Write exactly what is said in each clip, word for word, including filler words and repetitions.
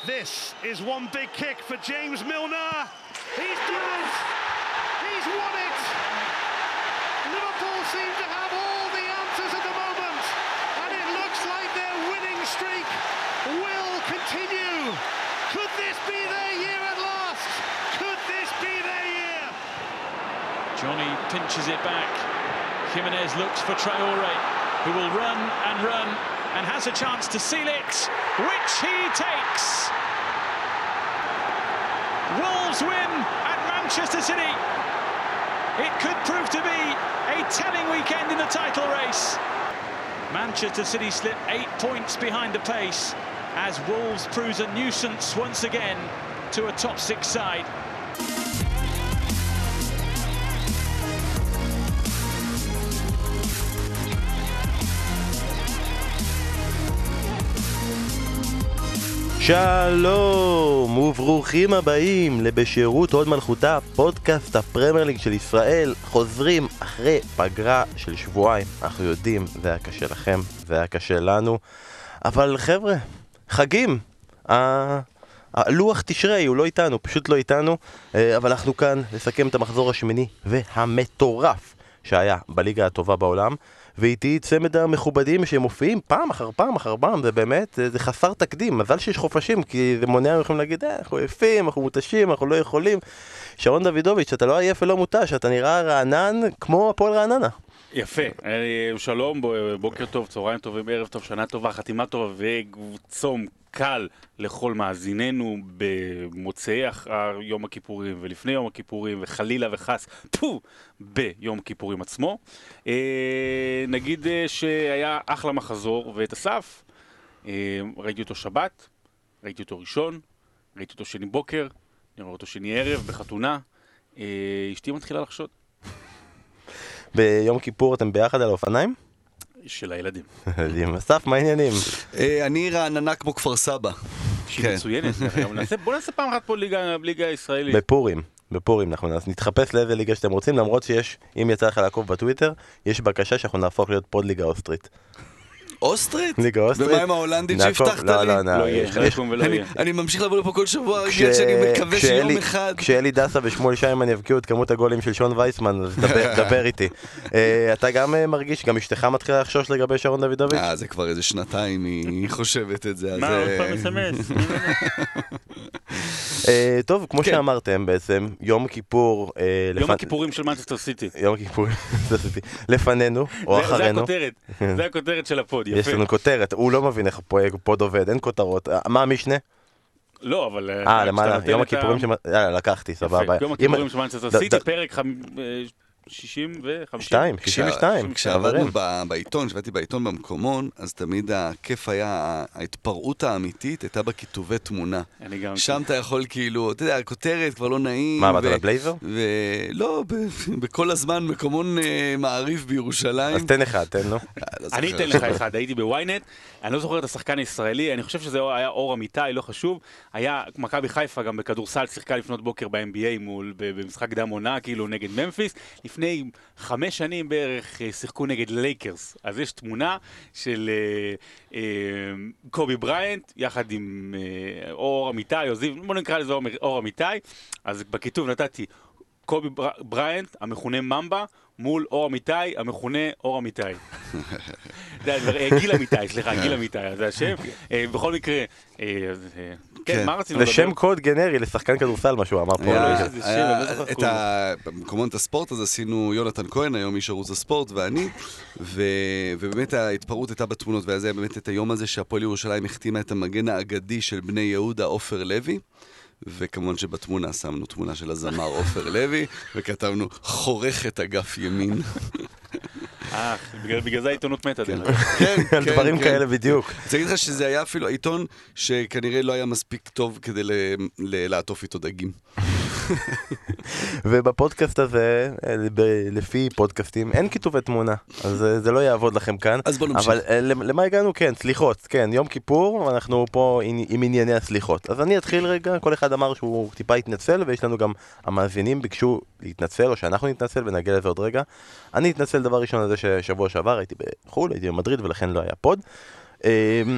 This is one big kick for James Milner. He's done it. He's won it. Liverpool seem to have all the answers at the moment, and it looks like their winning streak will continue. Could this be their year at last? Could this be their year? Johnny pinches it back. Jimenez looks for Traore, who will run and run and has a chance to seal it, which he takes. Wolves win at Manchester City. It could prove to be a telling weekend in the title race. Manchester City slip eight points behind the pace as Wolves proves a nuisance once again to a top six side. שלום וברוכים הבאים לבשירות הוד מלכותה, פודקאסט הפרמייר ליג של ישראל. חוזרים אחרי פגרה של שבועיים. אנחנו יודעים, זה היה קשה לכם, זה היה קשה לנו, אבל חבר'ה, חגים, הלוח תשרי הוא לא איתנו, פשוט לא איתנו, אבל אנחנו כאן לסכם את המחזור השמיני והמטורף שהיה בליגה הטובה בעולם, ואיתי צמד המכובדים שמופיעים פעם אחר פעם אחר פעם. זה באמת, זה חסר תקדים. מזל שיש חופשים, כי זה מונע מכם להגיד, אה, אנחנו יפים, אנחנו מותשים, אנחנו לא יכולים. שרון דוידוביץ', אתה לא עייף ולא מותש, אתה נראה רענן כמו הפועל רעננה. יפה, שלום, בוקר טוב, צהריים טובים, ערב טוב, שנה טובה, חתימה טובה וצום קל לכל מאזיננו במוצאי יום הכיפורים ולפני יום הכיפורים וחלילה וחס פו ביום הכיפורים עצמו. נגיד שהיה אחלה מחזור, ואת אסף ראיתי אותו שבת, ראיתי אותו ראשון, ראיתי אותו שני בוקר, נראה אותו שני ערב בחתונה. אשתי מתחילה לחשוד. ביום כיפור אתם ביחד על האופניים? של הילדים. ילדים. אסף, מה העניינים? אני רעננה כמו כפר סבא. שהיא מצוינת. בוא נעשה פעם אחת פה ליגה ישראלית. בפורים. בפורים אנחנו נתחפש לאיזה ליגה שאתם רוצים, למרות שיש, אם יצא לך לעקוב בטוויטר, יש בקשה שאנחנו נהפוך להיות פוד ליגה אוסטרית. אוסטרית? ליגה אוסטרית. ומה עם ההולנדית שהבטחת לי? לא, לא, לא. לא יהיה, לא יקום ולא יהיה. אני ממשיך לבוא לפה כל שבוע, בגלל שאני מקווה שיום אחד... כשאלי דסה ושמואל שיימן יבקיעו את כמות הגולים של שון וייסמן, אז דבר איתי. אתה גם מרגיש, גם אשתך מתחילה לחשוש לגבי שרון דוידוביץ'? אה, זה כבר איזה שנתיים היא חושבת את זה. מה, עוד פעם מסמס? טוב, כמו שאמרתם בעצם, יום כיפור... יום הכיפורים של מנצ'סטר סיטי. יום הכיפורים של סיטי. לפנינו, או אחרינו. זה הכותרת, זה הכותרת של הפוד, יפה. יש לנו כותרת, הוא לא מבין איך פוד עובד, אין כותרות. מה המשנה? לא, אבל... אה, למעלה, יום הכיפורים של... יאללה, לקחתי, סבבה. יום הכיפורים של מנצ'סטר סיטי, פרק שישים וחמישים. שישים ושתיים. כשעבדנו בעיתון, שבאתי בעיתון במקומון, אז תמיד הכיף היה, ההתפרעות האמיתית הייתה בכיתובי תמונה. שם אתה יכול כאילו, אתה יודע, הכותרת כבר לא נעים. מה, עבדת על בלייזר? ולא, בכל הזמן מקומון מעריב בירושלים. אז תן אחד, תן לו. אני אתן לך אחד, הייתי בוויינט, אני לא זוכר את השחקן הישראלי, אני חושב שזה היה אור אמיתי, לא חשוב. היה מכבי חיפה גם בכדורסל, שיחקה לפנות בוקר ב-אן בי איי מול, במשחק קדם עונה, כאילו נגד ממפיס. לפני חמש שנים בערך שיחקו נגד לייקרס. אז יש תמונה של אה, אה, קובי בריינט, יחד עם אה, אור אמיתי, או זיו, בוא נקרא לזה אור, אור אמיתי. אז בכיתוב נתתי קובי בריינט, המכונה ממבה, מול אור אמיתי, המכונה אור אמיתי. גיל אמיתי, סליחה, גיל אמיתי, זה השם. בכל מקרה, כן, מה רצינו לדבר? זה שם קוד גנרי לשחקן כדורסל, מה שהוא אמר פה. במקומון את הספורט, אז עשינו יונתן כהן, היום איש ערוץ הספורט, ואני, ובאמת ההתפרעות הייתה בתמונות, וזה היה באמת את היום הזה שהפועל ירושלים החתימה את המגן האגדי של בני יהודה, עופר לוי, וכמובן שבתמונה שמנו תמונה של הזמר עופר לוי, וכתבנו חורכת אגף ימין. אה, בגלל זה העיתונות מתה. כן, כן. דברים כאלה בדיוק. אני אגיד לך שזה היה אפילו עיתון שכנראה לא היה מספיק טוב כדי לעטוף איתו דגים. ובפודקאסט הזה, לפי פודקאסטים, אין כיתובי תמונה, אז זה לא יעבוד לכם כאן. אז בוא נמשיך. אבל למה הגענו? כן, סליחות, כן, יום כיפור, אנחנו פה עם ענייני הסליחות. אז אני אתחיל רגע, כל אחד אמר שהוא טיפה התנצל, ויש לנו גם המאזינים ביקשו להתנצל, או שאנחנו נתנצל, ונגיע לזה עוד רגע. אני אתנצל דבר ראשון על זה ששבוע שעבר הייתי בחול, הייתי במדריד, ולכן לא היה פוד.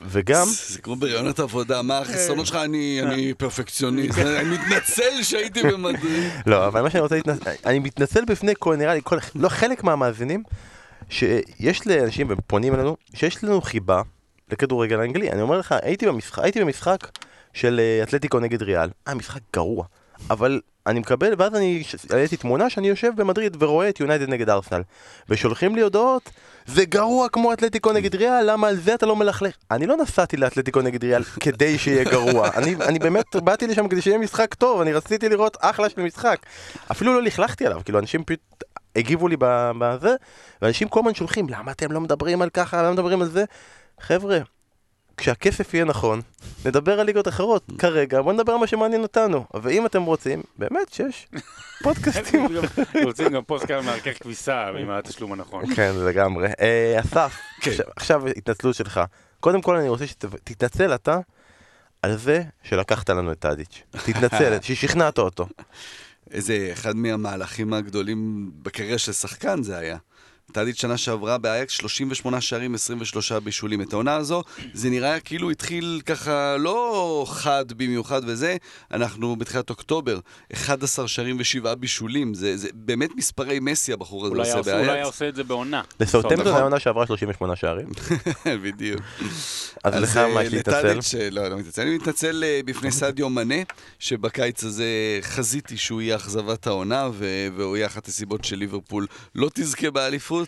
וגם... זה כמו בראיונות עבודה, מה החסרונות שלך? אני פרפקציוניסט, אני מתנצל שהייתי במדריד. לא, אבל מה שאני רוצה להתנצל, אני מתנצל בפני כל, נראה לי, לא חלק מהמאזינים, שיש לאנשים, ופונים אלינו, שיש לנו חיבה לכדורגל האנגלי. אני אומר לך, הייתי במשחק, הייתי במשחק של אתלטיקו נגד ריאל. היה משחק גרוע, אבל אני מקבל, ואז אני העליתי תמונה שאני יושב במדריד ורואה את יונייטד נגד ארסנל, ושולחים לי הודעות, זה גרוע כמו אתלטיקו נגד ריאל, למה על זה אתה לא מלכלך? אני לא נסעתי לאתלטיקו נגד ריאל כדי שיהיה גרוע. אני, אני באמת באתי לשם כדי שיהיה משחק טוב, אני רציתי לראות אחלה של משחק. אפילו לא לכלכתי עליו, כאילו אנשים פשוט הגיבו לי בזה, ואנשים כל הזמן שולחים, למה אתם לא מדברים על ככה, למה מדברים על זה? חבר'ה, כשהכסף יהיה נכון, נדבר על ליגות אחרות. כרגע, בוא נדבר על מה שמעניין אותנו. ואם אתם רוצים, באמת שיש פודקאסטים. רוצים גם פוסט-קאסט מערכך כביסה, עם התשלום הנכון. כן, לגמרי. אסף, עכשיו התנצלות שלך. קודם כל אני רוצה שתתנצל אתה על זה שלקחת לנו את טאדיץ'. תתנצל, ששכנעת אותו. איזה אחד מהמהלכים הגדולים בקריירה של שחקן זה היה. טאדיץ' שנה שעברה באייקס שלושים ושמונה שערים, עשרים ושלושה בישולים. את העונה הזו, זה נראה כאילו התחיל ככה לא חד במיוחד וזה, אנחנו בתחילת אוקטובר, אחד עשר שערים ושבעה בישולים, זה, זה באמת מספרי מסי הבחור הזה עושה באייקס. אולי היה עושה את זה בעונה. לסאות'המפטון העונה שעברה שלושים ושמונה שערים. בדיוק. אז לך מה יש להתנצל? לא, לא מתנצל. אני מתנצל בפני סעדיו מנה, שבקיץ הזה חזיתי שהוא יהיה אכזבת העונה, והוא יהיה אחת הסיבות של ליברפול לא תזכה באליפות.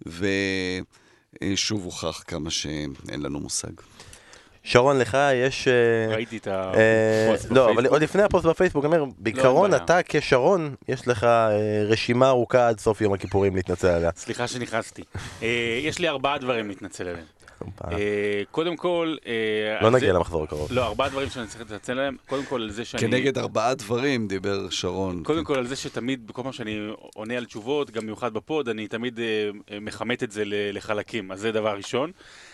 ושוב הוכח כמה שאין לנו מושג. שרון, לך יש... ראיתי את הפוסט בפייסבוק. לא, אבל עוד לפני הפוסט בפייסבוק, אומר, בעיקרון אתה כשרון, יש לך רשימה ארוכה עד סוף יום הכיפורים להתנצל עליה. סליחה שנכנסתי. יש לי ארבעה דברים להתנצל עליהם. קודם כל... לא נגיע למחזור הקרוב. לא, ארבעה דברים שאני צריך להתנצל עליהם. קודם כל על זה שאני... כנגד ארבעה דברים דיבר שרון. קודם כל על זה שתמיד, בכל פעם שאני עונה על תשובות, גם מיוחד בפוד, אני תמיד מחמת את זה לחלקים. אז זה דבר ראשון.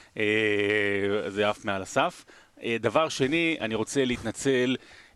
זה אף מעל הסף. דבר שני, אני רוצה להתנצל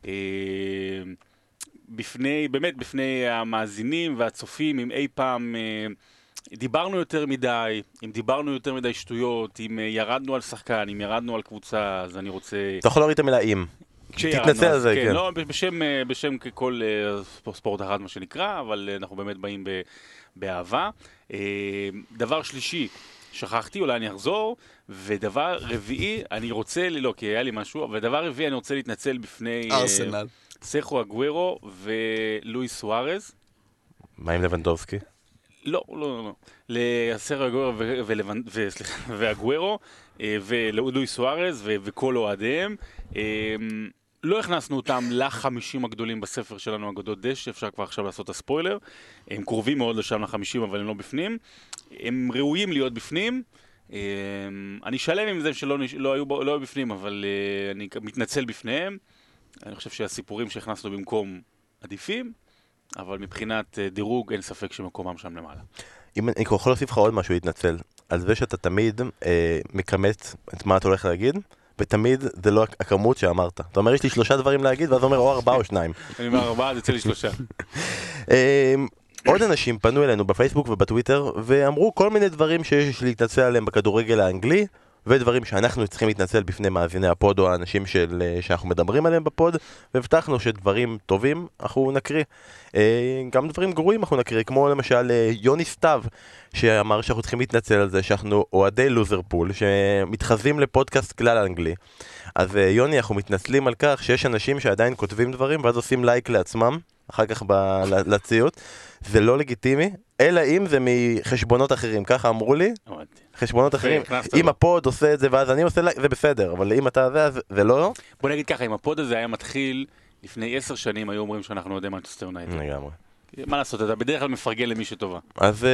בפני, באמת בפני המאזינים והצופים, אם אי פעם דיברנו יותר מדי, אם דיברנו יותר מדי שטויות, אם ירדנו על שחקן, אם ירדנו על קבוצה, אז אני רוצה... אתה יכול להוריד את המילה אם. תתנצל על זה, כן. לא, בשם ככל ספורט אחד מה שנקרא, אבל אנחנו באמת באים באהבה. דבר שלישי, שכחתי, אולי אני אחזור, ודבר רביעי, אני רוצה, לא, כי היה לי משהו, ודבר רביעי אני רוצה להתנצל בפני... ארסנל. סרחו אגוארו ולואי סוארז. מה עם לבנדובסקי? לא, לא, לא. לסרחו אגוארו ואגוארו ולואי סוארז וכל אוהדיהם. לא הכנסנו אותם לחמישים הגדולים בספר שלנו, אגדות דשא, אפשר כבר עכשיו לעשות את הספוילר. הם קרובים מאוד לשם לחמישים, אבל הם לא בפנים. הם ראויים להיות בפנים. אני שלם עם זה שלא לא היו, לא היו בפנים, אבל אני מתנצל בפניהם. אני חושב שהסיפורים שהכנסנו במקום עדיפים, אבל מבחינת דירוג אין ספק שמקומם שם למעלה. אם אני יכול להוסיף לך עוד משהו להתנצל, על זה שאתה תמיד אה, מקמת את מה אתה הולך להגיד, ותמיד זה לא הכמות שאמרת. אתה אומר, יש לי שלושה דברים להגיד, ואז אומר, או ארבעה או שניים. אני אומר ארבעה, זה יצא לי שלושה. עוד אנשים פנו אלינו בפייסבוק ובטוויטר, ואמרו כל מיני דברים שיש להתנצל עליהם בכדורגל האנגלי, ודברים שאנחנו צריכים להתנצל בפני מאזיני הפוד או האנשים של, שאנחנו מדברים עליהם בפוד, והבטחנו שדברים טובים אנחנו נקריא. גם דברים גרועים אנחנו נקריא, כמו למשל יוני סתיו, שאמר שאנחנו צריכים להתנצל על זה שאנחנו אוהדי לוזרפול, שמתחזים לפודקאסט כלל אנגלי. אז יוני, אנחנו מתנצלים על כך שיש אנשים שעדיין כותבים דברים, ואז עושים לייק לעצמם, אחר כך ב- לציות. זה לא לגיטימי, אלא אם זה מחשבונות אחרים, ככה אמרו לי, חשבונות אחרים. אם הפוד עושה את זה ואז אני עושה לייק, זה בסדר, אבל אם אתה זה, זה לא. בוא נגיד ככה, אם הפוד הזה היה מתחיל לפני עשר שנים, היו אומרים שאנחנו יודעים מנצ'סטר יונייטד. לגמרי. מה לעשות, אתה בדרך כלל מפרגן למי שטובה. אז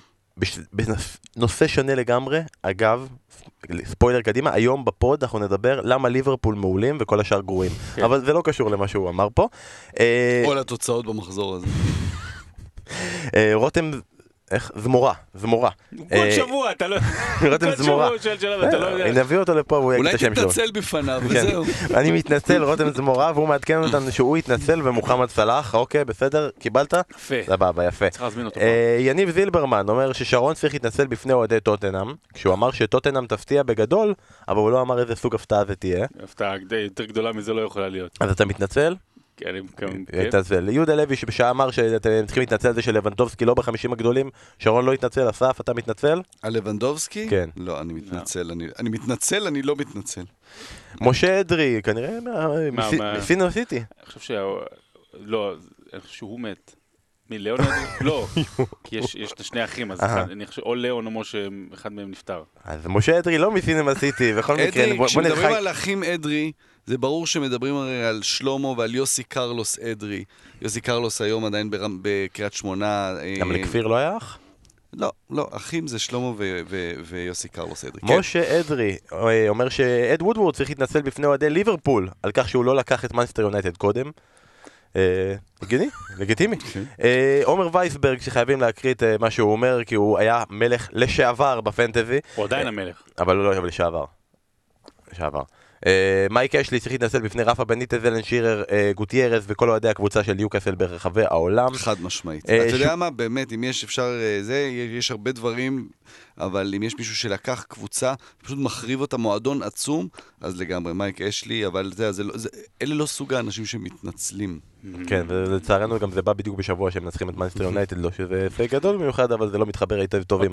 בנושא שונה לגמרי, אגב, ספוילר קדימה, היום בפוד אנחנו נדבר למה ליברפול מעולים וכל השאר גרועים. אבל זה לא קשור למה שהוא אמר פה. או לתוצאות במחזור הזה. רותם איך? זמורה, זמורה. כל שבוע, אתה לא... רותם זמורה. כל שבוע הוא שואל שאלה ואתה לא יודע. נביא אותו לפה והוא יגיד את השם שלו. אולי תתנצל בפניו, וזהו. אני מתנצל, רותם זמורה, והוא מעדכן אותנו שהוא יתנצל ומוחמד סלאח, אוקיי, בסדר? קיבלת? יפה. סבבה, יפה. צריך להזמין אותו. יניב זילברמן אומר ששרון צריך להתנצל בפני אוהדי טוטנהאם, כשהוא אמר שטוטנהאם תפתיע בגדול, אבל הוא לא אמר איזה סוג הפתעה זה תהיה. הפתעה יותר גדולה מזה לא יכולה להיות. אז אתה מתנצל? כן, כן. התנצל. יהודה לוי שבשעה אמר שאתם צריכים להתנצל על זה של לבנדובסקי לא בחמישים הגדולים, שרון לא התנצל, אסף, אתה מתנצל? על לבנדובסקי? כן. לא, אני מתנצל, אני מתנצל, אני לא מתנצל. משה אדרי, כנראה מסינו סיטי. אני חושב שה... לא, אני חושב שהוא מת. מי, ליאון אדרי? לא, כי יש את שני אחים, אז אני חושב, או ליאון או משה, אחד מהם נפטר. אז משה אדרי לא מסינו סיטי, בכל מקרה... אדרי, כשמדברים על אחים אדרי, זה ברור שמדברים הרי על שלמה ועל יוסי קרלוס אדרי. יוסי קרלוס היום עדיין בקריית שמונה. גם לכפיר לא היה אח? לא, לא, אחים זה שלמה ויוסי קרלוס אדרי. משה אדרי אומר שאד וודוורד צריך להתנצל בפני אוהדי ליברפול על כך שהוא לא לקח את מנצ'סטר יונייטד קודם. לגיטימי, לגיטימי. עומר וייסברג שחייבים להקריא את מה שהוא אומר, כי הוא היה מלך לשעבר בפנטזי. הוא עדיין המלך. אבל הוא לא היה לשעבר. לשעבר. מייק אשלי צריך להתנצל בפני רפה בניטז, אלן שירר, גוטיירס וכל אוהדי הקבוצה של יוקאסל ברחבי העולם. חד משמעית. אתה יודע מה, באמת, אם יש אפשר זה, יש הרבה דברים, אבל אם יש מישהו שלקח קבוצה, פשוט מחריב אותה מועדון עצום, אז לגמרי, מייק אשלי, אבל זה, אלה לא סוג האנשים שמתנצלים. כן, ולצערנו גם זה בא בדיוק בשבוע שהם מנצחים את מנצ'סטר יונייטד, לא שזה הישג גדול במיוחד, אבל זה לא מתחבר היטב טוב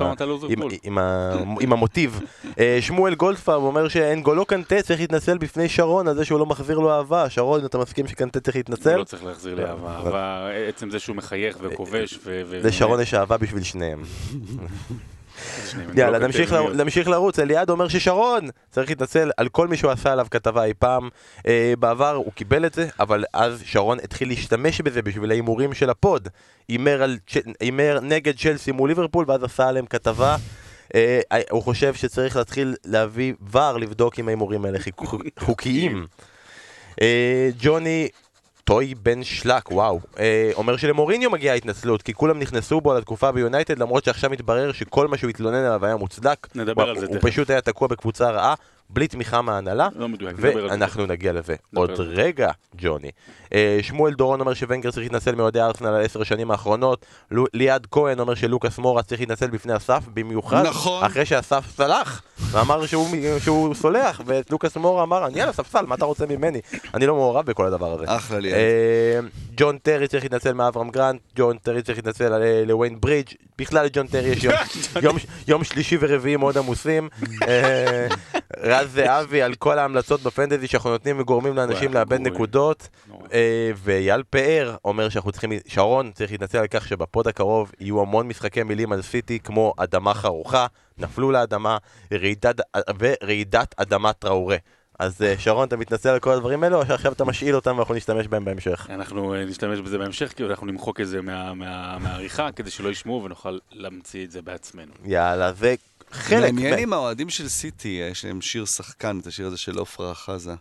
עם המוטיב. שמואל גולדפארב אומר שאנגולו קנטה צריך להתנצל בפני שרון על זה שהוא לא מחזיר לו אהבה. שרון, אתה מסכים שקנטה צריך להתנצל? הוא לא צריך להחזיר לי אהבה, אהבה, עצם זה שהוא מחייך וכובש. לשרון יש אהבה בשביל שניהם. יאללה, נמשיך לרוץ. אליעד אומר ששרון צריך להתנצל על כל מי שהוא עשה עליו כתבה אי פעם. בעבר הוא קיבל את זה, אבל אז שרון התחיל להשתמש בזה בשביל האימורים של הפוד. אימר נגד צ'לסי מול ליברפול, ואז עשה עליהם כתבה. הוא חושב שצריך להתחיל להביא ור לבדוק אם האימורים האלה חוקיים. ג'וני טוי בן שלק, וואו, אה, אומר שלמוריניו מגיעה התנצלות, כי כולם נכנסו בו על התקופה ביונייטד, למרות שעכשיו מתברר שכל מה שהוא התלונן עליו היה מוצדק. נדבר הוא, על זה הוא פשוט היה תקוע בקבוצה רעה, בלי תמיכה מההנהלה, לא מדויק, ואנחנו נגיע לזה. עוד רגע, ג'וני. אה, שמואל דורון אומר שוונגר צריך להתנצל מאוהדי ארסנל על עשר השנים האחרונות, ליעד כהן אומר שלוקאס מורה צריך להתנצל בפני אסף, במיוחד נכון. אחרי שאסף סלח, ואמר שהוא, שהוא סולח, ולוקאס מורה אמר, אני על הספסל, מה אתה רוצה ממני? אני לא מעורב בכל הדבר הזה. אחלה ליעד. ג'ון טרי צריך להתנצל מאברהם גרנט, ג'ון טרי צריך להתנצל לוויין ברידג', בכלל לג'ון טרי יש יום שלישי ורביעי מאוד עמוסים. רז זהבי על כל ההמלצות בפנטזי שאנחנו נותנים וגורמים לאנשים לאבד נקודות. ואייל פאר אומר שאנחנו צריכים, שרון צריך להתנצל על כך שבפוד הקרוב יהיו המון משחקי מילים על סיטי כמו אדמה חרוכה, נפלו לאדמה ורעידת אדמה טראורה. אז שרון, אתה מתנצל על כל הדברים האלו, או שעכשיו אתה משאיל אותם ואנחנו נשתמש בהם בהמשך? אנחנו נשתמש בזה בהמשך, כי אנחנו נמחוק את זה מהעריכה, כדי שלא ישמעו ונוכל להמציא את זה בעצמנו. יאללה, זה חלק... מעניין עם האוהדים של סיטי, יש להם שיר שחקן, את השיר הזה של עופרה חזה.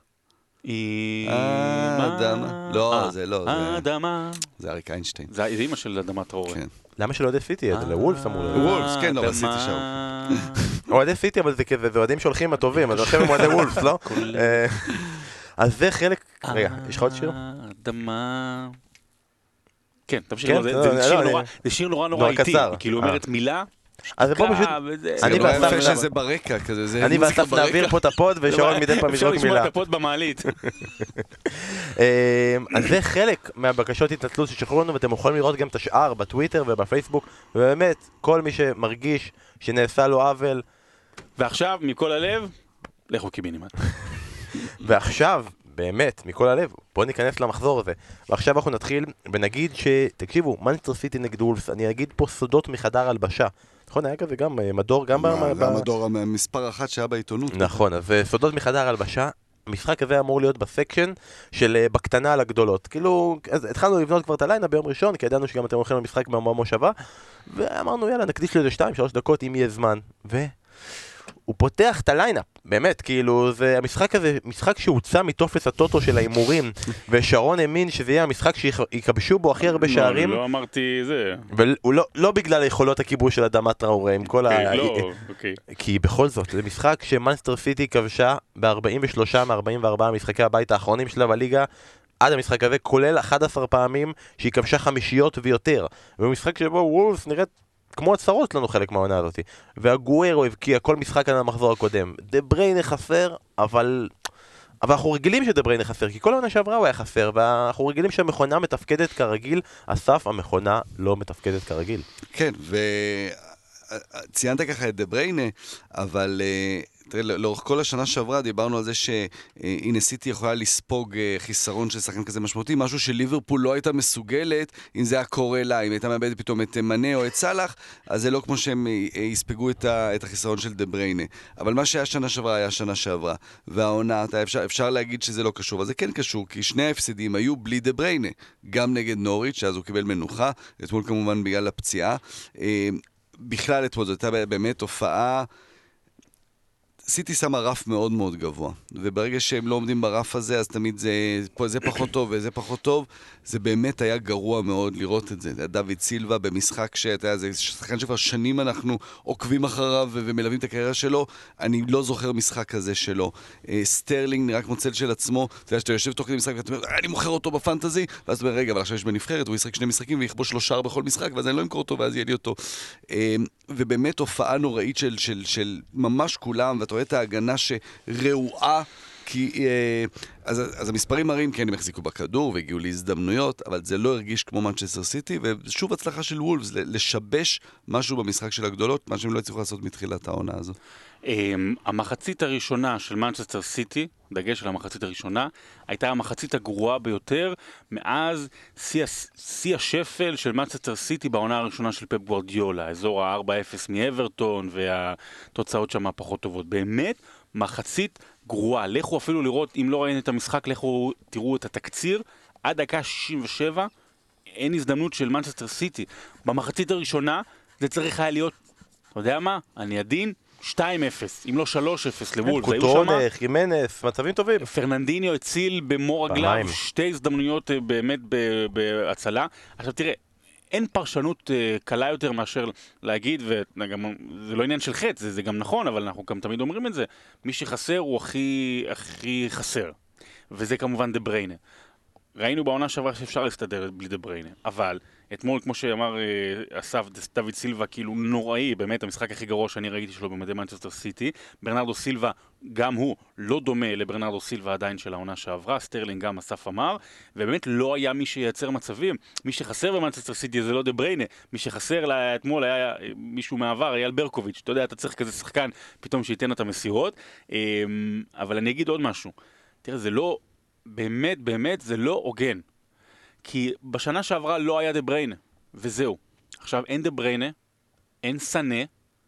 אדמה... לא, זה לא, אדמה... זה אריק איינשטיין. זה אימא של אדמה טראורה. למה של אוהדי סיטי? זה לוולפס אמור להיות. וולפס, כן, לא, אבל סיטי שם. אוהדי סיטי, אבל זה כזה, זה אוהדים שהולכים הטובים, אז עכשיו הם אוהדי וולפס, לא? אז זה חלק... רגע, יש לך עוד שיר? אדמה... כן, תמשיך, זה שיר נורא נורא איטי, כאילו אומרת מילה... אז פה פשוט... אני ואסף שזה ברקע כזה, אני ואסף נעביר פה את הפוד ושרון מדי פעם יזרוק מילה. אפשר לשמוע את הפוד במעלית. אז זה חלק מהבקשות התנצלות ששחררו לנו, ואתם יכולים לראות גם את השאר בטוויטר ובפייסבוק, ובאמת, כל מי שמרגיש שנעשה לו עוול. ועכשיו, מכל הלב, לכו קיבינימט. ועכשיו, באמת, מכל הלב, בואו ניכנס למחזור הזה. ועכשיו אנחנו נתחיל ונגיד ש... תקשיבו, מנצ'סטר סיטי נגד וולפס, אני אגיד פה סודות מחדר הלבשה. נכון, היה כזה גם מדור, גם... זה המדור המספר אחת שהיה בעיתונות. נכון, אז סודות מחדר הלבשה, המשחק הזה אמור להיות בסקשן של בקטנה על הגדולות. כאילו, אז התחלנו לבנות כבר את הליינה ביום ראשון, כי ידענו שגם אתם הולכים למשחק במושבה, ואמרנו, יאללה, נקדיש לזה שתיים, שלוש דקות אם יהיה זמן. ו... הוא פותח את הליינאפ, באמת, כאילו, זה המשחק הזה, משחק שהוצא מתופס הטוטו של האימורים, ושרון האמין שזה יהיה המשחק שיקבשו בו הכי הרבה שערים. לא, לא אמרתי זה. והוא לא, לא בגלל יכולות הכיבוש של אדמה טראורה, עם כל ה... לא, אוקיי. כי בכל זאת, זה משחק שמנסטר סיטי כבשה ב-ארבעים ושלושה מ-ארבעים וארבעה משחקי הבית האחרונים שלה בליגה, עד המשחק הזה, כולל אחת עשרה פעמים שהיא כבשה חמישיות ויותר. ובמשחק שבו וולס נראית כמו הצרות לנו חלק מהעונה הזאת. והגוארו הבקיע כל משחק על המחזור הקודם. דה בריינה חסר, אבל... אבל אנחנו רגילים שדה בריינה חסר, כי כל העונה שעברה הוא היה חסר, ואנחנו רגילים שהמכונה מתפקדת כרגיל. אסף, המכונה לא מתפקדת כרגיל. כן, וציינת ככה את דה בריינה, אבל... תראה, לאורך כל השנה שעברה דיברנו על זה שהנה סיטי יכולה לספוג חיסרון של שחקן כזה משמעותי, משהו שליברפול לא הייתה מסוגלת, אם זה היה קורה לה, אם הייתה מאבדת פתאום את מנה או את סלאח, אז זה לא כמו שהם יספגו את החיסרון של דה בריינה. אבל מה שהיה שנה שעברה היה שנה שעברה, והעונה, אפשר, אפשר להגיד שזה לא קשור, אבל זה כן קשור, כי שני ההפסדים היו בלי דה בריינה, גם נגד נוריץ', שאז הוא קיבל מנוחה, אתמול כמובן בגלל הפציעה. בכלל אתמול זאת הייתה באמת הופעה, סיטי שמה רף מאוד מאוד גבוה, וברגע שהם לא עומדים ברף הזה, אז תמיד זה, זה פחות טוב וזה פחות טוב. זה באמת היה גרוע מאוד לראות את זה. דוד סילבה במשחק שאתה, זה שחקן שכבר שנים אנחנו עוקבים אחריו ומלווים את הקריירה שלו, אני לא זוכר משחק כזה שלו. סטרלינג נראה כמו צל של עצמו, אתה יודע שאתה יושב תוך כדי משחק ואתה אומר, אני מוכר אותו בפנטזי, ואז אתה אומר, רגע, אבל עכשיו יש בנבחרת, הוא ישחק שני משחקים ויכבוש לו שער בכל משחק, ואז אני לא אמכור אותו ואז יהיה לי אותו. ובאמת הופעה נוראית של, של, של ממש כולם, ואתה רואה את ההגנה שראועה, כי, אז, אז המספרים מראים, כן, הם החזיקו בכדור והגיעו להזדמנויות, אבל זה לא הרגיש כמו מנצ'סטר סיטי, ושוב הצלחה של וולפס, לשבש משהו במשחק של הגדולות, מה שהם לא הצליחו לעשות מתחילת העונה הזו. המחצית הראשונה של מנצ'סטר סיטי, דגש על המחצית הראשונה, הייתה המחצית הגרועה ביותר מאז שיא השפל של מנצ'סטר סיטי בעונה הראשונה של פפ גוארדיולה, אזור ה-ארבע אפס מאברטון, והתוצאות שם פחות טובות. באמת, מחצית גרועה. לכו אפילו לראות, אם לא ראיתם את המשחק, לכו תראו את התקציר, עד דקה שישים ושבע, אין הזדמנות של מנצ'סטר סיטי. במחצית הראשונה, זה צריך היה להיות, אתה יודע מה? אני עדין, שתיים אפס, אם לא שלוש אפס לוולפס. קוטונה, חימנס, מצבים טובים. פרננדיניו הציל במו רגליו שתי הזדמנויות באמת בהצלה. עכשיו תראה, אין פרשנות קלה יותר מאשר להגיד, וגם זה לא עניין של חץ, זה, זה גם נכון, אבל אנחנו גם תמיד אומרים את זה, מי שחסר הוא הכי, הכי חסר. וזה כמובן דה בריינה. ראינו בעונה שעברה שאפשר להסתדר בלי דה בריינה, אבל אתמול, כמו שאמר אסף, דוד סילבה, כאילו נוראי, באמת המשחק הכי גרוע שאני ראיתי שלו במדי מנצ'סטר סיטי. ברנרדו סילבה, גם הוא לא דומה לברנרדו סילבה עדיין של העונה שעברה, סטרלינג גם אסף אמר, ובאמת לא היה מי שייצר מצבים. מי שחסר במנצ'סטר סיטי זה לא דה בריינה, מי שחסר לה, אתמול היה מישהו מעבר, אייל ברקוביץ', אתה יודע, אתה צריך כזה שחקן פתאום שייתן את המסירות. אבל אני אגיד עוד משהו, תראה, זה לא, באמת, באמת, זה לא הוגן. כי בשנה שעברה לא היה דה בריינה, וזהו. עכשיו אין דה בריינה, אין סנה,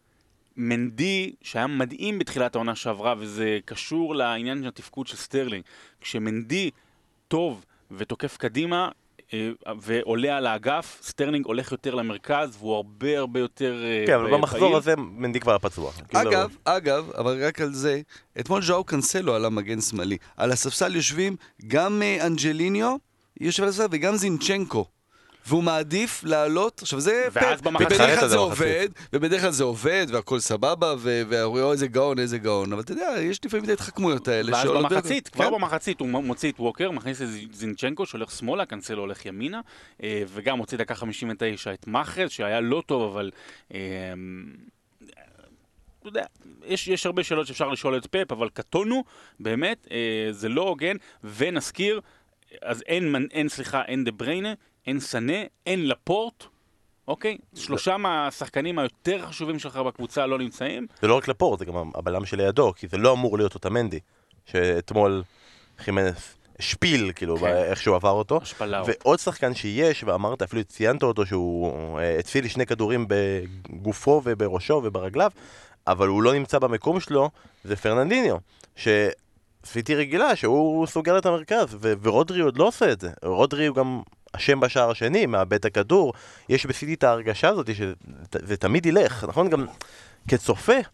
מנדי שהיה מדהים בתחילת העונה שעברה, וזה קשור לעניין של התפקוד של סטרלינג. כשמנדי טוב ותוקף קדימה, ועולה על האגף, סטרלינג הולך יותר למרכז, והוא הרבה הרבה יותר כן, אבל במחזור הזה מנדי כבר הפצוע. אגב, אגב, אבל רק על זה, אתמול ז'או קנסלו על המגן שמאלי. על הספסל יושבים גם אנג'ליניו, יושב על הספסל, וגם זינצ'נקו. והוא מעדיף לעלות, עכשיו זה פפ, ובדרך כלל זה עובד, ובדרך כלל זה עובד, והכל סבבה, והוא איזה גאון, איזה גאון, אבל אתה יודע, יש לפעמים את ההתחכמויות האלה. ואז במחצית, כבר במחצית, הוא מוציא את ווקר, מכניס את זינצ'נקו, שהולך שמאלה, קנסלו הולך ימינה, וגם מוציא דקה חמישים ותשע את מחרז, שהיה לא טוב, אבל אתה יודע, יש הרבה שאלות שאפשר לשאול את פפ, אבל קטונו, באמת, זה לא הוגן, ונזכיר, אז אין, סליחה, אין דה בריינה, אין סנה, אין לפורט, אוקיי? שלושה מהשחקנים היותר חשובים שלך בקבוצה לא נמצאים. זה לא רק לפורט, זה גם הבלם שלידו, כי זה לא אמור להיות אותה מנדי, שאתמול חימנס שפיל, כאילו, כן. איך שהוא עבר אותו. השפלה. ועוד שחקן שיש, ואמרת, אפילו ציינת אותו, שהוא הציל שני כדורים בגופו ובראשו וברגליו, אבל הוא לא נמצא במקום שלו, זה פרננדיניו, ש... סיטי רגילה שהוא סוגר את המרכז, ו- ורודרי עוד לא עושה את זה. רודרי הוא גם השם בשער השני, מאבד הכדור. יש בסיטי את ההרגשה הזאת שזה תמיד ילך, נכון? גם כצופה,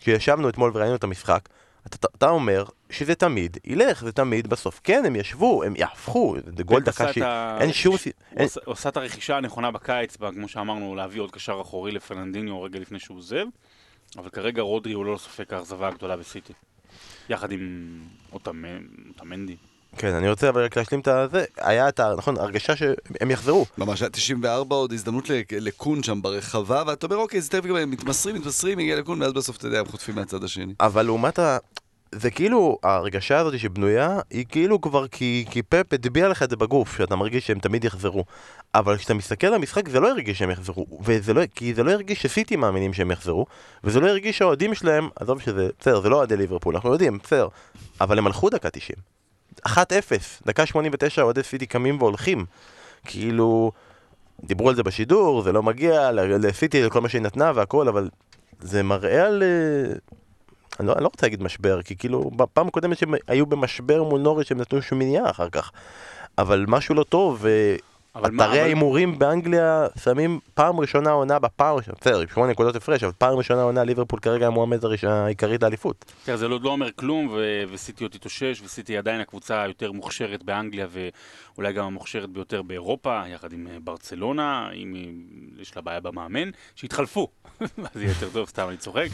כשישבנו אתמול וראינו את המשחק, אתה, אתה אומר שזה תמיד ילך, זה תמיד בסוף. כן, הם ישבו, הם יהפכו, זה גול דקה ש... אין שום... הוא עושה את הרכישה הנכונה בקיץ, כמו שאמרנו, להביא עוד קשר אחורי לפרננדיניו רגע לפני שהוא עוזב, אבל כרגע רודרי הוא לא סופק האכזבה הגדולה בסיטי. יחד עם אוטמנדי. כן, אני רוצה אבל רק להשלים את זה, היה את נכון, הרגשה שהם יחזרו. ממש, תשעים וארבע עוד הזדמנות לקון שם ברחבה, ואתה אומר, אוקיי, זה תכף גם מתמסרים, מתמסרים, הגיע לקון, ואז בסוף אתה יודע, הם חוטפים מהצד השני. אבל לעומת ה... זה כאילו, ההרגשה הזאת שבנויה, היא כאילו כבר כי, כי פפ הדביע לך את זה בגוף, שאתה מרגיש שהם תמיד יחזרו. אבל כשאתה מסתכל על המשחק, זה לא הרגיש שהם יחזרו, וזה לא, כי זה לא הרגיש שסיטי מאמינים שהם יחזרו, וזה לא הרגיש שהאוהדים שלהם, עזוב שזה, בסדר, זה לא אוהדי ליברפול, אנחנו יודעים, בסדר, אבל הם הלכו דקה תשעים. אחת אפס, דקה שמונים ותשע, אוהדי סיטי קמים והולכים. כאילו, דיברו על זה בשידור, זה לא מגיע לסיטי, לכל מה שהיא נתנה והכל, אבל זה מראה על... אני לא, אני לא רוצה להגיד משבר, כי כאילו, בפעם הקודמת שהם היו במשבר מול נוריץ' שהם נתנו שמינייה אחר כך. אבל משהו לא טוב, ואתרי ההימורים באנגליה שמים פעם ראשונה עונה בפעם ראשונה, בסדר, שמונה נקודות הפרש, אבל פעם ראשונה עונה ליברפול כרגע המועמד העיקרית לאליפות. כן, זה לא אומר כלום, וסיטי עוד תתאושש, וסיטי עדיין הקבוצה היותר מוכשרת באנגליה, ואולי גם המוכשרת ביותר באירופה, יחד עם ברצלונה, אם יש לה בעיה במאמן, שהתחלפו. זה יהיה יותר טוב, סתם אני צוחק.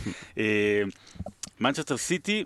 מנצ'סטר סיטי,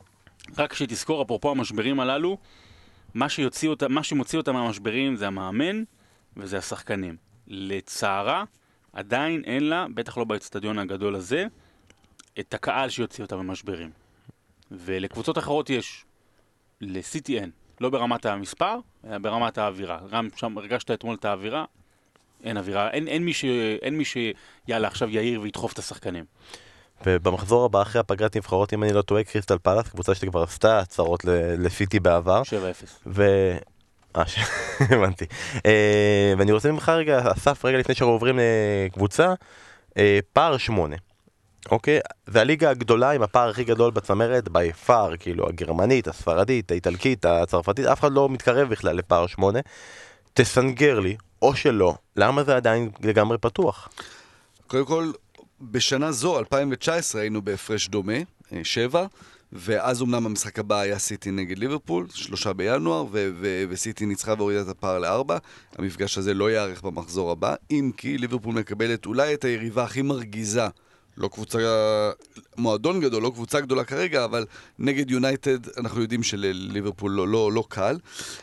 רק שתזכור, אפרופו המשברים הללו, מה שיוציא אותה, מה שמוציא אותה מהמשברים זה המאמן וזה השחקנים. לצערה, עדיין אין לה, בטח לא באצטדיון הגדול הזה, את הקהל שיוציא אותה ממשברים. ולקבוצות אחרות יש, לסיטי אין. לא ברמת המספר, אלא ברמת האווירה. גם שם הרגשת אתמול את האווירה, אין אווירה, אין, אין מי ש, אין מי שיאללה עכשיו יאיר וידחוף את השחקנים. ובמחזור הבא אחרי הפגרת נבחרות, אם אני לא טועה, קריסטל פלאס, קבוצה שכבר עשתה הצהרות לסיטי בעבר. שבע אפס. ו... אה, הבנתי. ואני רוצה ממך רגע, אסף, רגע לפני שאנחנו עוברים לקבוצה, פער שמונה. אוקיי? זה הליגה הגדולה עם הפער הכי גדול בצמרת, ביפר, כאילו, הגרמנית, הספרדית, האיטלקית, הצרפתית, אף אחד לא מתקרב בכלל לפער שמונה. תסנגר לי, או שלא, למה זה עדיין לגמרי פתוח? קודם כל, בשנה זו, אלפיים תשע עשרה, היינו בהפרש דומה, שבע, ואז אומנם המשחק הבא היה סיטי נגד ליברפול, שלושה בינואר, ו- ו- וסיטי ניצחה והורידה את הפער לארבע. המפגש הזה לא יארך במחזור הבא, אם כי ליברפול מקבלת אולי את היריבה הכי מרגיזה, לא קבוצה, מועדון גדול, לא קבוצה גדולה כרגע, אבל נגד יונייטד אנחנו יודעים שלליברפול לא, לא, לא קל.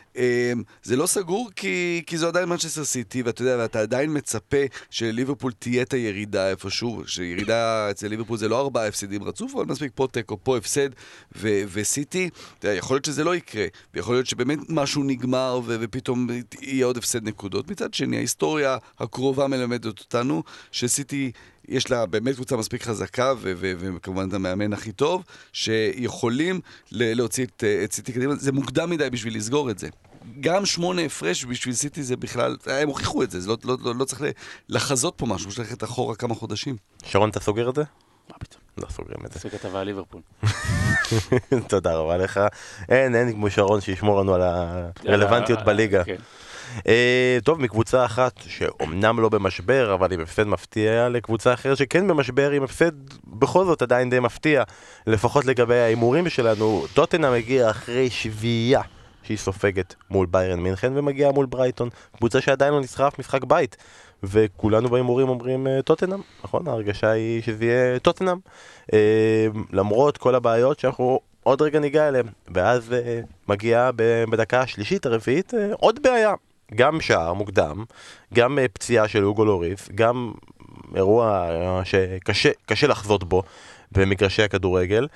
זה לא סגור כי, כי זו עדיין מנצ'סטר סיטי, ואתה יודע, ואתה עדיין מצפה שלליברפול תהיה את הירידה איפשהו, שירידה אצל ליברפול זה לא ארבעה הפסדים רצוף, אבל מספיק פה טקו, פה הפסד, ו- וסיטי, אתה יודע, יכול להיות שזה לא יקרה, ויכול להיות שבאמת משהו נגמר, ו- ופתאום יהיה עוד הפסד נקודות. מצד שני, ההיסטוריה הקרובה מלמדת אותנו, שסיטי יש לה באמת קבוצה מספיק חזקה, ו- ו- וכמובן את המאמן הכי טוב, שיכולים להוציא את, את סיטי קדימה. זה מוקדם מדי בשביל לסגור את זה. גם שמונה הפרש בשביל סיטי זה בכלל, הם הוכיחו את זה, זה לא, לא, לא, לא צריך לחזות פה משהו, יש ללכת אחורה כמה חודשים. שרון, אתה סוגר את זה? מה פתאום? לא סוגרים את זה. זה כתבה על ליברפול. תודה רבה לך. אין, אין כמו שרון שישמור לנו על הרלוונטיות בליגה. טוב, מקבוצה אחת שאומנם לא במשבר, אבל עם הפסד מפתיע, לקבוצה אחרת שכן במשבר, עם הפסד בכל זאת עדיין די מפתיע, לפחות לגבי האימורים שלנו. טוטנהאם מגיע אחרי שביעייה שהיא סופגת מול ביירן מינכן, ומגיעה מול ברייטון, קבוצה שעדיין לא ניצחה אף משחק בית, וכולנו באימורים אומרים טוטנהאם, נכון? ההרגשה היא שזה יהיה טוטנהאם, למרות כל הבעיות שאנחנו עוד רגע ניגע אליהם, ואז מגיעה בדקה השלישית הרביעית עוד בעיה, גם שער מוקדם, גם פציעה של אוגו לוריס, גם אירוע שקשה קשה לחזות בו במגרשי הכדורגל,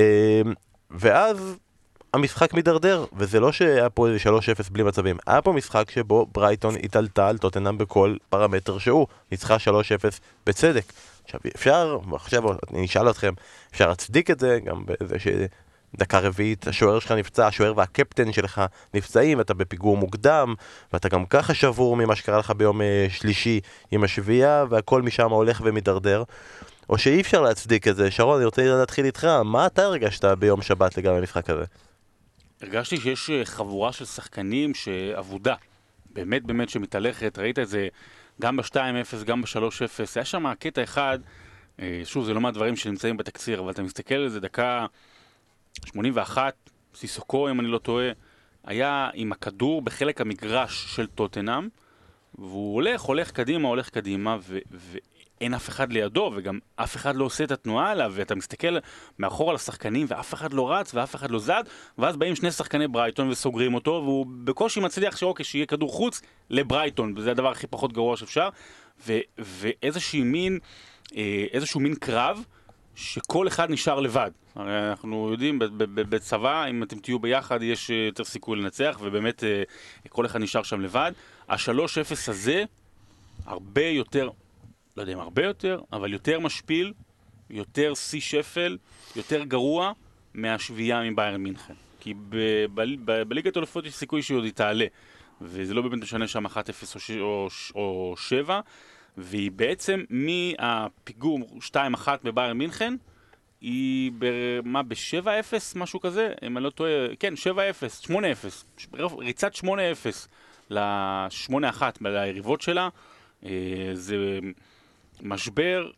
ואז המשחק מדרדר, וזה לא שהיה פה איזה שלוש אפס בלי מצבים, היה פה משחק שבו ברייטון התעלתה על טוטנהאם בכל פרמטר שהוא, ניצחה שלוש אפס בצדק. עכשיו אפשר, עכשיו אני אשאל אתכם, אפשר להצדיק את זה גם באיזה שדקה רביעית, השוער שלך נפצע, השוער והקפטן שלך נפצעים, ואתה בפיגור מוקדם, ואתה גם ככה שבור ממה שקרה לך ביום שלישי עם השביעייה, והכל משם הולך ומדרדר. או שאי אפשר להצדיק את זה. שרון, אני רוצה להתחיל איתך, מה אתה הרגשת ביום שבת לגבי המשחק הזה? הרגשתי שיש חבורה של שחקנים שעבודה, באמת באמת שמתהלכת, ראית את זה גם ב-שתיים אפס, גם ב-שלוש אפס, היה שם קטע אחד, שוב, זה לא מהדברים שנמצאים בתקציר, אבל אתה מסתכל על זה, דקה שמונים ואחת, סיסוקו, אם אני לא טועה, היה עם הכדור בחלק המגרש של טוטנהאם, והוא הולך, הולך קדימה, הולך קדימה, ו... ואין אף אחד לידו, וגם אף אחד לא עושה את התנועה עליו, ואתה מסתכל מאחור על השחקנים, ואף אחד לא רץ, ואף אחד לא זד, ואז באים שני שחקני ברייטון וסוגרים אותו, והוא בקושי מצליח שאוקיי, שיהיה כדור חוץ לברייטון, וזה הדבר הכי פחות גרוע שאפשר, ו... ואיזושהי מין, איזשהו מין קרב, שכל אחד נשאר לבד. הרי אנחנו יודעים, בצבא, אם אתם תהיו ביחד, יש יותר סיכוי לנצח, ובאמת כל אחד נשאר שם לבד. ה-שלוש אפס הזה, הרבה יותר, לא יודע אם הרבה יותר, אבל יותר משפיל, יותר סי שפל, יותר גרוע מהשביעה מביירן מינכן. כי בליגת האלופות יש סיכוי שהיא עוד תעלה, וזה לא באמת משנה שם אחת אפס או שבע, והיא בעצם מהפיגור שתיים אחת בביירן מינכן, היא במה, ב-שבע אפס, משהו כזה, אם אני לא טועה, כן, שבע אפס, שמונה אפס, ריצת שמונה אפס ל-שמונה אחת ליריבות שלה, זה משבר,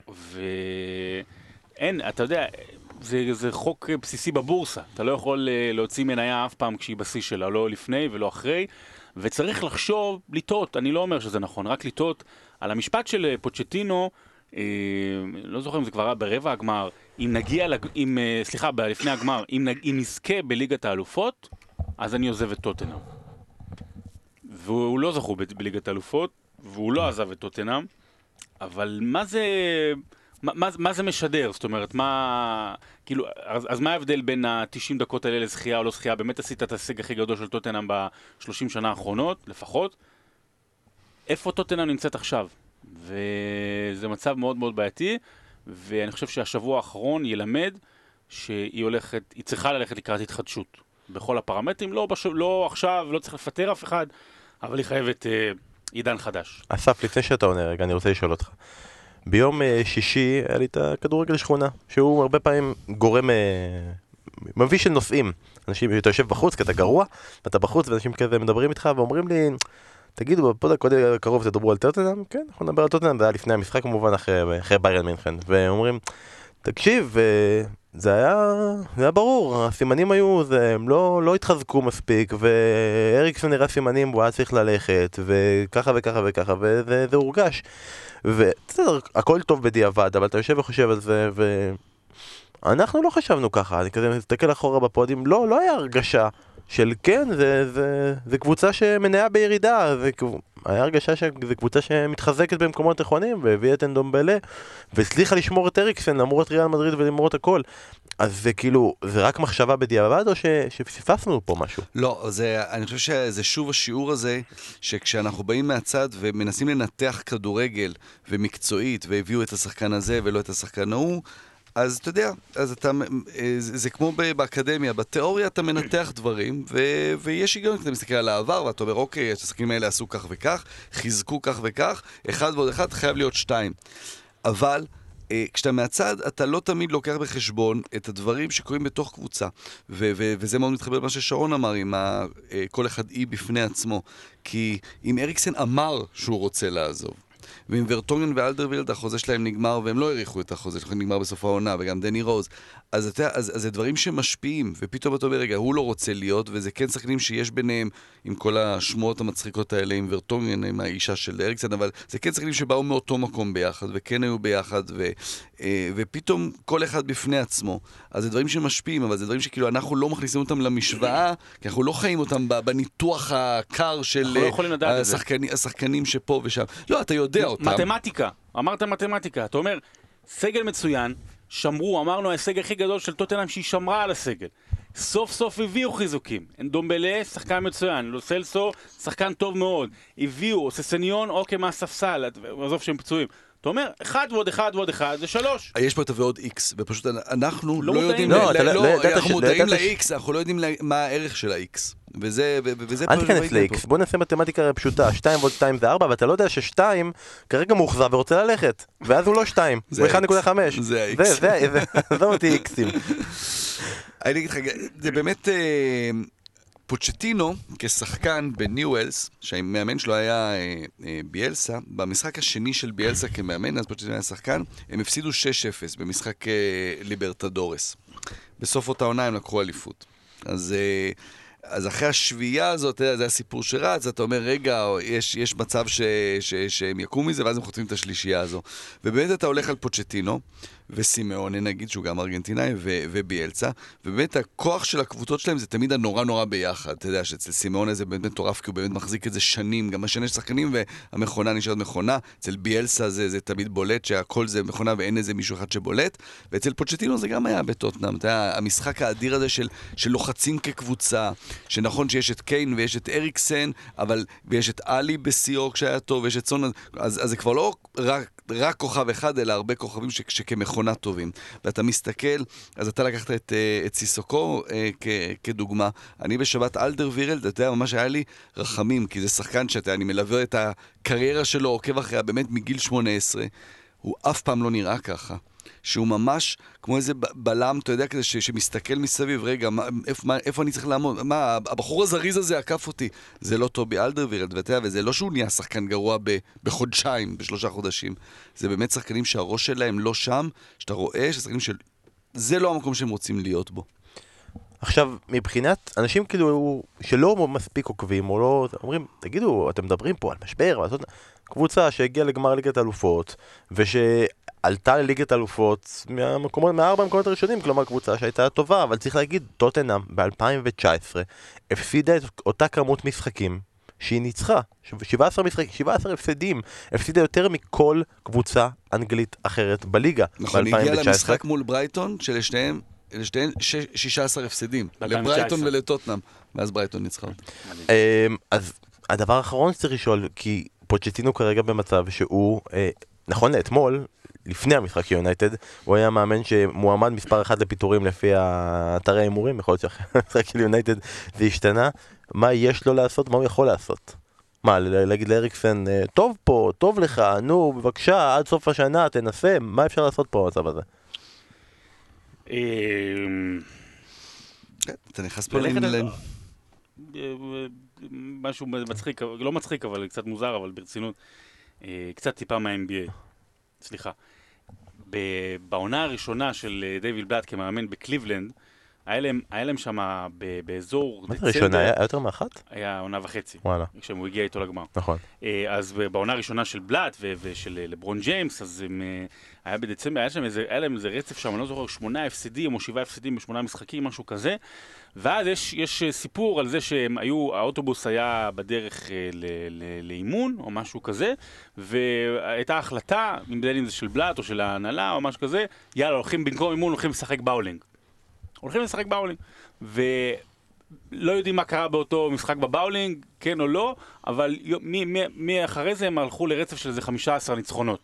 ואין, אתה יודע, זה, זה חוק בסיסי בבורסה, אתה לא יכול להוציא מניה אף פעם כשהיא בשיא שלה, לא לפני ולא אחרי, וצריך לחשוב, לטעות, אני לא אומר שזה נכון, רק לטעות על המשפט של פוצ'טינו, אה, לא זוכר אם זה כבר היה ברבע הגמר, אם נגיע, לג... אם, אה, סליחה, לפני הגמר, אם, נג... אם נזכה בליגת האלופות, אז אני עוזב את טוטנהאם. והוא לא זכו ב... בליגת האלופות, והוא לא עזב את טוטנהאם, אבל מה זה, מה, מה, מה זה משדר? זאת אומרת, מה, כאילו, אז, אז מה ההבדל בין ה-תשעים דקות האלה לזכייה או לא זכייה? באמת עשית את ההישג הכי גדול של טוטנהאם ב-שלושים שנה האחרונות, לפחות. איפה טוטנהאם נמצאת עכשיו? וזה מצב מאוד מאוד בעייתי, ואני חושב שהשבוע האחרון ילמד שהיא הולכת, היא צריכה ללכת לקראת התחדשות בכל הפרמטרים, לא, בשב, לא עכשיו, לא צריך לפטר אף אחד, אבל היא חייבת אה, עידן חדש. אסף, לפני שאתה עונה רגע, אני רוצה לשאול אותך. ביום אה, שישי היה לי את הכדורגל שכונה, שהוא הרבה פעמים גורם, אה, מביא של נושאים. אנשים, אתה יושב בחוץ, כי אתה גרוע, ואתה בחוץ, ואנשים כזה מדברים איתך ואומרים לי, תגידו, בפוד הקרוב תדברו על טוטנהאם? כן, אנחנו נדבר על טוטנהאם, זה היה לפני המשחק כמובן, אחרי, אחרי ביירן מינכן. ואומרים, תקשיב, זה היה, זה היה ברור, הסימנים היו, זה, הם לא, לא התחזקו מספיק, ואריקסון נראה סימנים, הוא היה צריך ללכת, וככה וככה וככה, וזה זה הורגש. ובסדר, הכל טוב בדיעבד, אבל אתה יושב וחושב על זה, ואנחנו לא חשבנו ככה, אני כזה מסתכל אחורה בפודים, לא, לא היה הרגשה. של כן, זה, זה, זה קבוצה שמנעה בירידה, זה, היה הרגשה שזו קבוצה שמתחזקת במקומות נכונים, והביאה את אנדומבלה, והצליחה לשמור את אריקסן, למרות את ריאל מדריד ולמרות הכל. אז זה כאילו, זה רק מחשבה בדיעבד, או ש, שפספסנו פה משהו? לא, זה, אני חושב שזה שוב השיעור הזה, שכשאנחנו באים מהצד ומנסים לנתח כדורגל ומקצועית, והביאו את השחקן הזה ולא את השחקן ההוא, אז אתה יודע, אז אתה, זה, זה כמו באקדמיה, בתיאוריה אתה מנתח דברים, ו, ויש היגיון, אתה מסתכל על העבר, ואתה אומר, אוקיי, השחקנים האלה עשו כך וכך, חיזקו כך וכך, אחד ועוד אחד חייב להיות שתיים. אבל כשאתה מהצד, אתה לא תמיד לוקח בחשבון את הדברים שקורים בתוך קבוצה, ו- ו- וזה מאוד מתחבר למה ששרון אמר, עם ה- כל אחד אי בפני עצמו, כי אם אריקסן אמר שהוא רוצה לעזוב, ועם ורטונגן ואלדרווילד החוזה שלהם נגמר, והם לא העריכו את החוזה שלהם נגמר בסוף העונה, וגם דני רוז, אז, אתה, אז, אז זה דברים שמשפיעים, ופתאום אתה אומר, רגע, הוא לא רוצה להיות, וזה כן שחקנים שיש ביניהם, עם כל השמועות המצחיקות האלה, עם ורטונגן, עם האישה של אריקסן, אבל זה כן שחקנים שבאו מאותו מקום ביחד, וכן היו ביחד, ו, ופתאום כל אחד בפני עצמו. אז זה דברים שמשפיעים, אבל זה דברים שכאילו אנחנו לא מכניסים אותם למשוואה, כי אנחנו לא חיים אותם בניתוח הקר של לא השחקנים, השחקנים שפה ושם. לא, אתה יודע אותם. מתמטיקה, אמרת מתמטיקה, אתה אומר, סגל מצוין, שמרו, אמרנו, ההישג הכי גדול של טוטנהאם שהיא שמרה על הסגל. סוף סוף הביאו חיזוקים. אנדומבלה, שחקן מצוין. לוסלסו, שחקן טוב מאוד. הביאו, ססניון, אוקיי, מהספסל, עזוב שהם פצועים. אתה אומר, אחד ועוד אחד ועוד אחד, זה שלוש. יש פה את ועוד איקס, ופשוט אנחנו לא יודעים, אנחנו מודעים ל-X, אנחנו לא יודעים מה הערך של ה-X. וזה, וזה... אל תיכנס ל-X, בוא נעשה מתמטיקה פשוטה, שתיים ועוד שתיים זה ארבע, ואתה לא יודע ששתיים כרגע מאוחזב ורוצה ללכת, ואז הוא לא שתיים, הוא אחד נקודה חמש. זה ה-X. זה אותי איקסים. אני אגיד לך, זה באמת... פוצ'טינו, כשחקן בניואלס, שהמאמן שלו היה אה, אה, ביאלסה, במשחק השני של ביאלסה כמאמן, אז פוצ'טינו היה שחקן, הם הפסידו שש אפס במשחק אה, ליברטדורס. בסוף אותה עונה הם לקחו אליפות. אז... אה, אז אחרי השביעה הזאת, זה הסיפור שרץ, אתה אומר, רגע, יש, יש מצב ש, ש, שהם יקום מזה, ואז הם חוטפים את השלישייה הזו. ובאמת אתה הולך על פוצ'טינו, וסימאונה נגיד, שהוא גם ארגנטינאי, ו, וביאלצה, ובאמת הכוח של הקבוצות שלהם זה תמיד הנורא נורא ביחד. אתה יודע שאצל סימאונה זה באמת מטורף, כי הוא באמת מחזיק את זה שנים, גם השנה יש שחקנים, והמכונה נשארת מכונה. אצל ביאלצה זה, זה תמיד בולט, שהכל זה מכונה ואין איזה מישהו אחד שבולט. ואצל פוצ'טינו זה גם היה בטוטנהאם. אתה יודע, המשחק האדיר הזה של, של לוחצים כקבוצה, שנכון שיש את קיין ויש את אריקסן, אבל ויש את אלי בסיור כשהיה טוב, ויש את סון, אז, אז זה כבר לא רק, רק כוכב אחד, אלא הרבה כוכבים ש, שכמכונה טובים. ואתה מסתכל, אז אתה לקחת את, את סיסוקו כ, כדוגמה. אני בשבת אלדר וירל, אתה יודע, ממש היה לי רחמים, כי זה שחקן שאתה, אני מלווה את הקריירה שלו, עוקב אחריה, באמת מגיל שמונה עשרה, הוא אף פעם לא נראה ככה. שהוא ממש כמו איזה בלם, אתה יודע, כזה ש, שמסתכל מסביב, רגע, מה, איפה, מה, איפה אני צריך לעמוד? מה, הבחור הזריז הזה עקף אותי. זה לא טובי אלדרווירלד, ואתה יודע, וזה לא שהוא נהיה שחקן גרוע ב, בחודשיים, בשלושה חודשים. זה באמת שחקנים שהראש שלהם לא שם, שאתה רואה ששחקנים של... זה לא המקום שהם רוצים להיות בו. עכשיו, מבחינת אנשים כאילו שלא מספיק עוקבים, או לא, אומרים, תגידו, אתם מדברים פה על משבר, קבוצה שהגיעה לגמר ליגת אלופות, ושעלתה לליגת אלופות מהמקומות, מהארבע המקומות הראשונים, כלומר קבוצה שהייתה טובה, אבל צריך להגיד, טוטנהאם ב-אלפיים תשע עשרה הפסידה את אותה כמות משחקים שהיא ניצחה, שבעה עשר משחקים, שבעה עשר הפסדים, הפסידה יותר מכל קבוצה אנגלית אחרת בליגה. נכון, היא הגיעה למשחק מול ברייטון, שלשתיהם אלה שתיהן שישה עשר הפסדים, לברייטון ולטוטנהאם, ואז ברייטון ניצחה אותה. אז הדבר האחרון שצריך לשאול, כי פוצ'טינו כרגע במצב שהוא, נכון לאתמול, לפני המשחק יונייטד, הוא היה מאמן שמועמד מספר אחד לפיטורים לפי האתרי האימורים, יכול להיות שאחרי המשחק של יונייטד זה השתנה, מה יש לו לעשות, מה הוא יכול לעשות? מה, להגיד לאריקסן, טוב פה, טוב לך, נו, בבקשה, עד סוף השנה תנסה, מה אפשר לעשות פה במצב הזה? אתה נכנס פה משהו מצחיק, לא מצחיק אבל קצת מוזר, אבל ברצינות, קצת טיפה מה-אן בי איי, סליחה. בעונה הראשונה של דיוויד בלאט כמאמן בקליבלנד, היה להם שם באזור... מה זה ראשונה? היה יותר מאחת? היה עונה וחצי. וואלה. כשהוא הגיע איתו לגמר. נכון. אז בעונה הראשונה של בלאט ושל לברון ג'יימס, אז היה בדצמבר, היה להם איזה רצף שם, אני לא זוכר, שמונה הפסדים או שבעה הפסדים בשמונה משחקים, משהו כזה. ואז יש סיפור על זה שהם היו, האוטובוס היה בדרך לאימון או משהו כזה, והייתה החלטה, אם זה של בלאט או של ההנהלה או משהו כזה, יאללה, הולכים במקום אימון, הולכים לשחק באולינג. הולכים לשחק באולינג, ולא יודעים מה קרה באותו משחק בבאולינג, כן או לא, אבל מאחרי זה הם הלכו לרצף של איזה חמישה עשר ניצחונות.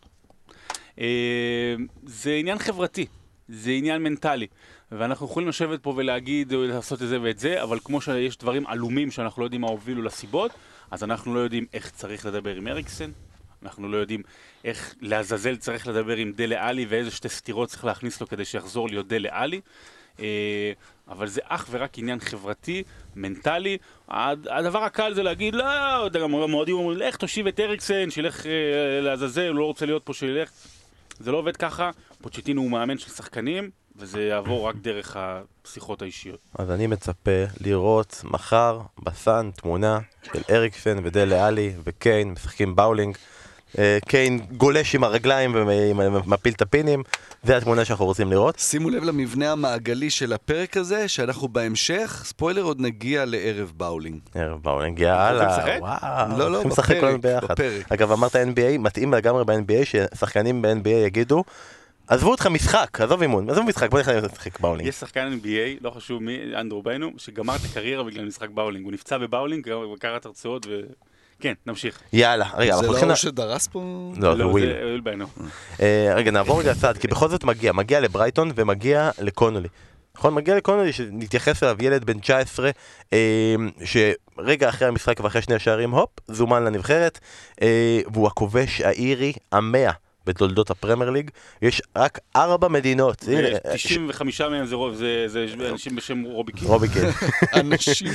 זה עניין חברתי, זה עניין מנטלי, ואנחנו יכולים לשבת פה ולהגיד, לעשות את זה ואת זה, אבל כמו שיש דברים עלומים שאנחנו לא יודעים מה הובילו לסיבות, אז אנחנו לא יודעים איך צריך לדבר עם אריקסן, אנחנו לא יודעים איך לעזאזל צריך לדבר עם דלה אלי, ואיזה שתי סתירות צריך להכניס לו כדי שיחזור להיות דלה אלי, אבל זה אך ורק עניין חברתי, מנטלי. הדבר הקל זה להגיד, לא, גם מועדים אומרים, לך תושיב את אריקסן, שילך לעזאזל, הוא לא רוצה להיות פה, שילך. זה לא עובד ככה, פוצ'טינו הוא מאמן של שחקנים, וזה יעבור רק דרך השיחות האישיות. אז אני מצפה לראות מחר בסן תמונה של אריקסן ודלה אלי וקיין משחקים באולינג. קיין גולש עם הרגליים ומפיל את הפינים, זה התמונה שאנחנו רוצים לראות. שימו לב למבנה המעגלי של הפרק הזה, שאנחנו בהמשך, ספוילר, עוד נגיע לערב באולינג. ערב באולינג, יאללה, וואו. לא, לא, בפרק. אגב, אמרת אן בי איי, מתאים לגמרי ב-אן בי איי, ששחקנים ב-אן בי איי יגידו, עזבו אותך משחק, עזוב אימון, עזוב משחק, בוא נכנס לשחק באולינג. יש שחקן אן בי איי, לא חשוב מי, אנדרו ביינו, שגמר את הקריירה בגלל משחק באולינג. הוא נפצע בבאולינג, קרא תרצועות ו... כן, נמשיך. יאללה, רגע, זה לא שדרס פה? לא, זה וויל. זה וויל ביינו. רגע, נעבור רגע הצד, כי בכל זאת מגיע, מגיע לברייטון ומגיע לקונולי. נכון, מגיע לקונולי שנתייחס אליו ילד בן תשע עשרה, שרגע אחרי המשחק ואחרי שני השערים, הופ, זומן לנבחרת, והוא הכובש האירי המאה בתולדות הפרמייר ליג, יש רק ארבע מדינות. תשעים וחמישה מהם זה רוב, זה אנשים בשם רוביקין. רוביקין. אנשים.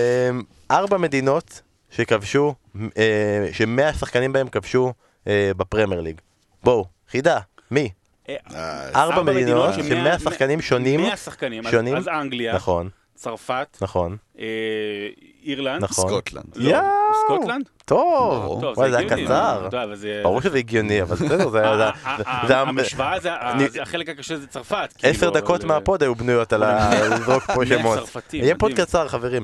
ארבע מדינות שכבשו, שמאה שחקנים בהם כבשו בפרמייר ליג. בואו, חידה, מי? ארבע מדינות שמאה שחקנים שונים. מאה שחקנים, אז אנגליה. נכון. צרפת. נכון. אירלנד. נכון. סקוטלנד. לא, סקוטלנד? טוב, טוב, זה קצר. ברור שזה הגיוני, אבל בסדר, זה... המשוואה זה, החלק הקשה זה צרפת. עשר דקות מהפוד היו בנויות על לזרוק פה שמות. יהיה פוד קצר, חברים.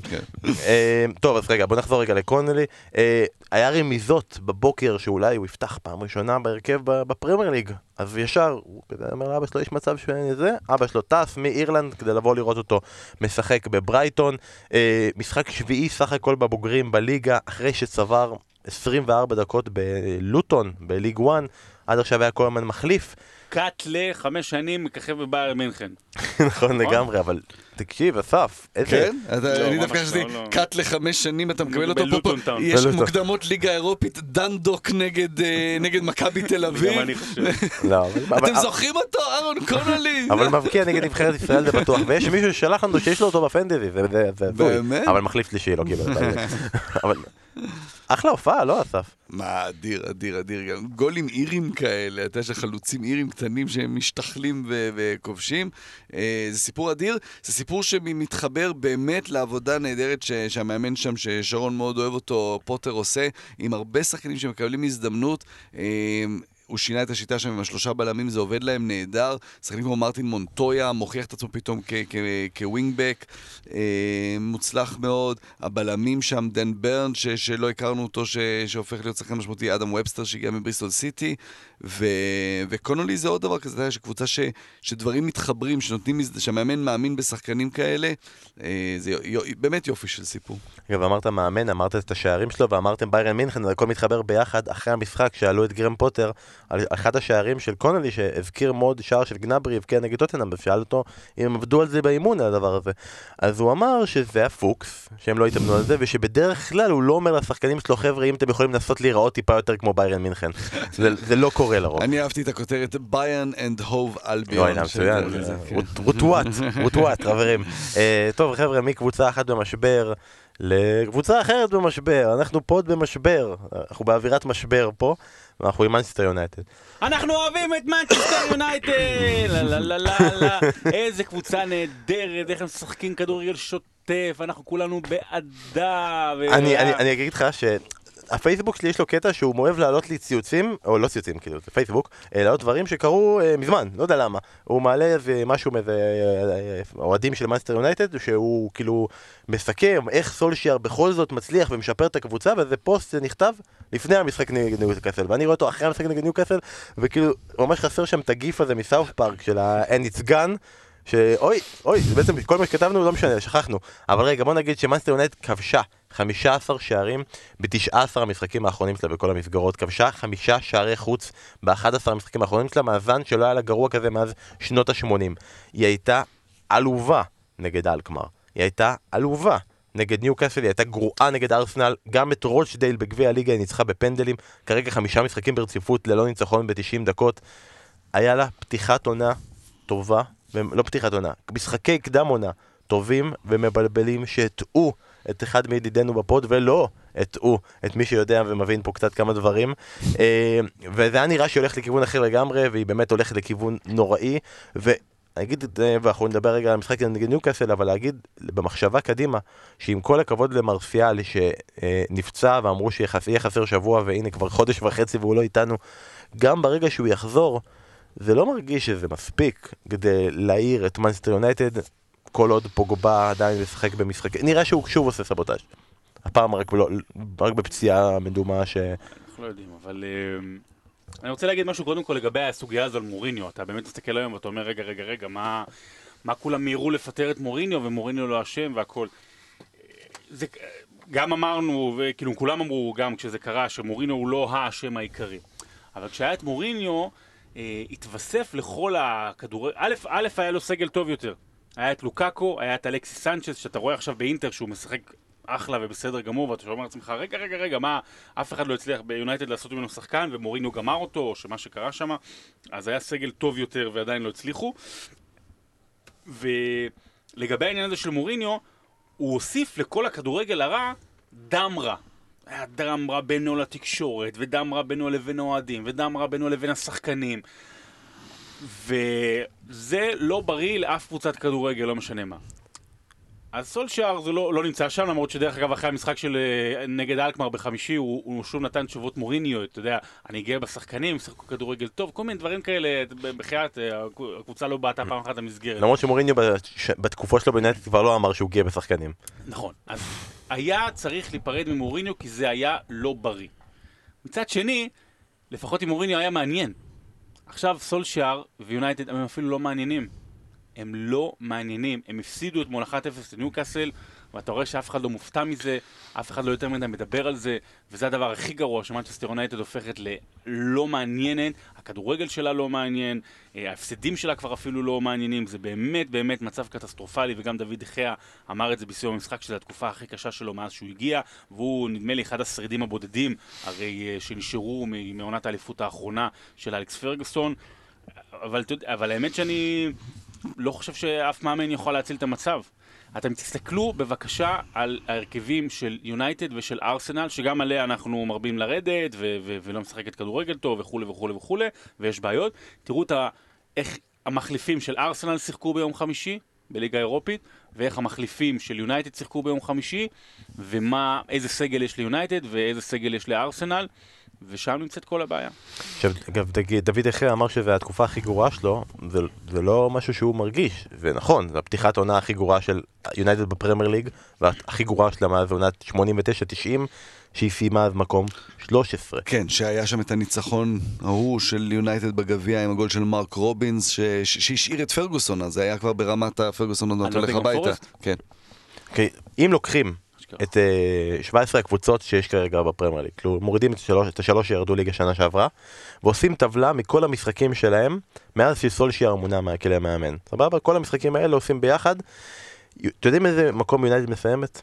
טוב, אז רגע, בוא נחזור רגע לקונלי. היה רמיזות בבוקר שאולי הוא יפתח פעם ראשונה בהרכב בפרמייר ליג. אז ישר, הוא כדי אומר לאבא שלו, יש מצב שזה, אבא שלו טס מאירלנד כדי לבוא לראות אותו משחק בברייטון. משחק שביעי סך הכל בבוגרים בליגה, אחרי שצבר עשרים וארבע דקות בלוטון, בליג וואן, עד עכשיו היה כל הזמן מחליף. קאט לחמש שנים מככב בבאיירן מינכן. נכון לגמרי, אבל תקשיב, אסף, איזה... כן? אני דווקא חשבתי, קאט לחמש שנים, אתה מקבל אותו פה, יש מוקדמות ליגה אירופית, דנדוק נגד מכבי תל אביב. גם אני חושב. אתם זוכרים אותו, אהרון קונלי? אבל מבקיע נגד נבחרת ישראל זה בטוח, ויש מישהו ששלח לנו שיש לו אותו בפנטזי, זה באמת? אבל מחליף שלישי, לא קיבל. אבל... אחלה הופעה, לא אסף? מה, אדיר, אדיר, אדיר. גם גולים אירים כאלה, אתה יש חלוצים אירים קטנים שהם משתחלים וכובשים. זה סיפור אדיר, זה סיפור שמתחבר באמת לעבודה נהדרת שהמאמן שם, ששרון מאוד אוהב אותו, פוטר עושה, עם הרבה שחקנים שמקבלים הזדמנות. הוא שינה את השיטה שם עם השלושה בלמים, זה עובד להם נהדר. שחקנים כמו מרטין מונטויה, מוכיח את עצמו פתאום כווינגבק, מוצלח מאוד. הבלמים שם, דן ברן, שלא הכרנו אותו, שהופך להיות שחקן משמעותי, אדם ובסטר שהגיע מבריסטול סיטי, וקונולי זה עוד דבר כזה, שקבוצה שדברים מתחברים, שהמאמן מאמין בשחקנים כאלה, זה באמת יופי של סיפור. אגב, אמרת מאמן, אמרת את השערים שלו, ואמרתם ביירן מינכן, הכל מתחבר ביחד אחרי המשחק, שאלו את גרם פוטר, על אחד השערים של קונלי, שהזכיר מאוד שער של גנברי, הבקיע נגד טוטנהאם, ושאל אותו אם הם עבדו על זה באימון, על הדבר הזה. אז הוא אמר שזה היה פוקס, שהם לא התאמנו על זה, ושבדרך כלל הוא לא אומר לשחקנים שלו, חבר'ה, אם אתם יכולים לנסות להיראות טיפה יותר כמו ביירן מינכן. זה לא קורה לרוב. אני אהבתי את הכותרת, ביירן אנד הוב אלביון. אוי, מצוין. רוטואט, רוטואט, חברים. טוב, חבר'ה, מקבוצה אחת במשבר לקבוצה אחרת במשבר. אנחנו פוד במשבר. אנחנו באווירת משבר פה, ואנחנו עם מנצ'סטר יונייטד. אנחנו אוהבים את מנצ'סטר יונייטד! לה לה לה לה לה. איזה קבוצה נהדרת, איך הם משחקים כדורגל שוטף, אנחנו כולנו בעדה. אני אגיד לך ש... הפייסבוק שלי יש לו קטע שהוא אוהב להעלות לי ציוצים, או לא ציוצים, כאילו, זה פייסבוק, להעלות דברים שקרו אה, מזמן, לא יודע למה. הוא מעלה איזה משהו מאיזה אוהדים של מנצ'סטר יונייטד, שהוא כאילו מסכם איך סולשייר בכל זאת מצליח ומשפר את הקבוצה, וזה פוסט נכתב לפני המשחק נגד ניוקאסל, ואני רואה אותו אחרי המשחק נגד ניוקאסל, וכאילו ממש חסר שם את הגיף הזה מסאוף פארק של ה-And It's Gone, שאוי, אוי, זה בעצם כל מה שכתבנו לא משנה, שכחנו. אבל רגע, בוא נגיד שמנצ'סטר יונייטד כבשה חמישה עשר שערים ב-תשעה עשר המשחקים האחרונים שלה בכל המסגרות, כבשה חמישה שערי חוץ ב-אחד עשר המשחקים האחרונים שלה, מאזן שלא היה לה גרוע כזה מאז שנות ה-שמונים. היא הייתה עלובה נגד אלקמר, היא הייתה עלובה נגד ניוקאסל, היא הייתה גרועה נגד ארסנל, גם את רוצ'דייל בגביע הליגה היא ניצחה בפנדלים, כרגע חמישה משחקים ברציפות ללא ניצחון ב-תשעים דקות. היה לה פתיחת עונה טובה, לא פתיחת עונה, משחקי קדם עונה טובים ומבלבלים שהטעו את אחד מידידינו בפוד ולא הטעו את מי שיודע ומבין פה קצת כמה דברים, וזה היה נראה שהיא הולכת לכיוון אחר לגמרי, והיא באמת הולכת לכיוון נוראי. ואני אגיד, ואנחנו נדבר רגע על המשחק נגד ניוקאסל, אבל להגיד במחשבה קדימה שעם כל הכבוד למרסיאל שנפצע ואמרו שיהיה חסר שבוע והנה כבר חודש וחצי והוא לא איתנו, גם ברגע שהוא יחזור זה לא מרגיש שזה מספיק כדי להעיר את מנצ'סטר יונייטד, כל עוד פוגבה עדיין לשחק במשחק. נראה שהוא שוב עושה סבוטאז'. הפעם רק, לא, רק בפציעה מדומה ש... אנחנו לא יודעים, אבל... Uh, אני רוצה להגיד משהו קודם כל לגבי הסוגיה הזו על מוריניו. אתה באמת תסתכל היום ואתה אומר, רגע, רגע, רגע, מה, מה כולם מהירו לפטר את מוריניו, ומוריניו לא אשם והכל. זה, גם אמרנו, וכאילו כולם אמרו גם כשזה קרה, שמוריניו הוא לא האשם העיקרי. אבל כשהיה את מוריניו, התווסף לכל הכדור... א', א' היה לו סגל טוב יותר. היה את לוקאקו, היה את אלכסיס סנצ'ז, שאתה רואה עכשיו באינטר שהוא משחק אחלה ובסדר גמור, ואתה שאומר לעצמך, רגע, רגע, רגע, מה, אף אחד לא הצליח ביונייטד לעשות ממנו שחקן, ומוריניו גמר אותו, או שמה שקרה שם, אז היה סגל טוב יותר ועדיין לא הצליחו. ולגבי העניין הזה של מוריניו, הוא הוסיף לכל הכדורגל הרע דם רע. היה דם רע בינו לתקשורת, ודם רע בינו לבין האוהדים, ודם רע בינו לבין השחקנים. וזה לא בריא לאף קבוצת כדורגל, לא משנה מה. אז סולשייר זה לא, לא נמצא שם, למרות שדרך אגב אחרי המשחק של נגד אלקמר בחמישי, הוא, הוא שוב נתן תשובות מוריניו, אתה יודע, אני גאה בשחקנים, שחקו כדורגל טוב, כל מיני דברים כאלה, בחיית, הקבוצה לא בעטה פעם אחת המסגרת. למרות שמוריניו בתקופה שלו ביונייטד כבר לא אמר שהוא גאה בשחקנים. נכון, אז היה צריך להיפרד ממוריניו כי זה היה לא בריא. מצד שני, לפחות עם מוריניו היה מעניין. עכשיו סולשייר ויונייטד הם אפילו לא מעניינים. הם לא מעניינים, הם הפסידו את מול אחת אפס לניוקאסל, ואתה רואה שאף אחד לא מופתע מזה, אף אחד לא יותר מדי מדבר על זה, וזה הדבר הכי גרוע, שמנצ'סטר יונייטד הופכת ללא מעניינת, הכדורגל שלה לא מעניין, ההפסדים שלה כבר אפילו לא מעניינים, זה באמת באמת מצב קטסטרופלי, וגם דוד דחיה אמר את זה בסיום המשחק של התקופה הכי קשה שלו מאז שהוא הגיע, והוא נדמה לי אחד השרידים הבודדים, הרי שנשארו מעונת האליפות האחרונה של אלכס פרגוסון, אבל, אבל האמת שאני לא חושב שאף מאמן יכול להציל את המצב. אתם תסתכלו בבקשה על ההרכבים של יונייטד ושל ארסנל, שגם עליה אנחנו מרבים לרדת ו- ו- ולא משחקת כדורגל טוב וכו' וכו' וכו', ויש בעיות. תראו את ה- איך המחליפים של ארסנל שיחקו ביום חמישי בליגה האירופית, ואיך המחליפים של יונייטד שיחקו ביום חמישי, ומה, איזה סגל יש ליונייטד ואיזה סגל יש לארסנל, ושם נמצאת כל הבעיה. עכשיו, אגב, דוד דחיה אמר שזה התקופה הכי גרועה שלו, זה, זה לא משהו שהוא מרגיש, ונכון, זו הפתיחת עונה הכי גרועה של יונייטד בפרמייר ליג, והכי גרועה שלה מאז עונת שמונים ותשע תשעים, שהיא סיימה אז מקום שלוש עשרה. כן, שהיה שם את הניצחון ההוא של יונייטד בגביע עם הגול של מרק רובינס, ש... שהשאיר את פרגוסון, אז זה היה כבר ברמת הפרגוסון עוד מעט הולך הביתה. כן. Okay, אם לוקחים את uh, שבע עשרה הקבוצות שיש כרגע בפרמייר ליג, כלומר מורידים את השלוש, את השלוש שירדו ליגה שנה שעברה, ועושים טבלה מכל המשחקים שלהם, מאז שסולשייר מונה מהכלא המאמן. סבבה? כל המשחקים האלה עושים ביחד. אתם יודעים איזה מקום יונייטד מסיימת?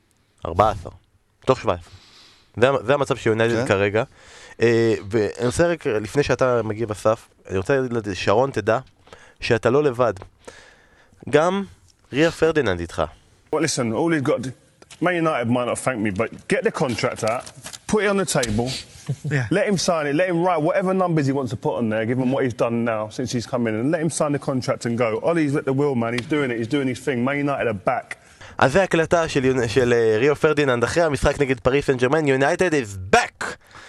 ארבע עשרה. תוך שבע עשרה. זה, זה המצב של יונייטד okay. כרגע. Uh, ואני רוצה רק, לפני שאתה מגיע בסף, אני רוצה להגיד, שרון תדע שאתה לא לבד. גם ריה פרדיננד איתך. Well, listen, all he's got to... Man United might not thank me, but get the contract out, put it on the table, yeah. Let him sign it, let him write whatever numbers he wants to put on there, give him what he's done now since he's come in, and let him sign the contract and go. Ollie's at the wheel, man, he's doing it, he's doing his thing. Man United are back. אז זה הקלטה של, של ריו פרדיננד אחרי המשחק נגד פריס סן ז'רמן, United is back!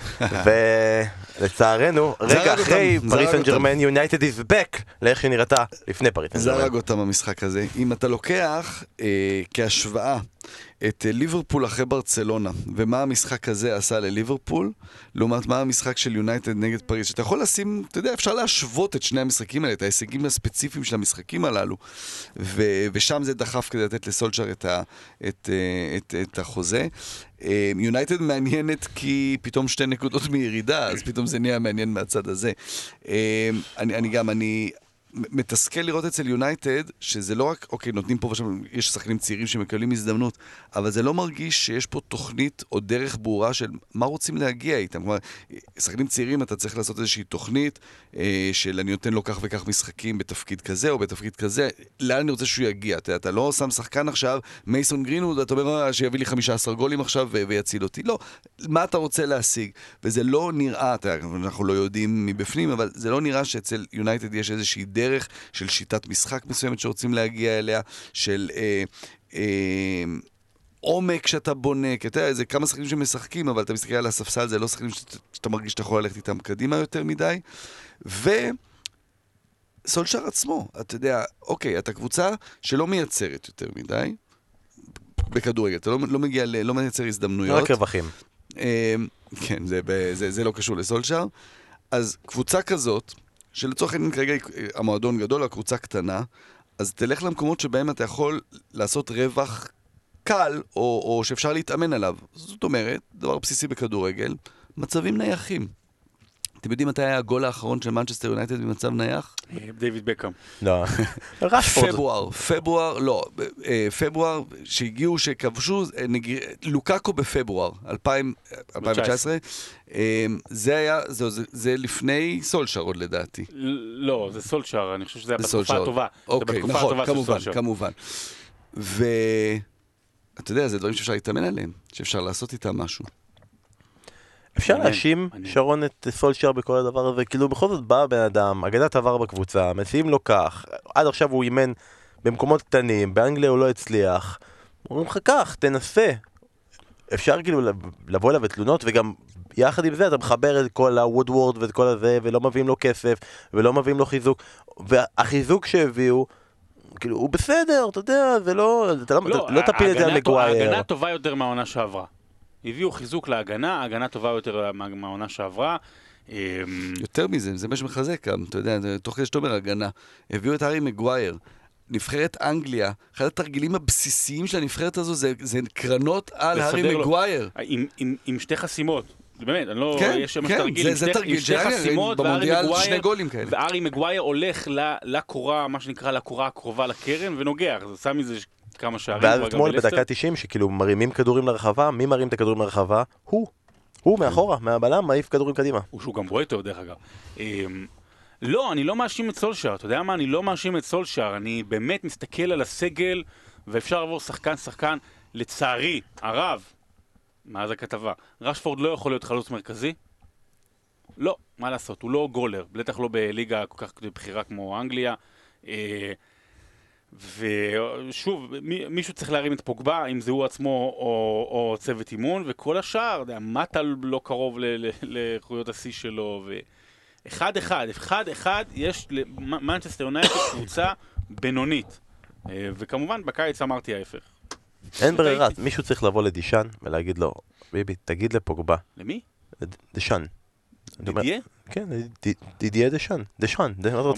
ולצערנו, רגע אחרי פריס סן ז'רמן, United is back, לאיך שנראתה לפני פריס סן ז'רמן. זרק אותם המשחק הזה. אם אתה לוקח אה, כהשוואה את ליברפול אחרי ברצלונה, ומה המשחק הזה עשה לליברפול, לעומת מה המשחק של יונייטד נגד פריז, שאתה יכול לשים, אתה יודע, אפשר להשוות את שני המשחקים האלה, את ההישגים הספציפיים של המשחקים הללו, ו- ושם זה דחף כדי לתת לסולשייר את, ה- את, את, את החוזה. יונייטד מעניינת כי פתאום שתי נקודות מירידה, אז פתאום זה נהיה מעניין מהצד הזה. אני, אני גם, אני... מתסכל לראות אצל יונייטד שזה לא רק, אוקיי, נותנים פה ושם, יש שחקנים צעירים שמקבלים הזדמנות, אבל זה לא מרגיש שיש פה תוכנית או דרך ברורה של מה רוצים להגיע איתם. כלומר, שחקנים צעירים אתה צריך לעשות איזושהי תוכנית אה, של אני נותן לו כך וכך משחקים בתפקיד כזה או בתפקיד כזה, לאן אני רוצה שהוא יגיע? אתה, אתה לא שם שחקן עכשיו, מייסון גרינווד, אתה אומר שיביא לי חמישה עשר גולים עכשיו ו- ויציל אותי. לא, מה אתה רוצה להשיג? וזה לא נראה, אתה, אנחנו לא יודעים מבפנים, אבל זה לא נראה שאצל יונייטד יש איזושהי דרך של שיטת משחק מסוימת שרוצים להגיע אליה, של אה, אה, עומק שאתה בונה, כי אתה יודע, זה כמה שחקנים שמשחקים, אבל אתה מסתכל על הספסל, זה לא שחקנים שאתה, שאתה מרגיש שאתה יכול ללכת איתם קדימה יותר מדי, וסולשייר עצמו, אתה יודע, אוקיי, אתה קבוצה שלא מייצרת יותר מדי, בכדורגל, אתה לא, לא מגיע, לא מייצר הזדמנויות. רק רווחים. אה, כן, זה, זה, זה לא קשור לסולשייר. אז קבוצה כזאת, שלצורך העניין כרגע המועדון גדול, הקבוצה קטנה, אז תלך למקומות שבהם אתה יכול לעשות רווח קל, או, או שאפשר להתאמן עליו. זאת אומרת, דבר בסיסי בכדורגל, מצבים נייחים. אתם יודעים מתי היה הגול האחרון של מנצ'סטר יונייטד במצב נייח? דיוויד בקאם. לא. רשפורד. פברואר, פברואר, לא, פברואר, שהגיעו, שכבשו, לוקאקו בפברואר, אלפיים תשע עשרה, זה היה, זה לפני סולשר עוד לדעתי. לא, זה סולשר, אני חושב שזה היה בתקופה הטובה. אוקיי, נכון, כמובן, כמובן. ואתה יודע, זה דברים שאפשר להתאמן עליהם, שאפשר לעשות איתם משהו. אפשר להאשים שרון את סולשר בכל הדבר הזה, כאילו בכל זאת בא בן אדם, אגדת עבר בקבוצה, מציעים לו כך, עד עכשיו הוא אימן במקומות קטנים, באנגליה הוא לא הצליח, אומרים לך כך, תנסה. אפשר כאילו לבוא אליו בתלונות, וגם יחד עם זה אתה מחבר את כל הוודוורד ואת כל הזה, ולא מביאים לו כסף, ולא מביאים לו חיזוק, והחיזוק שהביאו, כאילו הוא בסדר, אתה יודע, זה לא, אתה לא תפיל את זה על מגווייר. ההגנה טובה יותר מהעונה שעברה. הביאו חיזוק להגנה, ההגנה טובה יותר מהעונה שעברה. יותר מזה, זה מה שמחזק גם, אתה יודע, תוך כדי שאתה אומר הגנה. הביאו את הארי מגווייר, נבחרת אנגליה, אחד התרגילים הבסיסיים של הנבחרת הזו זה, זה קרנות על הארי מגווייר. עם, עם, עם שתי חסימות. באמת, אני לא... כן, יש כן, תרגיל, זה, עם זה שתי, תרגיל, עם שתי חסימות, במונדיאל שני גולים כאלה. והארי מגווייר הולך לקורה, מה שנקרא, לקורה הקרובה לקרן, ונוגח. זה שם מזה כמה שערים. ואז אתמול בדקה תשעים, שכאילו מרימים כדורים לרחבה, מי מרים את הכדורים לרחבה? הוא. הוא מאחורה, מהבלם, מעיף כדורים קדימה. הוא שהוא גם רואה טוב, דרך אגב. לא, אני לא מאשים את סולשר. אתה יודע מה? אני לא מאשים את סולשר. אני באמת מסתכל על הסגל, ואפשר לעבור שחקן שחקן. לצערי, הרב, מאז הכתבה, רשפורד לא יכול להיות חלוץ מרכזי? לא, מה לעשות? הוא לא גולר. בטח לא בליגה כל כך בחירה כמו אנגליה. ושוב, מישהו צריך להרים את פוגבה, אם זה הוא עצמו או, או צוות אימון, וכל השאר, מטל לא קרוב לאיכויות השיא שלו, ואחד אחד, אחד אחד, יש למנצ'סטר יונייטד קבוצה בינונית, וכמובן בקיץ אמרתי ההפך. אין ברירה, מישהו צריך לבוא לדישן ולהגיד לו, ביבי, תגיד לפוגבה. למי? דישן. דידיה? כן, דידיה דשן, דשן,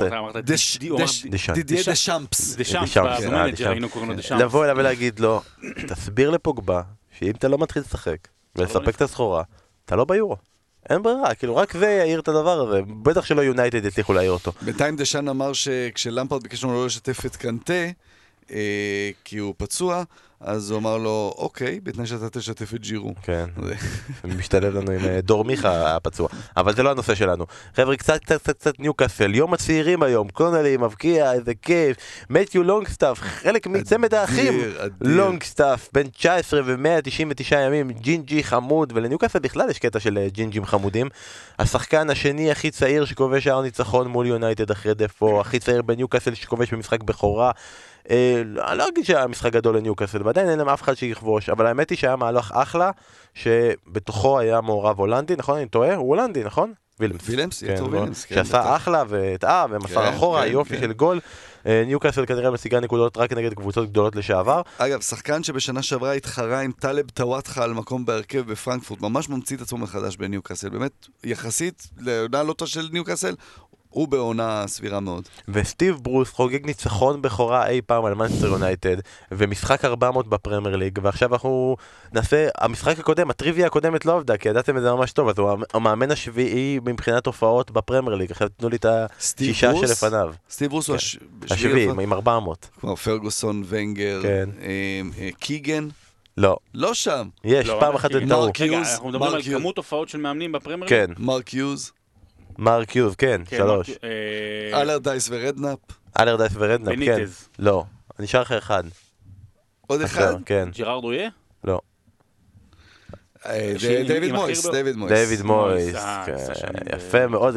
דידיה דשאמפס. דשאמפס, במנג'ר היינו קוראים לו דשאמפס. לבוא אליו ולהגיד לו, תסביר לפוגבה, שאם אתה לא מתחיל לשחק ולספק את הסחורה, אתה לא ביורו. אין ברירה, כאילו רק זה יעיר את הדבר הזה, בטח שלא יונייטד יצליחו להעיר אותו. בינתיים דשן אמר שכשלמפרד ביקש לנו לא לשתף את קנטה, כי הוא פצוע, אז הוא אמר לו, אוקיי, בתנאי שאתה תשתף את ג'ירו. כן, משתלב לנו עם דור מיכה הפצוע. אבל זה לא הנושא שלנו. חבר'ה, קצת קצת קצת קצת ניוקאסל, יום הצעירים היום, קונלי, מבקיע, איזה כיף. מתיו לונגסטאף, חלק מצמד האחים. לונגסטאף, בן תשע עשרה ו-מאה תשעים ותשעה ימים, ג'ינג'י חמוד, ולניוקאסל בכלל יש קטע של ג'ינג'ים חמודים. השחקן השני הכי צעיר שכובש שער ניצחון מול יונייטד אחרי דפו, הכי צעיר בניוקאסל שכובש במשחק בכורה. אני לא אגיד שהיה משחק גדול לניוקאסל, ועדיין אין להם אף אחד שיכבוש, אבל האמת היא שהיה מהלך אחלה, שבתוכו היה מעורב הולנדי, נכון? אני טועה? הוא הולנדי, נכון? וילמס. וילמס, יתור וילמס. שעשה אחלה וטעה ומסר אחורה, יופי של גול. ניוקאסל כנראה משיגה נקודות רק נגד קבוצות גדולות לשעבר. אגב, שחקן שבשנה שעברה התחרה עם טלב טוואטחה על מקום בהרכב בפרנקפורט, ממש ממציא את עצמו מחדש בניוקאסל, באמת יחסית לעונה לא טובה של ניוקאסל, הוא בעונה סבירה מאוד. וסטיב ברוס חוגג ניצחון בכורה אי פעם על מנצ'סטר יונייטד, ומשחק ארבע מאות בפרמייר ליג, ועכשיו אנחנו נעשה, המשחק הקודם, הטריוויה הקודמת לא עבדה, כי ידעתם את זה ממש טוב, אז הוא המאמן השביעי מבחינת הופעות בפרמייר ליג, עכשיו תנו לי את השישה שלפניו. סטיב ברוס הוא השביעי, עם ארבע מאות. כמו פרגוסון, ונגר, קיגן. לא. לא שם. יש, פעם אחת את טעו. אנחנו מדברים על כמות הופעות של מאמנים בפרמייר ליג? כן. מרק יוז. מרק יוז, כן, שלוש. אלרדייס ורדנאפ. אלרדייס ורדנאפ, כן. לא, נשאר לך אחד. עוד אחד? כן. ג'רארד רויה? לא. דיוויד מויס, דיוויד מויס. דיוויד מויס, יפה מאוד.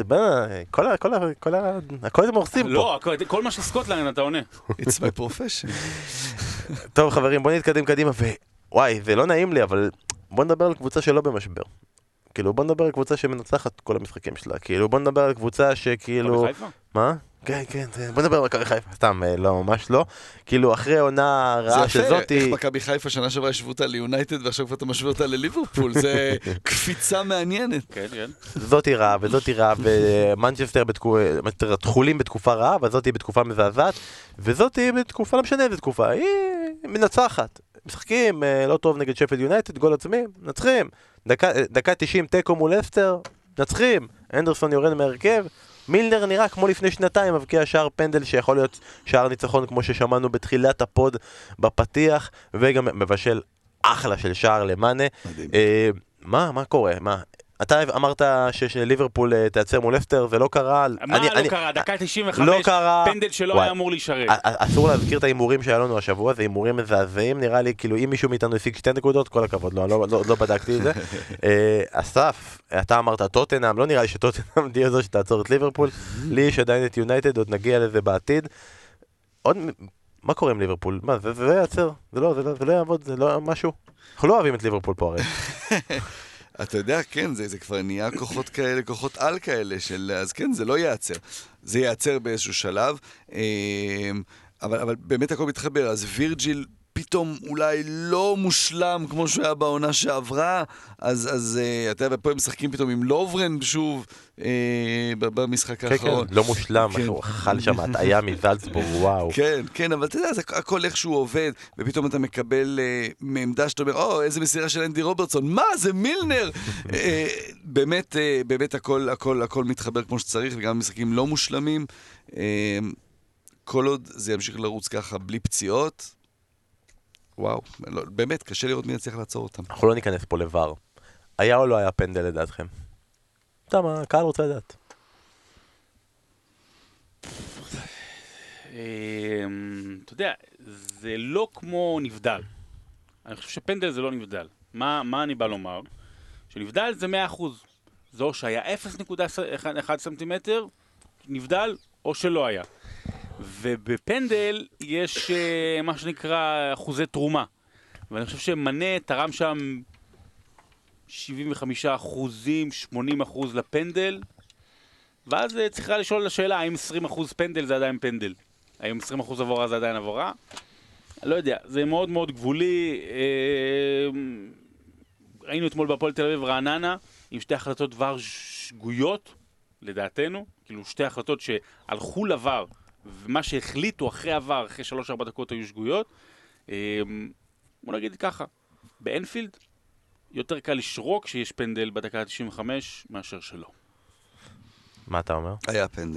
הכל אתם הורסים פה. לא, כל מה שסקוטלנד אתה עונה. It's my profession. טוב חברים, בואו נתקדם קדימה, ווואי, זה לא נעים לי, אבל בואו נדבר על קבוצה שלא במשבר. כאילו בוא נדבר על קבוצה שמנצחת כל המשחקים שלה, כאילו בוא נדבר על קבוצה שכאילו... מכבי חיפה? מה? כן, כן, בוא נדבר על מכבי חיפה, סתם, לא, ממש לא. כאילו אחרי עונה רעה שזאתי... זה יפה, איך מכבי חיפה שנה שעברה השוו אותה ליונייטד ועכשיו כבר אתה משווה אותה לליברפול, זה קפיצה מעניינת. כן, כן. זאתי רעה וזאתי רעה, ומנצ'סטר תחולים בתקופה רעה, וזאתי בתקופה מזעזעת, וזאתי בתקופה, לא משנה איזה תקופה, היא מנצחת. משחקים לא טוב נגד שפילד יונייטד, גול עצמי, נצחים. דקה, דקה תשעים טקו מול אסטר, נצחים. הנדרסון יורד מהרכב, מילנר נראה כמו לפני שנתיים, מבקיע שער פנדל שיכול להיות שער ניצחון כמו ששמענו בתחילת הפוד בפתיח, וגם מבשל אחלה של שער למאנה. אה, מה, מה קורה? מה? אתה אמרת שליברפול תייצר מול לפטר, זה לא קרה. מה אני, לא אני, קרה? דקה תשעים וחמש, לא קרה. פנדל שלא היה אמור להישרק. אסור להזכיר את ההימורים שהיה לנו השבוע, זה הימורים מזעזעים, נראה לי, כאילו אם מישהו מאיתנו השיג שתי נקודות, כל הכבוד, לא, לא, לא, לא בדקתי את זה. אסף, אתה אמרת טוטנהאם, לא נראה לי שטוטנהאם תהיה זו שתעצור את ליברפול, לי יש עדיין את יונייטד, עוד נגיע לזה בעתיד. עוד, מה קורה עם ליברפול? מה, זה, זה לא יעצר, זה לא, זה לא, זה לא יעבוד, זה לא משהו. אנחנו לא אוהבים את ליברפול פה הרי. אתה יודע, כן, זה, זה כבר נהיה כוחות כאלה, כוחות על כאלה, של, אז כן, זה לא ייעצר. זה ייעצר באיזשהו שלב, אבל, אבל באמת הכל מתחבר. אז וירג'יל פתאום אולי לא מושלם כמו שהוא היה בעונה שעברה, אז, אז אתה יודע, ופה הם משחקים פתאום עם לוברן שוב אה, במשחק האחרון. כן, כן, לא מושלם, כן. הוא אכל שם הטעיה מזלצבורג, וואו. כן, כן, אבל אתה יודע, זה הכל איכשהו עובד, ופתאום אתה מקבל אה, מעמדה שאתה אומר, או, איזה מסירה של אנדי רוברטסון, מה, זה מילנר? אה, באמת, אה, באמת הכל, הכל, הכל מתחבר כמו שצריך, וגם משחקים לא מושלמים. אה, כל עוד זה ימשיך לרוץ ככה בלי פציעות, וואו, לא, באמת, קשה לראות מי יצליח לעצור אותם. אנחנו לא ניכנס פה לבר. היה או לא היה פנדל לדעתכם? אתה מה, הקהל רוצה לדעת. אתה יודע, זה לא כמו נבדל. אני חושב שפנדל זה לא נבדל. מה, מה אני בא לומר? שנבדל זה מאה אחוז. זה או שהיה אפס נקודה אחת סנטימטר, נבדל, או שלא היה. ובפנדל יש uh, מה שנקרא אחוזי תרומה. ואני חושב שמנה תרם שם שבעים וחמישה אחוזים, שמונים אחוז לפנדל, ואז uh, צריכה לשאול לשאלה, האם עשרים אחוז פנדל זה עדיין פנדל? האם עשרים אחוז עבורה זה עדיין עבורה? לא יודע, זה מאוד מאוד גבולי. Uh, ראינו אתמול בהפועל תל אביב רעננה, עם שתי החלטות דבר שגויות, לדעתנו, כאילו שתי החלטות שהלכו לבר, ומה שהחליטו אחרי עבר, אחרי שלוש ארבע דקות היו שגויות. בוא נגיד ככה, באנפילד יותר קל לשרוק שיש פנדל בדקה תשעים וחמש מאשר שלא. מה אתה אומר? היה פנדל.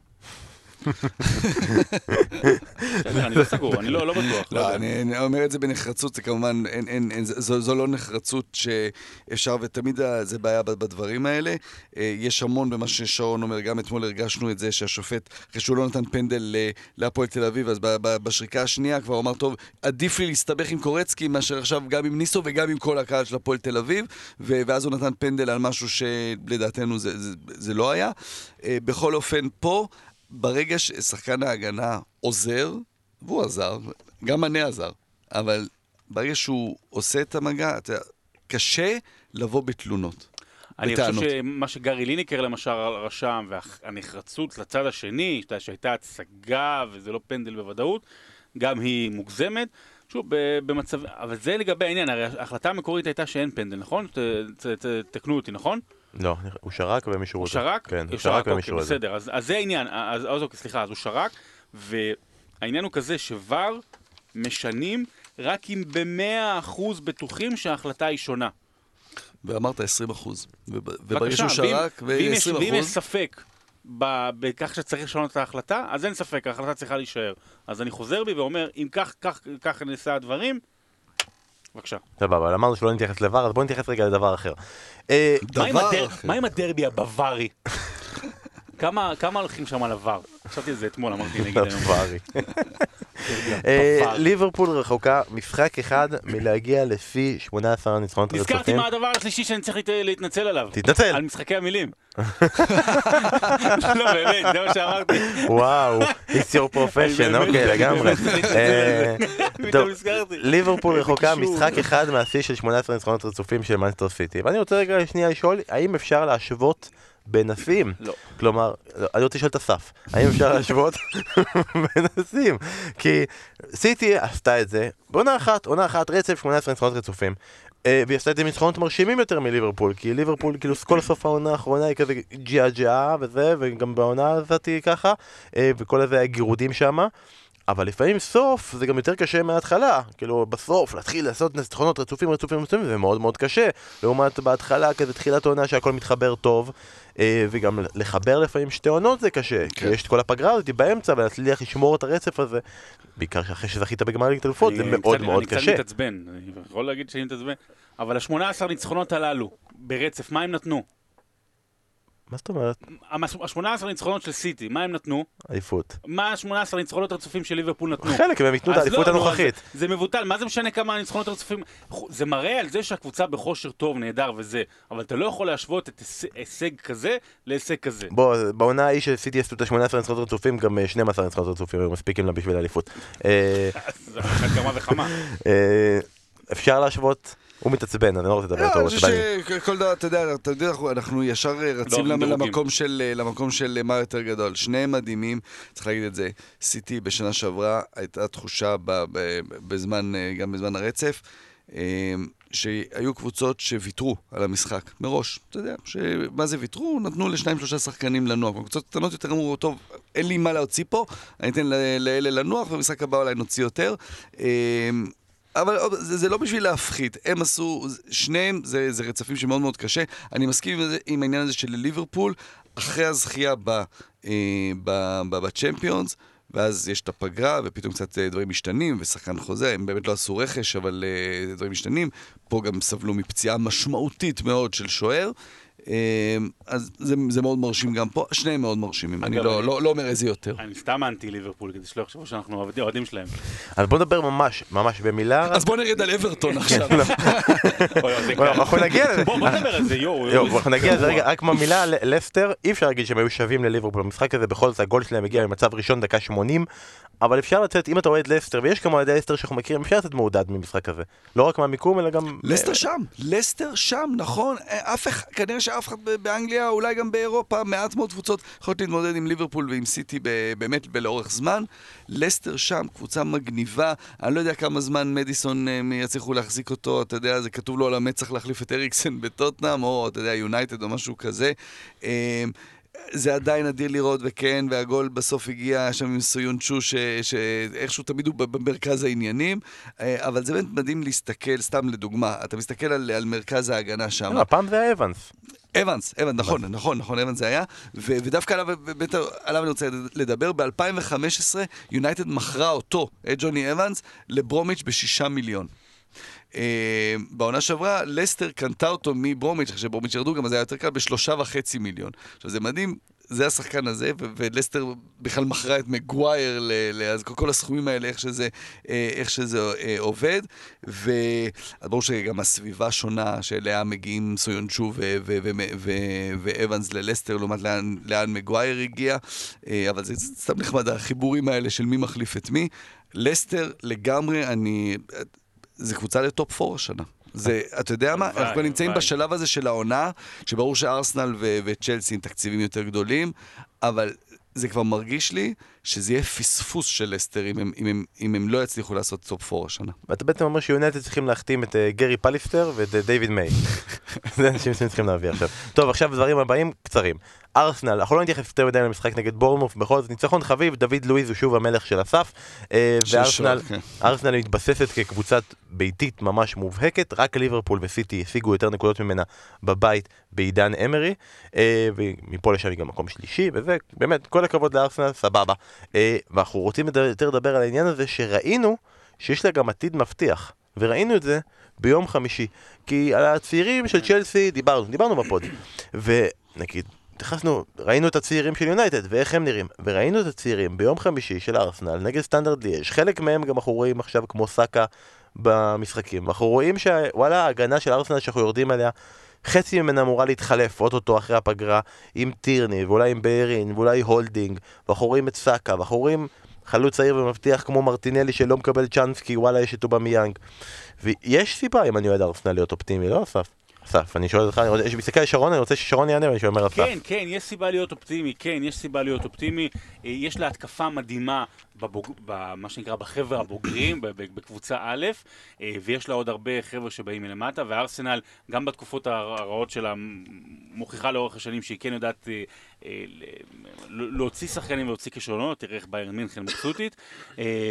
אני לא סגור, אני לא בטוח. לא, אני אומר את זה בנחרצות, זה כמובן, זו לא נחרצות שאפשר, ותמיד זה בעיה בדברים האלה. יש המון במה ששרון אומר, גם אתמול הרגשנו את זה שהשופט, אחרי שהוא לא נתן פנדל להפועל תל אביב, אז בשריקה השנייה כבר אמר, טוב, עדיף לי להסתבך עם קורצקי, מאשר עכשיו גם עם ניסו וגם עם כל הקהל של הפועל תל אביב, ואז הוא נתן פנדל על משהו שלדעתנו זה לא היה. בכל אופן, פה, ברגע ששחקן ההגנה עוזר, והוא עזר, גם מנה עזר, אבל ברגע שהוא עושה את המגע, קשה לבוא בתלונות. אני בטענות. חושב שמה שגרי ליניקר למשל רשם, והנחרצות לצד השני, שהייתה הצגה וזה לא פנדל בוודאות, גם היא מוגזמת. שוב, במצב... אבל זה לגבי העניין, הרי ההחלטה המקורית הייתה שאין פנדל, נכון? תקנו אותי, נכון? לא, הוא שרק ומישהו הוא שרק? כן, הוא שרק ומישהו זה. בסדר, אז, אז זה העניין, אז, אז אוקיי, סליחה, אז הוא שרק, והעניין הוא כזה שוואר משנים רק אם ב-מאה אחוז בטוחים שההחלטה היא שונה. ואמרת עשרים אחוז, וברגע שהוא שרק ו-עשרים אחוז... ואם יש ספק בכך שצריך לשנות את ההחלטה, אז אין ספק, ההחלטה צריכה להישאר. אז אני חוזר בי ואומר, אם כך, כך, כך נעשה הדברים, בבקשה. סבבה, אבל אמרנו שלא נתייחס לבר, אז בואו נתייחס רגע לדבר אחר. מה עם הדרבי הבווארי? כמה הולכים שם על עבר? חשבתי את זה אתמול, אמרתי נגיד היום. בווארי. ליברפול רחוקה משחק אחד מלהגיע לפי שמונה עשרה ניצחונות רצופים. נזכרתי מה הדבר השלישי שאני צריך להתנצל עליו. תתנצל. על משחקי המילים. לא, באמת, זה מה שאמרתי. וואו, it's your profession, אוקיי, לגמרי. טוב, ליברפול רחוקה משחק אחד מהשיא של שמונה עשרה ניצחונות רצופים של מנצ'סטר סיטי. ואני רוצה רגע שנייה לשאול, האם אפשר להשוות בנסים? לא. כלומר, אני רוצה לשאול את אסף, האם אפשר להשוות בנסים? כי סיטי עשתה את זה בעונה אחת, עונה אחת רצף, שמונה עשרה ניצחונות רצופים. והיא עשתה את זה ניצחונות מרשימים יותר מליברפול, כי ליברפול, כאילו, כל סוף העונה האחרונה היא כזה ג'עה ג'עה וזה, וגם בעונה הזאת היא ככה, וכל הזה היה גירודים שמה. אבל לפעמים סוף זה גם יותר קשה מההתחלה, כאילו בסוף להתחיל לעשות ניצחונות רצופים רצופים רצופים זה מאוד מאוד קשה, לעומת בהתחלה כזה תחילת העונה שהכל מתחבר טוב, וגם לחבר לפעמים שתי עונות זה קשה, כי יש את כל הפגרה הזאת באמצע ולהצליח לשמור את הרצף הזה, בעיקר אחרי שזכית בגמר ליגת האלופות, זה מאוד מאוד קשה. אני קצת מתעצבן, אני יכול להגיד שאני מתעצבן, אבל ה-שמונה עשרה ניצחונות הללו ברצף, מה הם נתנו? מה זאת אומרת? ה-שמונה עשרה ניצחונות של סיטי, מה הם נתנו? אליפות. מה ה-שמונה עשרה ניצחונות הרצופים של ליברפול נתנו? חלק מהם ייתנו את האליפות הנוכחית. זה מבוטל, מה זה משנה כמה הניצחונות הרצופים? זה מראה על זה שהקבוצה בכושר טוב, נהדר וזה, אבל אתה לא יכול להשוות את הישג כזה להישג כזה. בוא, בעונה ההיא שסיטי עשו את ה-שמונה עשרה ניצחונות רצופים, גם שנים עשר ניצחונות רצופים, הם מספיקים לה בשביל האליפות. זה אחת כמה וכמה. אפשר להשוות? הוא מתעצבן, אני לא רוצה לדבר טוב. אני חושב שכל דבר, אתה יודע, אתה יודע, אנחנו ישר רצים למקום של, למקום של מה יותר גדול. שניהם מדהימים, צריך להגיד את זה. סיטי בשנה שעברה הייתה תחושה בזמן, גם בזמן הרצף, שהיו קבוצות שוויתרו על המשחק מראש. אתה יודע, מה זה ויתרו? נתנו לשניים שלושה שחקנים לנוח. קבוצות קטנות יותר אמרו, טוב, אין לי מה להוציא פה, אני אתן לאלה לנוח, ובמשחק הבא אולי נוציא יותר. אבל זה, זה לא בשביל להפחית, הם עשו, שניהם, זה, זה רצפים שמאוד מאוד קשה. אני מסכים עם, עם העניין הזה של ליברפול, אחרי הזכייה בצ'מפיונס, ואז יש את הפגרה, ופתאום קצת דברים משתנים, ושחקן חוזה, הם באמת לא עשו רכש, אבל דברים משתנים. פה גם סבלו מפציעה משמעותית מאוד של שוער, אז זה, זה מאוד מרשים גם פה, שניהם מאוד מרשימים, אני לא, לא, לא אומר איזה יותר. אני סתם אנטי ליברפול, כדי שלא יחשבו שאנחנו אוהדים שלהם. אז בוא נדבר ממש, ממש במילה. אז בוא נרד על אברטון עכשיו. אנחנו נגיע לזה. בוא נדבר על זה, יואו. אנחנו נגיע לזה רגע, רק במילה, לסטר, אי אפשר להגיד שהם היו שווים לליברפול. במשחק הזה, בכל זאת, הגול שלהם הגיע במצב ראשון, דקה שמונים, אבל אפשר לצאת, אם אתה רואה את לסטר, ויש כמה אוהדי לסטר שאנחנו מכירים, אפשר לצאת מעודד ממשחק הזה. לא רק מהמיקום, אלא גם... לסטר שם, לסטר שם, נכון. אף אחד, כנראה שאף אחד באנגליה, אולי גם באירופה, מעט מאוד קבוצות יכולות להתמודד עם ליברפול ועם סיטי באמת בלאורך זמן. לסטר שם, קבוצה מגניבה, אני לא יודע כמה זמן מדיסון יצליחו להחזיק אותו, אתה יודע, זה כתוב לו על המצח להחליף את אריקסן בטוטנאם, או אתה יודע, יונייטד או משהו כזה. זה עדיין אדיר לראות, וכן, והגול בסוף הגיע שם עם סויונצ'ו, שאיכשהו תמיד הוא במרכז העניינים, אבל זה באמת מדהים להסתכל, סתם לדוגמה, אתה מסתכל על, על מרכז ההגנה שם. לא, הפעם זה היה אבנס. אבנס, אבנס, נכון, נכון, נכון, אבנס זה היה, ו- ודווקא עליו, עליו אני רוצה לדבר, ב-אלפיים וחמש עשרה יונייטד מכרה אותו, את ג'וני אבנס, לברומיץ' בשישה מיליון. Uh, בעונה שעברה, לסטר קנתה אותו מברומיץ', אחרי שברומיץ' ירדו, גם זה היה יותר קל, בשלושה וחצי מיליון. עכשיו זה מדהים, זה השחקן הזה, ו- ולסטר בכלל מכרה את מגווייר, ל- ל- אז כל, כל הסכומים האלה, איך שזה, uh, איך שזה uh, עובד, וברור שגם הסביבה שונה, שאליה מגיעים סויונצ'ו ו- ו- ו- ו- ואבנס ללסטר, לעומת לאן, לאן מגווייר הגיע, uh, אבל זה סתם נחמד, החיבורים האלה של מי מחליף את מי. לסטר לגמרי, אני... זה קבוצה לטופ ארבע השנה. זה, אתה יודע מה? אנחנו נמצאים בשלב הזה של העונה, שברור שארסנל וצ'לסי עם תקציבים יותר גדולים, אבל זה כבר מרגיש לי שזה יהיה פספוס של לסטר אם הם, אם הם, אם הם לא יצליחו לעשות טופ ארבע השנה. ואתה בעצם אומר שיונייטד צריכים להחתים את גרי פליסטר ואת דיוויד מיי. זה אנשים שצריכים להביא עכשיו. טוב, עכשיו דברים הבאים קצרים. ארסנל, אנחנו לא נתייחס יותר מדי למשחק נגד בורנמוף, בכל זאת ניצחון חביב, דוד לואיז הוא שוב המלך של הסף, וארסנל ארסנל מתבססת כקבוצת ביתית ממש מובהקת, רק ליברפול וסיטי השיגו יותר נקודות ממנה בבית בעידן אמרי, ומפה לשם היא גם מקום שלישי, וזה באמת כל הכבוד לארסנל, סבבה. ואנחנו רוצים יותר לדבר על העניין הזה שראינו שיש לה גם עתיד מבטיח, וראינו את זה ביום חמישי, כי על הצעירים של צ'לסי דיברנו, דיברנו בפוד, ונגיד, התייחסנו, ראינו את הצעירים של יונייטד ואיך הם נראים, וראינו את הצעירים ביום חמישי של ארסנל נגד סטנדרט ליאז', חלק מהם גם אנחנו רואים עכשיו כמו סאקה במשחקים, אנחנו רואים שוואלה, ההגנה של ארסנל שאנחנו יורדים עליה, חצי ממנה אמורה להתחלף אוטוטו אחרי הפגרה עם טירני, ואולי עם ביירין, ואולי הולדינג, ואנחנו רואים את סאקה, ואנחנו רואים חלוץ צעיר ומבטיח כמו מרטינלי שלא מקבל צ'אנס כי וואלה יש את אובמיאנג, ויש סיבה אם אני אוהד ארסנל להיות אופטימי, לא אסף? אסף, אני שואל אותך, אני רוצה שמסתכל על שרון, אני רוצה ששרון יענה ואני שאומר אסף. כן, כן, יש סיבה להיות אופטימי, כן, יש סיבה להיות אופטימי, יש לה התקפה מדהימה בבוג... במה שנקרא בחבר'ה הבוגרים, בקבוצה א', ויש לה עוד הרבה חבר'ה שבאים מלמטה, וארסנל גם בתקופות הרעות שלה מוכיחה לאורך השנים שהיא כן יודעת אה, אה, להוציא שחקנים ולהוציא כישרונות, תראה איך ביירן מינכן מבסוטית. אה,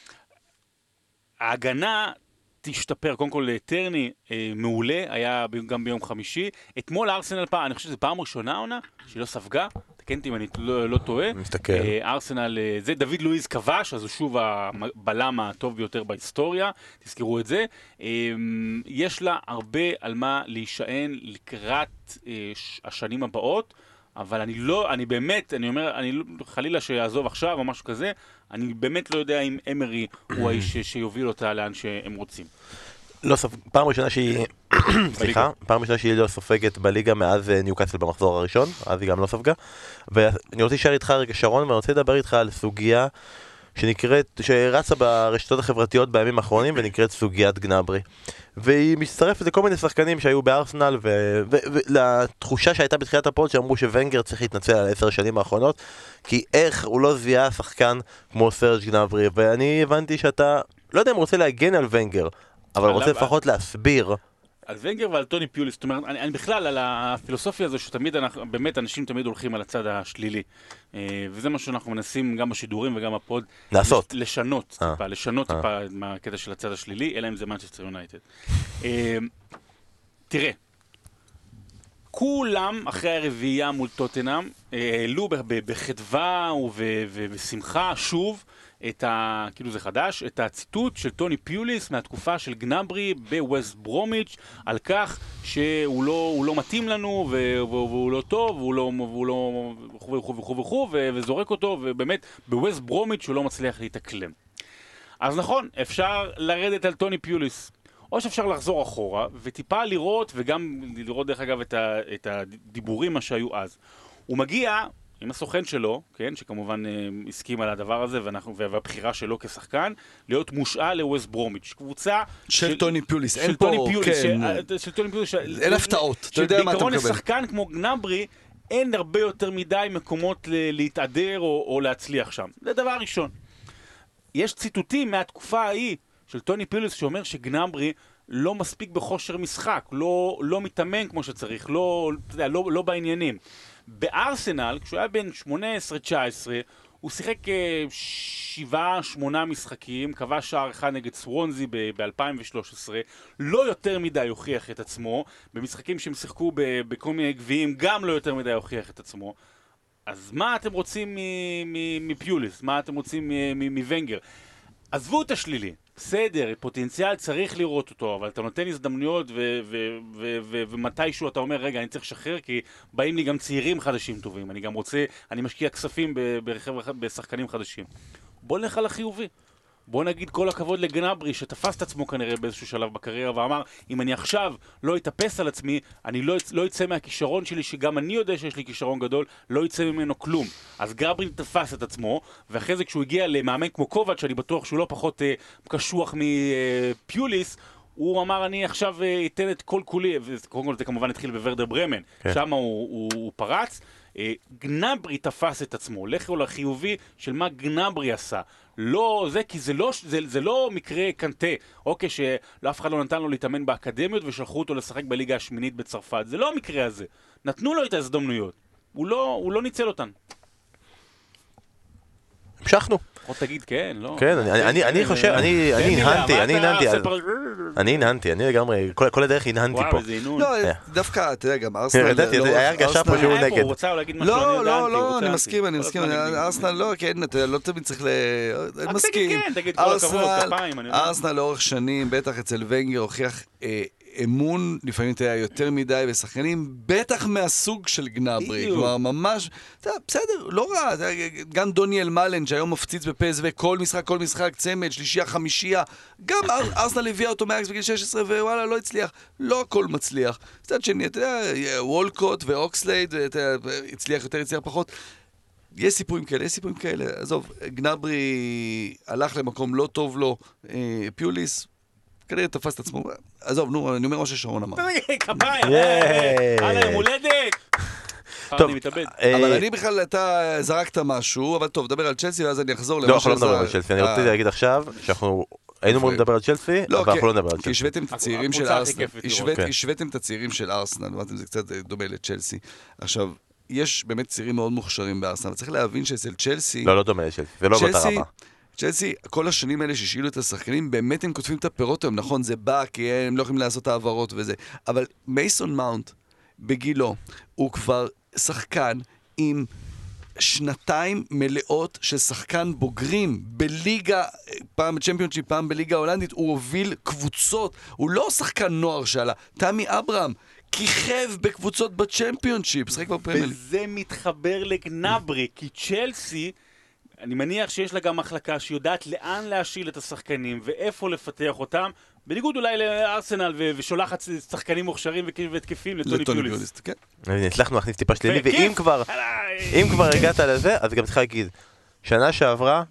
ההגנה תשתפר, קודם כל טרני אה, מעולה, היה גם ביום חמישי. אתמול ארסנל פעם, אני חושב שזו פעם ראשונה עונה, שהיא לא ספגה, תקנתי אם אני לא, לא טועה. מסתכל. אה, ארסנל, אה, זה דוד לואיז כבש, אז הוא שוב הבלם הטוב ביותר בהיסטוריה, תזכרו את זה. אה, יש לה הרבה על מה להישען לקראת אה, השנים הבאות, אבל אני לא, אני באמת, אני אומר, אני לא, חלילה שיעזוב עכשיו או משהו כזה, אני באמת לא יודע אם אמרי הוא האיש שיוביל אותה לאן שהם רוצים. לא ספ... פעם ראשונה שהיא, סליחה, פעם ראשונה שהיא לא סופגת בליגה מאז ניוקאסל במחזור הראשון, אז היא גם לא ספגה. ואני רוצה להישאר איתך רגע שרון, ואני רוצה לדבר איתך על סוגיה שנקראת, שרצה ברשתות החברתיות בימים האחרונים, ונקראת סוגיית גנברי. והיא מצטרפת לכל מיני שחקנים שהיו בארסנל, ולתחושה ו- ו- שהייתה בתחילת הפוד, שאמרו שוונגר צריך להתנצל על עשר שנים האחרונות, כי איך הוא לא זיהה שחקן כמו סרג' גנברי, ואני הבנתי שאתה, לא יודע אם רוצה להגן על ונגר, אבל רוצה לפחות להסביר. על ונגר ועל טוני פיוליס, זאת אומרת, אני, אני בכלל על הפילוסופיה הזו שתמיד אנחנו, באמת אנשים תמיד הולכים על הצד השלילי. וזה מה שאנחנו מנסים גם בשידורים וגם בפוד. לעשות. לשנות טיפה, לשנות טיפה מהקטע של הצד השלילי, אלא אם זה מנצ'סטר יונייטד. תראה, כולם אחרי הרביעייה מול טוטנהאם, העלו בחדווה ובשמחה שוב, את ה... כאילו זה חדש, את הציטוט של טוני פיוליס מהתקופה של גנברי בווסט ברומיץ' על כך שהוא לא, הוא לא מתאים לנו והוא, והוא לא טוב והוא לא, והוא לא וכו' וכו' וכו' וכו' וזורק אותו, ובאמת בווסט ברומיץ' הוא לא מצליח להתאקלם. אז נכון, אפשר לרדת על טוני פיוליס, או שאפשר לחזור אחורה וטיפה לראות, וגם לראות דרך אגב את, ה... את הדיבורים מה שהיו אז. הוא מגיע עם הסוכן שלו, כן, שכמובן אה, הסכים על הדבר הזה, ואנחנו, והבחירה שלו כשחקן, להיות מושעה לווסט ברומיץ', קבוצה של, של טוני פיוליס, אין פה, פיוליס, כן. של, של טוני פיוליס, אין הפתעות, אתה יודע מה אתה מקבל. שבעיקרון לשחקן כמו גנברי, אין הרבה יותר מדי מקומות ל- להתעדר או, או להצליח שם. זה דבר ראשון. יש ציטוטים מהתקופה ההיא של טוני פיוליס שאומר שגנברי לא מספיק בכושר משחק, לא, לא מתאמן כמו שצריך, לא, אתה יודע, לא, לא בעניינים. בארסנל, כשהוא היה בין שמונה עשרה תשע עשרה, הוא שיחק שבעה שמונה משחקים, קבע שער אחד נגד סוונזי ב-אלפיים ושלוש עשרה, לא יותר מדי הוכיח את עצמו, במשחקים שהם שיחקו בכל מיני גביעים, גם לא יותר מדי הוכיח את עצמו. אז מה אתם רוצים מפיוליס? מה אתם רוצים מוונגר? עזבו את השלילי. בסדר, פוטנציאל צריך לראות אותו, אבל אתה נותן הזדמנויות ומתישהו אתה אומר, רגע, אני צריך לשחרר, כי באים לי גם צעירים חדשים טובים, אני גם רוצה, אני משקיע כספים בשחקנים חדשים. בוא נלך על החיובי. בוא נגיד כל הכבוד לגנברי, שתפס את עצמו כנראה באיזשהו שלב בקריירה, ואמר, אם אני עכשיו לא אתאפס על עצמי, אני לא, לא יצא מהכישרון שלי, שגם אני יודע שיש לי כישרון גדול, לא יצא ממנו כלום. אז גנברי תפס את עצמו, ואחרי זה כשהוא הגיע למאמן כמו קובץ', שאני בטוח שהוא לא פחות אה, קשוח מפיוליס, הוא אמר, אני עכשיו אה, אתן את כל כולי, וקודם כל זה כמובן התחיל בוורדר ברמן, כן. שם הוא, הוא, הוא פרץ, גנברי תפס את עצמו, לכו לחיובי של מה גנברי עשה. לא זה, כי זה לא, זה, זה לא מקרה קנטה, אוקיי, שאף אחד לא נתן לו להתאמן באקדמיות ושלחו אותו לשחק בליגה השמינית בצרפת. זה לא המקרה הזה. נתנו לו את ההזדמנויות. הוא לא, הוא לא ניצל אותן. המשכנו. עוד תגיד כן, לא? כן, אני חושב, אני הנהנתי, אני הנהנתי, אני הנהנתי, אני לגמרי, כל הדרך הנהנתי פה. לא, דווקא, אתה יודע, גם ארסנל... היה הרגשה פה שהוא נגד. הוא רוצה להגיד משהו, לא, לא, לא, אני מסכים, אני מסכים, ארסנל לא, כן, אתה לא תמיד צריך ל... אני מסכים. ארסנל לאורך שנים, בטח אצל ונגר, הוכיח אמון, לפעמים אתה יודע, יותר מדי בשחקנים, בטח מהסוג של גנברי, כלומר ממש, בסדר, לא רע, גם דוניאל מלן שהיום מפציץ בפס וכל משחק, כל משחק, צמד, שלישייה, חמישייה, גם ארסנל הביאה אותו מאקס בגיל שש עשרה ווואלה, לא הצליח, לא הכל מצליח. קצת שני, אתה יודע, וולקוט ואוקסלייד, הצליח יותר, הצליח פחות. יש סיפורים כאלה, יש סיפורים כאלה. עזוב, גנברי הלך למקום לא טוב לו, פיוליס, כנראה תפס את עצמו. עזוב, נו, אני אומר מה ששרון אמר. כפיים, הלאה, יום הולדת. טוב, אבל אני בכלל, אתה זרקת משהו, אבל טוב, דבר על צ'לסי ואז אני אחזור למה שזה... לא, יכול לדבר על צ'לסי, אני רוצה להגיד עכשיו שאנחנו היינו אמורים לדבר על צ'לסי, אבל אנחנו לא נדבר על צ'לסי. כי השוויתם את הצעירים של הקבוצה הכי ארסנל, כיפית לראות. השוויתם את הצעירים של ארסנל, אמרתם זה קצת דומה לצ'לסי. עכשיו, יש באמת צעירים מאוד מוכשרים בארסנל, אבל צריך להבין שאצל צ'לסי... לא, לא דומה לצ'לסי, זה לא באותה רמה. צ'לסי, כל השנים האלה שהשאילו את השחקנים, באמת הם כותבים את הפירות היום, נכון, זה בא, כי הם לא יכולים לעשות העברות וזה. אבל מייסון מאונט, בגילו, הוא כבר שחקן עם שנתיים מלאות של שחקן בוגרים בליגה, פעם צ'מפיונשיפ, פעם בליגה ההולנדית, הוא הוביל קבוצות, הוא לא שחקן נוער שעלה. תמי אברהם כיכב בקבוצות בצ'מפיונשיפ, שחק בפרמייר ליג. וזה מתחבר לגנברי, כי צ'לסי, אני מניח שיש לה גם מחלקה שיודעת לאן להשיל את השחקנים ואיפה לפתח אותם, בניגוד אולי לארסנל ושולחת שחקנים מוכשרים והתקפים לטוני פיוליס. הצלחנו להכניס טיפה שלילי, ואם כבר אם כבר הגעת לזה, אז גם צריך להגיד, שנה שעברה,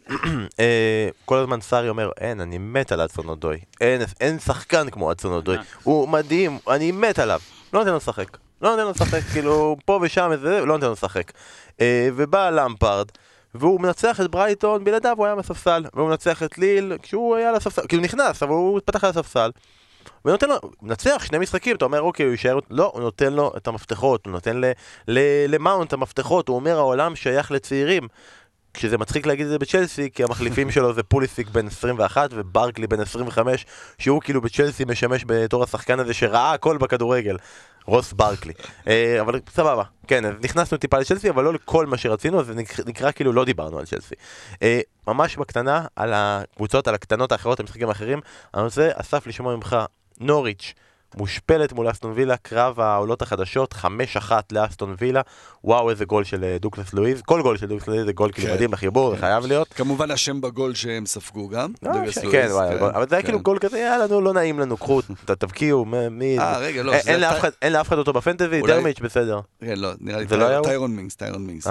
כל הזמן סארי אומר, אין, אני מת על אדסון אודוי, אין שחקן כמו אדסון אודוי, הוא מדהים, אני מת עליו, לא נותן לו לשחק, לא נותן לו לשחק, כאילו פה ושם, לא נותן לו לשחק. ובא למפארד, והוא מנצח את ברייטון, בלעדיו הוא היה בספסל, והוא מנצח את ליל כשהוא היה לספסל, כאילו נכנס, אבל הוא פתח על הספסל, ונותן לו, מנצח שני משחקים, אתה אומר, אוקיי, הוא יישאר, לא, הוא נותן לו את המפתחות, הוא נותן למאונט את המפתחות, הוא אומר, העולם שייך לצעירים, כשזה מצחיק להגיד את זה בצ'לסי, כי המחליפים שלו זה פוליסיק בן עשרים ואחת וברקלי בן עשרים וחמש, שהוא כאילו בצ'לסי משמש בתור השחקן הזה שראה הכל בכדורגל, רוס ברקלי. אבל סבבה, כן, אז נכנסנו טיפה לצ'לסי, אבל לא לכל מה שרצינו, אז זה נקרא כאילו לא דיברנו על צ'לסי. ממש בקטנה, על הקבוצות, על הקטנות האחרות, המשחקים האחרים, אני רוצה, אסף, לשמוע ממך, נוריץ' מושפלת מול אסטון וילה, קרב העולות החדשות, חמש אחת לאסטון וילה, וואו איזה גול של דוקלס לואיז, כל גול של דוקלס לואיז זה גול כאילו מדהים בחיבור, זה חייב להיות. כמובן השם בגול שהם ספגו גם, דוקלס לואיז. כן, אבל זה היה כאילו גול כזה, היה לנו, לא נעים לנו, קחו, תבקיעו, מי... אה, רגע, לא. אין לאף אחד אותו בפנטזי, דרמיץ' בסדר. כן, לא, נראה לי טיירון מינגס, טיירון מינגס.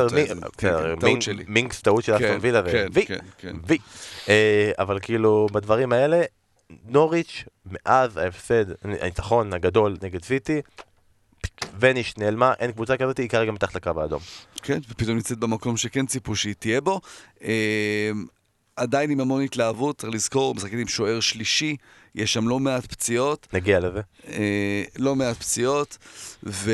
טעות שלי. מינגס, טעות של אסטון וילה, וי. אבל כאילו, בדברים האלה, נוריץ' מאז ההפסד, הניצחון הגדול נגד סיטי, וניש נעלמה, אין קבוצה כזאת, היא כרגע מתחת לקו האדום. כן, ופתאום נמצאת במקום שכן ציפו שהיא תהיה בו. עדיין עם המון התלהבות, צריך לזכור, משחקים עם שוער שלישי, יש שם לא מעט פציעות. נגיע לזה. לא מעט פציעות, ו...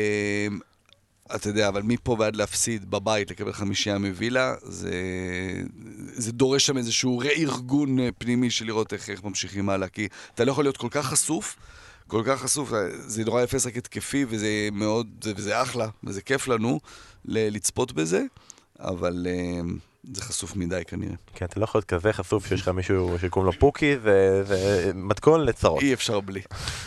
אתה יודע, אבל מפה ועד להפסיד בבית, לקבל חמישייה מווילה, זה, זה דורש שם איזשהו ראי-ארגון פנימי של לראות איך, איך ממשיכים הלאה, כי אתה לא יכול להיות כל כך חשוף, כל כך חשוף, זה נורא יפה שחק התקפי, וזה מאוד, וזה אחלה, וזה כיף לנו לצפות בזה, אבל זה חשוף מדי כנראה. כן, אתה לא יכול להיות כזה חשוף שיש לך מישהו שקוראים לו פוקי, זה מתכון לצרות. אי אפשר בלי.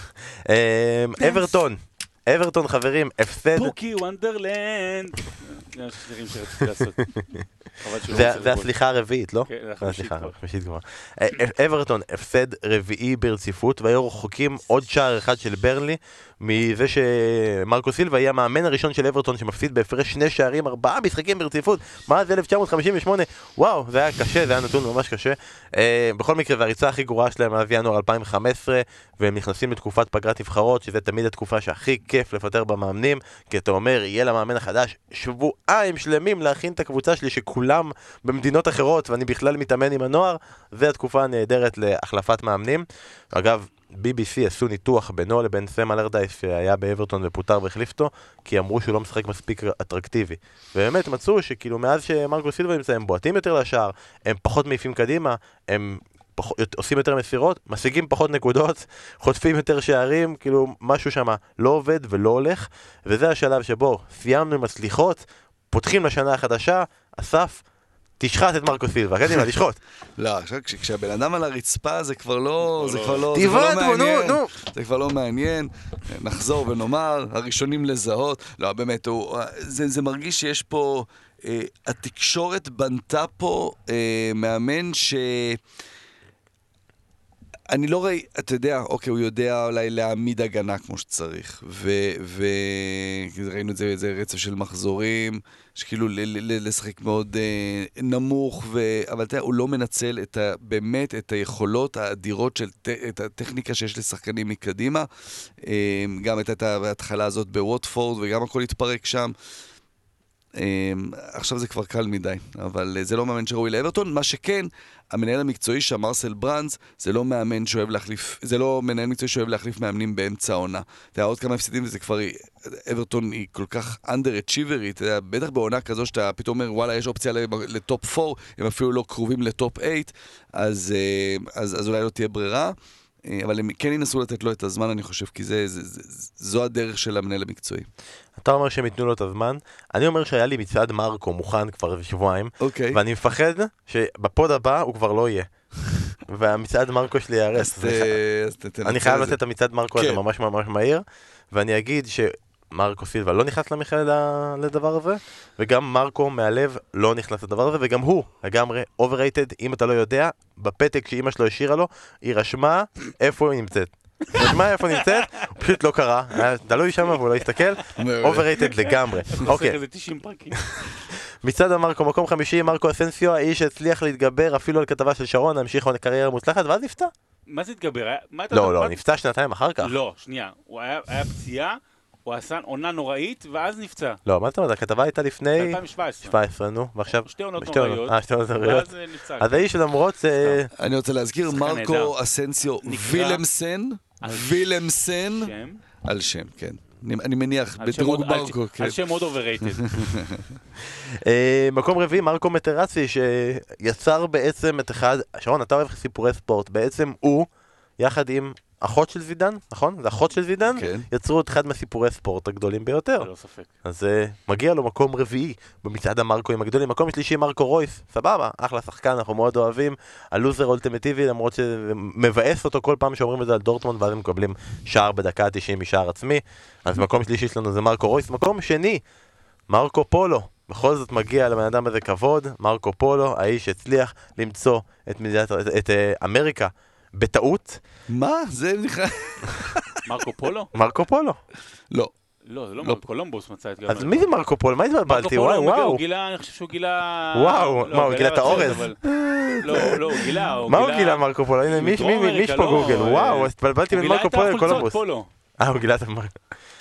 אברטון. אברטון חברים, הפסד... פוקי וונדרלנד. זה השירים שרציתי לעשות. זה הסליחה הרביעית, לא? כן, זה החמישית כבר. אברטון, הפסד רביעי ברציפות, והיו רחוקים עוד שער אחד של ברנלי, מזה שמרקו סילבה יהיה המאמן הראשון של אברטון שמפסיד בהפרש שני שערים, ארבעה משחקים ברציפות, מה זה אלף תשע מאות חמישים ושמונה? וואו, זה היה קשה, זה היה נתון ממש קשה. בכל מקרה, זה הריצה הכי גרועה שלהם מאז ינואר אלפיים וחמש עשרה, והם נכנסים לתקופת פגרת נבחרות, שזה תמיד התקופה שהכי כיף לפטר במאמנים, כי אתה אומר, יהיה למאמן החדש שבועיים שלמים להכין את הקבוצה שלי שכולם במדינות אחרות, ואני בכלל מתאמן עם הנוער, זה התקופה הנהדרת להחלפת מאמנים. אגב, בי בי סי עשו ניתוח בינו לבין סם אלרדייס שהיה באברטון ופוטר והחליף אותו, כי אמרו שהוא לא משחק מספיק אטרקטיבי. ובאמת מצאו שכאילו מאז שמרקו סילבה נמצא, הם בועטים יותר לשער, הם פחות מעיפים קדימה, הם פח... עושים יותר מסירות, משיגים פחות נקודות, חוטפים יותר שערים, כאילו משהו שם לא עובד ולא הולך, וזה השלב שבו סיימנו עם הסליחות, פותחים לשנה החדשה, אסף, תשחט את מרקו סילבה, קדימה, תשחוט. לא, כשהבן אדם על הרצפה זה כבר לא, זה כבר לא, זה כבר לא מעניין, זה כבר לא מעניין, נחזור ונאמר, הראשונים לזהות, לא, באמת, זה מרגיש שיש פה, התקשורת בנתה פה מאמן ש... אני לא ראי, אתה יודע, אוקיי, הוא יודע אולי להעמיד הגנה כמו שצריך, וראינו את זה, זה רצף של מחזורים, שכאילו לשחק מאוד נמוך, אבל אתה יודע, הוא לא מנצל באמת את היכולות האדירות של, את הטכניקה שיש לשחקנים מקדימה, גם את ההתחלה הזאת בווטפורד, וגם הכל התפרק שם. עכשיו זה כבר קל מדי, אבל זה לא מאמן שראוי לאברטון. מה שכן, המנהל המקצועי שם, מרסל ברנדס, זה לא מאמן שאוהב להחליף, זה לא מנהל מקצועי שאוהב להחליף מאמנים באמצע העונה. אתה יודע, עוד כמה הפסידים וזה כבר, אברטון היא כל כך under-achieverית, אתה יודע, בטח בעונה כזו שאתה פתאום אומר, וואלה, יש אופציה לטופ ארבע, הם אפילו לא קרובים לטופ שמונה, אז, אז, אז אולי לא תהיה ברירה. אבל הם כן ינסו לתת לו את הזמן, אני חושב, כי זה, זה, זה, זו הדרך של המנהל המקצועי. אתה אומר שהם ייתנו לו את הזמן, אני אומר שהיה לי מצעד מרקו מוכן כבר שבועיים, אוקיי. ואני מפחד שבפוד הבא הוא כבר לא יהיה. והמצעד מרקו שלי יארס. אני חייב לתת את המצעד מרקו הזה ממש ממש מהיר, ואני אגיד ש... מרקו סילבה לא נכנס למכלל לדבר הזה, וגם מרקו מהלב לא נכנס לדבר הזה, וגם הוא לגמרי overrated, אם אתה לא יודע, בפתק שאמא שלו השאירה לו, היא רשמה איפה היא נמצאת. רשמה איפה נמצאת, הוא פשוט לא קרה, תלוי שם והוא לא הסתכל, overrated לגמרי. אוקיי. מצד המרקו, מקום חמישי, מרקו אסנסיו, האיש שהצליח להתגבר אפילו על כתבה של שרון, המשיך על קריירה מוצלחת, ואז נפצע. מה זה התגבר? לא, לא, נפצע שנתיים אחר כך. לא, שנייה, הוא היה פציעה, הוא עשה עונה נוראית, ואז נפצע. לא, מה זאת אומרת? הכתבה הייתה לפני... אלפיים שבע עשרה. שבע עשרה, נו, ועכשיו... שתי עונות נוראיות. אה, שתי עונות נוראיות. ואז נפצע. אז האיש למרות... אני רוצה להזכיר, מרקו אסנסיו וילמסן, וילמסן, על שם, כן. אני מניח, בדרוג מרקו. על שם מאוד overrated. מקום רביעי, מרקו מטרסי, שיצר בעצם את אחד... שרון, אתה אוהב סיפורי ספורט. בעצם הוא, יחד עם... אחות של זידן, נכון? זה אחות של זידן, כן. יצרו את אחד מהסיפורי ספורט הגדולים ביותר. לא ספק. אז uh, מגיע לו מקום רביעי במצעד המרקוים הגדולים. מקום שלישי, מרקו רויס, סבבה, אחלה שחקן, אנחנו מאוד אוהבים. הלוזר אולטימטיבי, למרות שמבאס אותו כל פעם שאומרים את זה על דורטמונד, ואז הם מקבלים שער בדקה תשעים משער עצמי. אז מקום שלישי שלנו זה מרקו רויס. מקום שני, מרקו פולו. בכל זאת מגיע לבן אדם הזה כבוד. מרקו פולו, האיש הצליח למצוא את, מדינת, את, את uh, אמריקה בטעות. מה? זה נראה... מרקו פולו? מרקו פולו. לא. לא, זה לא מרקו, קולומבוס מצא את גמר. אז מי זה מרקו פולו? מה התבלבלתי? וואו, וואו. הוא גילה, אני חושב שהוא גילה... וואו, מה, הוא גילה את האורז? לא, לא, הוא גילה... מה הוא גילה מרקו פולו? הנה, מי יש פה גוגל? וואו, אז התבלבלתי בין מרקו פולו לקולומבוס. אה, הוא גילה את המרקו.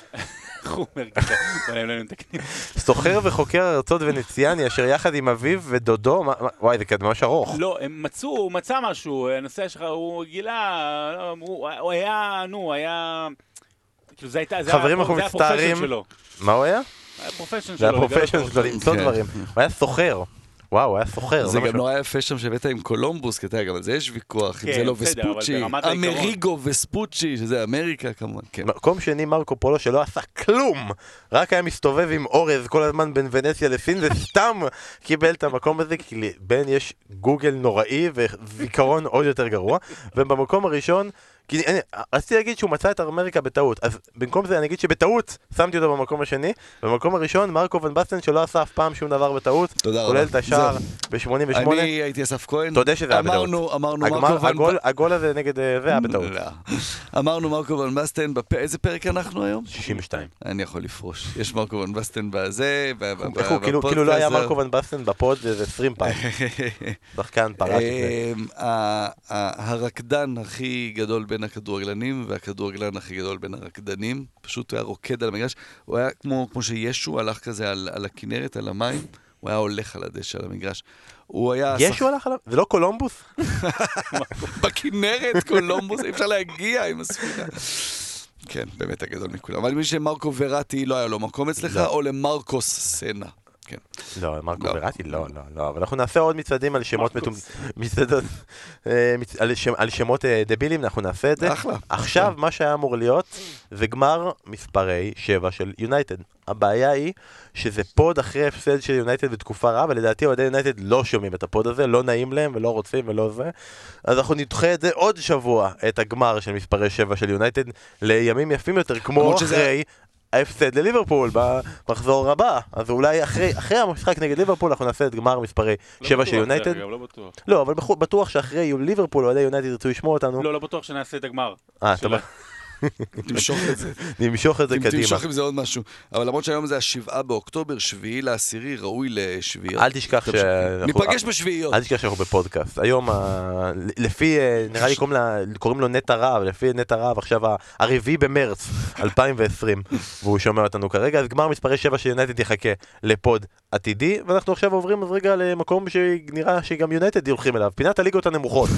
הוא אומר גילה, בוא נעים לנו תקנים. סוחר וחוקר ארצות ונציאני, אשר יחד עם אביו ודודו, וואי, זה ממש ארוך. לא, הם מצאו, הוא מצא משהו, הנושא שלך, הוא גילה, הוא היה, נו, היה... זה חברים, אנחנו מצטערים. מה הוא היה? היה פרופשן שלו. זה היה פרופשן שלו, למצוא דברים. הוא היה סוחר. וואו, הוא היה סוחר. זה גם נורא יפה שם שהבאת עם קולומבוס, כי אתה יודע, גם על זה יש ויכוח, אם זה לא וספוצ'י, אמריגו וספוצ'י, שזה אמריקה כמובן. מקום שני, מרקו פולו, שלא עשה כלום, רק היה מסתובב עם אורז כל הזמן בין ונציה לסין, וסתם קיבל את המקום הזה, כי בין יש גוגל נוראי וזיכרון עוד יותר גרוע, ובמקום הראשון, כי אני, רציתי להגיד שהוא מצא את אמריקה בטעות, אז במקום זה אני אגיד שבטעות שמתי אותו במקום השני, במקום הראשון מרקו ון בסטן שלא עשה אף פעם שום דבר בטעות, כולל את השער ב-שמונים ושמונה. אני הייתי אסף כהן. תודה שזה היה בטעות. אמרנו, אמרנו מרקו ון בסטן. הגול הזה נגד זה היה בטעות. אמרנו מרקו ון בסטן, איזה פרק אנחנו היום? שישים ושתיים. אני יכול לפרוש. יש מרקו ון בסטן בזה, כאילו לא היה מרקו ון בסטן בפוד, זה עשרים פעם. שחקן פרש. הרקדן הכי גדול בין הכדורגלנים, והכדורגלן הכי גדול בין הרקדנים, פשוט הוא היה רוקד על המגרש, הוא היה כמו, כמו שישו הלך כזה על, על הכנרת, על המים, הוא היה הולך על הדשא, על המגרש. הוא היה... ישו הלך עליו? זה לא קולומבוס? בכנרת, קולומבוס, אי אפשר להגיע עם הספינה. כן, באמת הגדול מכולם. אבל מי שמרקו וראטי לא היה לו מקום אצלך, או למרקוס סנה. כן. לא, מרקו וראטי, לא, לא, לא, אבל אנחנו נעשה עוד מצעדים על שמות מצעדות, על שמות דבילים, אנחנו נעשה את זה. אחלה. עכשיו, מה שהיה אמור להיות, זה גמר מספרי שבע של יונייטד. הבעיה היא שזה פוד אחרי הפסד של יונייטד בתקופה רעה, ולדעתי אוהדי יונייטד לא שומעים את הפוד הזה, לא נעים להם ולא רוצים ולא זה. אז אנחנו נדחה את זה עוד שבוע, את הגמר של מספרי שבע של יונייטד, לימים יפים יותר, כמו אחרי... ההפסד לליברפול במחזור הבא, אז אולי אחרי, אחרי המשחק נגד ליברפול אנחנו נעשה את גמר מספרי שבע של יונייטד. לא בטוח. לא, אבל בטוח שאחרי ליברפול אוהדי יונייטד ירצו לשמוע אותנו. לא, לא בטוח שנעשה את הגמר. אה, טוב. תמשוך את זה. נמשוך את זה קדימה. תמשוך עם זה עוד משהו. אבל למרות שהיום זה השבעה באוקטובר, שביעי לעשירי, ראוי לשביעיות. אל תשכח ש... ניפגש בשביעיות. אל תשכח שאנחנו בפודקאסט. היום, לפי, נראה לי קוראים לו נטע רב, לפי נטע רב, עכשיו הרביעי במרץ אלפיים ועשרים, והוא שומע אותנו כרגע, אז גמר מספרי שבע של יונייטד יחכה לפוד עתידי, ואנחנו עכשיו עוברים אז רגע למקום שנראה שגם יונייטד הולכים אליו, פינת הליגות הנמוכות.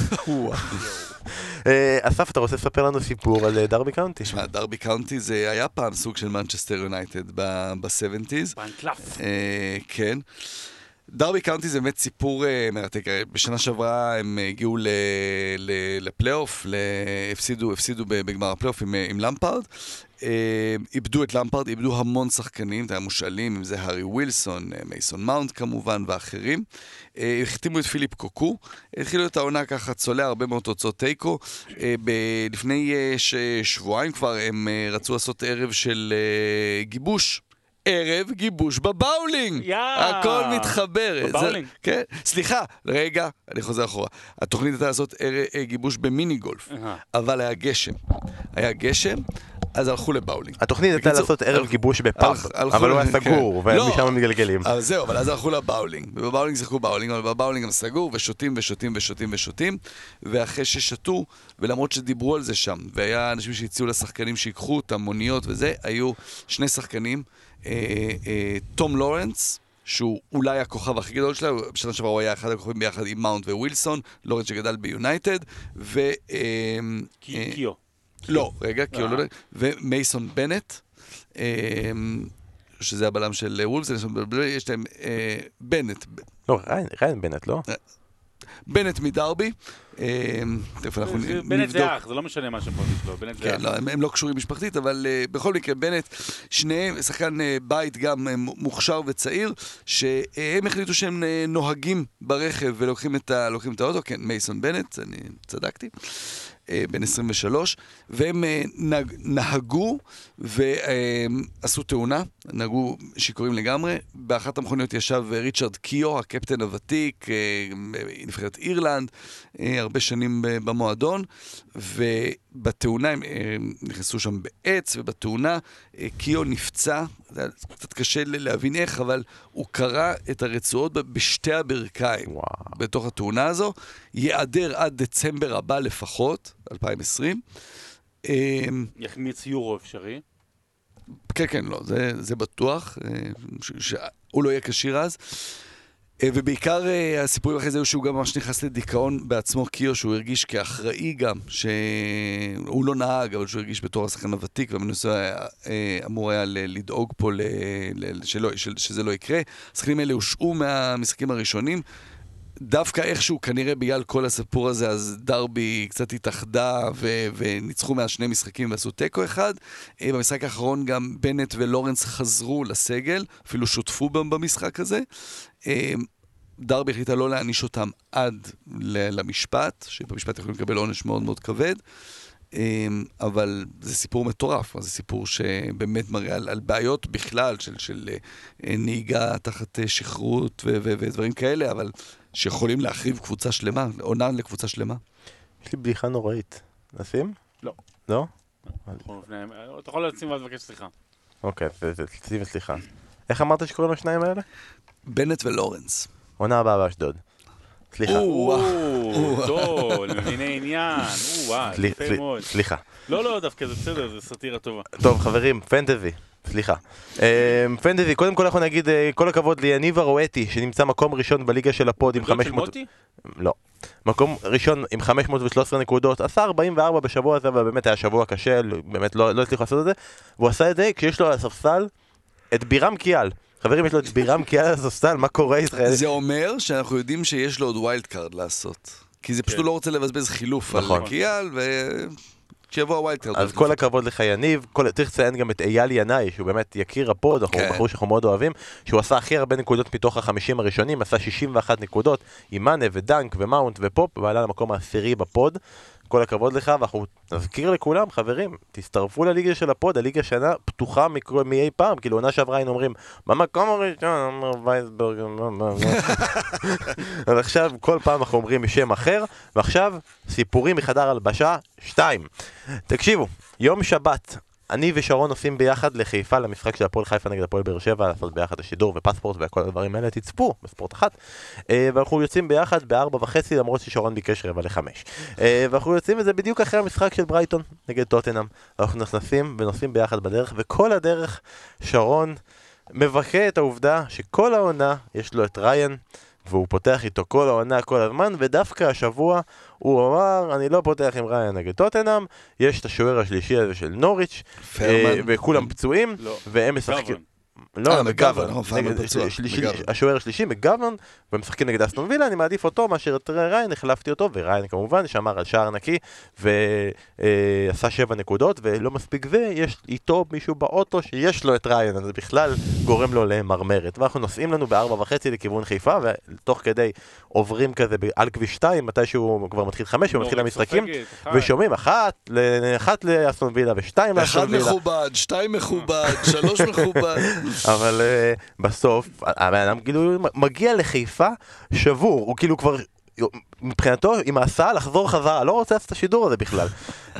אסף, אתה רוצה לספר לנו סיפור על דרבי קאונטי? תשמע, דרבי קאונטי זה היה פעם סוג של מנצ'סטר יונייטד ב-שבעים. פנקלף. כן. דרבי קאונטי זה באמת סיפור מרתק. בשנה שעברה הם הגיעו לפלייאוף, הפסידו בגמר הפלייאוף עם למפארד. איבדו את למפארד, איבדו המון שחקנים, זה היה מושאלים, אם זה הארי ווילסון, מייסון מאונט כמובן ואחרים. החתימו את פיליפ קוקו, התחילו את העונה ככה צולע הרבה מאוד תוצאות טייקו. לפני שבועיים כבר הם רצו לעשות ערב של גיבוש. ערב גיבוש בבאולינג. הכל מתחבר. בבאולינג. כן. סליחה, רגע, אני חוזר אחורה. התוכנית הייתה לעשות גיבוש במיני גולף, אבל היה גשם. היה גשם, אז הלכו לבאולינג. התוכנית הייתה לעשות ערב גיבוש בפאב, אבל הוא היה סגור, ומשם הם מתגלגלים. אבל זהו, אבל אז הלכו לבאולינג. ובבאולינג שיחקו באולינג, אבל בבאולינג הם סגור, ושותים ושותים ושותים ושותים, ואחרי ששתו, ולמרות שדיברו על זה שם, והיה אנשים שהציעו לשחקנים שיקחו אותם, מוניות וזה, היו שני שחקנים, תום לורנס, שהוא אולי הכוכב הכי גדול שלו, בשנה שעברה הוא היה אחד הכוכבים ביחד עם מאונט ווילסון, לורנס שגדל ביונייטד, ו... קיו. לא, רגע, קיו לא... ומייסון בנט, שזה הבלם של וולפס, יש להם בנט. לא, ריין בנט, לא? בנט מדרבי. בנט זה אח, זה לא משנה מה שפה נשלו, בנט זה אח. הם לא קשורים משפחתית, אבל בכל מקרה בנט, שניהם, שחקן בית גם מוכשר וצעיר, שהם החליטו שהם נוהגים ברכב ולוקחים את האוטו, כן, מייסון בנט, אני צדקתי. בן עשרים ושלוש, והם נהגו ועשו תאונה, נהגו שיכורים לגמרי. באחת המכוניות ישב ריצ'רד קיו, הקפטן הוותיק, נבחרת אירלנד, הרבה שנים במועדון, ובתאונה הם נכנסו שם בעץ, ובתאונה קיו נפצע, זה קצת קשה להבין איך, אבל הוא קרא את הרצועות בשתי הברכיים. וואו. בתוך התאונה הזו, יעדר עד דצמבר הבא לפחות, אלפיים ועשרים. יחמיץ יורו אפשרי? כן, כן, לא, זה, זה בטוח, שהוא לא יהיה קשיר אז. ובעיקר הסיפורים אחרי זה הוא שהוא גם ממש נכנס לדיכאון בעצמו, קיו, שהוא הרגיש כאחראי גם, שהוא לא נהג, אבל שהוא הרגיש בתור השחקן הוותיק, והמנוסה אמור היה לדאוג פה שלא, שזה לא יקרה. השחקנים האלה הושעו מהמשחקים הראשונים, דווקא איכשהו כנראה בגלל כל הסיפור הזה, אז דרבי קצת התאחדה ו- וניצחו מהשני משחקים ועשו טקו אחד. במשחק האחרון גם בנט ולורנס חזרו לסגל, אפילו שותפו במשחק הזה. דרבי החליטה לא להעניש אותם עד למשפט, שבמשפט יכולים לקבל עונש מאוד מאוד כבד. אבל זה סיפור מטורף, זה סיפור שבאמת מראה על, על בעיות בכלל של, של נהיגה תחת שכרות ו- ו- ודברים כאלה, אבל שיכולים להחריב קבוצה שלמה, עונה לקבוצה שלמה. יש לי בדיחה נוראית. נשים? לא. לא? אתה יכול לשים ואז לבקש סליחה. אוקיי, שים סליחה. איך אמרת שקוראים לשניים האלה? בנט ולורנס. עונה הבאה באשדוד. סליחה. טוב, למביני עניין. סליחה. לא, לא, דווקא זה בסדר, זה סאטירה טובה. טוב, חברים, פנטזי. סליחה. פנטזי, קודם כל אנחנו נגיד כל הכבוד ליניב הרואטי, שנמצא מקום ראשון בליגה של הפוד עם חמש מאות... לא. מקום ראשון עם חמש מאות ושלוש עשרה נקודות, עשה ארבעים וארבע בשבוע הזה, ובאמת היה שבוע קשה, באמת לא הצליח לעשות את זה, והוא עשה את זה כשיש לו על הספסל את בירם קיאל. חברים, יש לו את בירם קיאל על הספסל, מה קורה ישראל? זה אומר שאנחנו יודעים שיש לו עוד ווילד קארד לעשות. כי זה פשוט לא רוצה לבזבז חילוף על קיאל, ושיבוא הווילד קארד. אז כל הכבוד לך יניב, צריך לציין גם את אייל ינאי, שהוא באמת יקיר הפוד, אנחנו בחור שאנחנו מאוד אוהבים, שהוא עשה הכי הרבה נקודות מתוך החמישים הראשונים, עשה שישים ואחת נקודות, עם מאנה ודנק ומאונט ופופ, ועלה למקום העשירי בפוד. כל הכבוד לך, ואנחנו נזכיר לכולם, חברים, תצטרפו לליגה של הפוד, הליגה שנה פתוחה מאי פעם, כאילו עונה שעברה היינו אומרים, במקום הראשון, אומר וייסברג, אז עכשיו כל פעם אנחנו אומרים שם אחר, ועכשיו סיפורים מחדר הלבשה שתיים. תקשיבו, יום שבת, אני ושרון נוסעים ביחד לחיפה, למשחק של הפועל חיפה נגד הפועל באר שבע, לעשות ביחד השידור ופספורט וכל הדברים האלה, תצפו בספורט אחת. ואנחנו יוצאים ביחד בארבע וחצי, למרות ששרון ביקש רבע לחמש. ואנחנו יוצאים את זה בדיוק אחרי המשחק של ברייטון נגד טוטנהאם. אנחנו נכנסים ונוסעים ביחד בדרך, וכל הדרך שרון מבכה את העובדה שכל העונה יש לו את ריין, והוא פותח איתו כל העונה כל הזמן, ודווקא השבוע הוא אמר, אני לא פותח עם ריין נגד טוטנהאם, יש את השוער השלישי הזה של נוריץ' וכולם פצועים, והם משחקים... לא, מגוון, השוער השלישי מגוון, ומשחקים נגד אסטון וילה, אני מעדיף אותו מאשר את ריין, החלפתי אותו, וריין כמובן שמר על שער נקי, ועשה שבע נקודות, ולא מספיק זה, יש איתו מישהו באוטו שיש לו את ריין, אז זה בכלל גורם לו למרמרת, ואנחנו נוסעים לנו בארבע וחצי לכיוון חיפה, ותוך כדי עוברים כזה על כביש שתיים, מתי שהוא כבר מתחיל חמש, ומתחיל המשחקים, ושומעים אחת, אחת לאסטון וילה, ושתיים לאסטון וילה. אחד מכובד, שתיים מכובד, שלוש מכובד. אבל uh, בסוף, האדם כאילו מגיע לחיפה שבור, הוא כאילו כבר מבחינתו עם ההסעה לחזור חזרה, לא רוצה לעשות את השידור הזה בכלל. uh,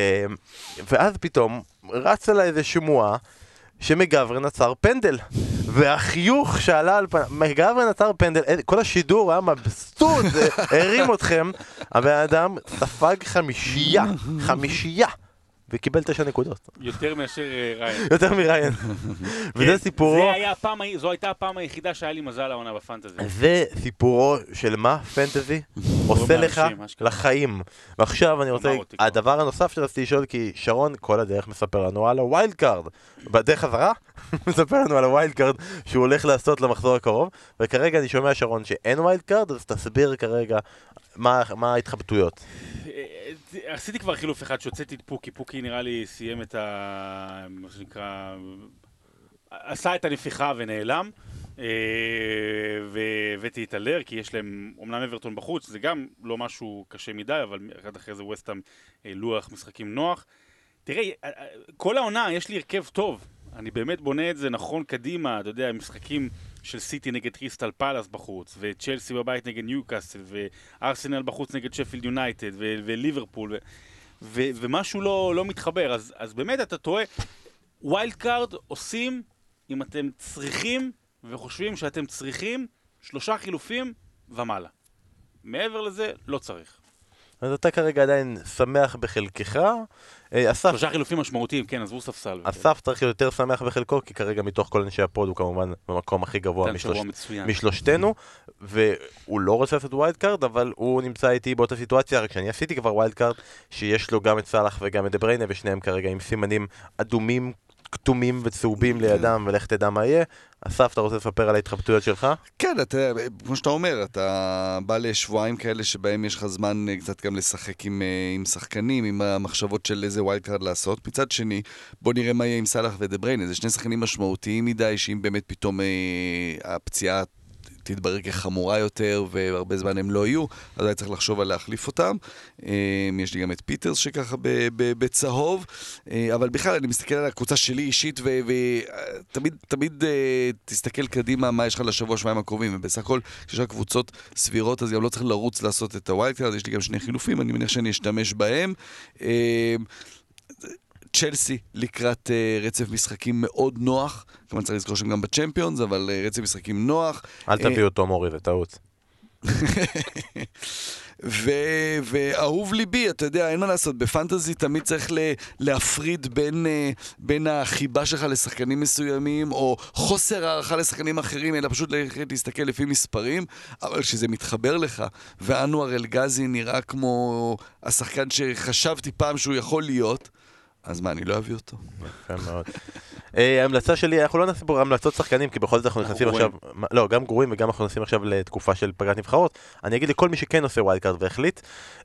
ואז פתאום רץ עליי איזה שמועה שמגוון עצר פנדל, והחיוך שעלה על פנדל, מגוון עצר פנדל, כל השידור היה מבסוט, הרים אתכם, אבל האדם ספג חמישייה, חמישייה. וקיבל תשע נקודות. יותר מאשר ריין. יותר מריין. וזה סיפורו... זו הייתה הפעם היחידה שהיה לי מזל העונה בפנטזי. זה סיפורו של מה פנטזי עושה לך לחיים. ועכשיו אני רוצה... הדבר הנוסף שרציתי לשאול, כי שרון כל הדרך מספר לנו על הווילד קארד. בדרך חזרה, מספר לנו על הווילד קארד שהוא הולך לעשות למחזור הקרוב, וכרגע אני שומע שרון שאין ווילד קארד, אז תסביר כרגע מה ההתחבטויות. עשיתי כבר חילוף אחד שהוצאתי את פוקי, פוקי נראה לי סיים את ה... מה שנקרא... עשה את הנפיחה ונעלם, והבאתי את אלר, כי יש להם אומנם אברטון בחוץ, זה גם לא משהו קשה מדי, אבל אחד אחרי זה ווסטהאם לוח משחקים נוח. תראה, כל העונה יש לי הרכב טוב, אני באמת בונה את זה נכון קדימה, אתה יודע, משחקים של סיטי נגד קריסטל פלאס בחוץ, וצ'לסי בבית נגד ניוקאסל, וארסנל בחוץ נגד שפילד יונייטד, וליברפול, ומשהו לא מתחבר. אז באמת אתה טועה, ווילד קארד עושים אם אתם צריכים, וחושבים שאתם צריכים, שלושה חילופים ומעלה. מעבר לזה, לא צריך. אז אתה כרגע עדיין שמח בחלקך. שלושה חילופים משמעותיים, כן, עזבו ספסל. אסף צריך להיות יותר שמח בחלקו, כי כרגע מתוך כל אנשי הפוד הוא כמובן במקום הכי גבוה משלושתנו, והוא לא רוצה לעשות ווילד קארד, אבל הוא נמצא איתי באותה סיטואציה, רק שאני עשיתי כבר ווילד קארד, שיש לו גם את סלאח וגם את דבריינה, ושניהם כרגע עם סימנים אדומים, כתומים וצהובים לידם, ולך תדע מה יהיה. אסף, אתה רוצה לספר על ההתחבטויות שלך? כן, אתה, כמו שאתה אומר, אתה בא לשבועיים כאלה שבהם יש לך זמן קצת גם לשחק עם, עם שחקנים, עם המחשבות של איזה ווילד קארד לעשות. מצד שני, בוא נראה מה יהיה עם סלאח ודבריינה. זה שני שחקנים משמעותיים מדי, שאם באמת פתאום אה, הפציעה תתברר כחמורה יותר, והרבה זמן הם לא יהיו, אז היה צריך לחשוב על להחליף אותם. יש לי גם את פיטרס שככה בצהוב, אבל בכלל אני מסתכל על הקבוצה שלי אישית, ותמיד תמיד תסתכל קדימה מה יש לך לשבוע שבועיים הקרובים, ובסך הכל כשיש לך קבוצות סבירות, אז גם לא צריך לרוץ לעשות את הווילד קארד, יש לי גם שני חילופים, אני מניח שאני אשתמש בהם. צ'לסי לקראת uh, רצף משחקים מאוד נוח, כמובן צריך לזכור שהם גם בצ'מפיונס, אבל uh, רצף משחקים נוח. אל תביא אותו מורי, זה טעות. ו- ואהוב ליבי, אתה יודע, אין מה לעשות, בפנטזי תמיד צריך ל- להפריד בין, uh, בין החיבה שלך לשחקנים מסוימים, או חוסר הערכה לשחקנים אחרים, אלא פשוט להסתכל לפי מספרים, אבל כשזה מתחבר לך, ואנואר אלגזי נראה כמו השחקן שחשבתי פעם שהוא יכול להיות, אז מה, אני לא אביא אותו. יפה מאוד. ההמלצה שלי, אנחנו לא נעשה פה המלצות שחקנים, כי בכל זאת אנחנו נכנסים עכשיו, לא, גם גרועים וגם אנחנו נכנסים עכשיו לתקופה של פגרת נבחרות. אני אגיד לכל מי שכן עושה ווילד קארד והחליט,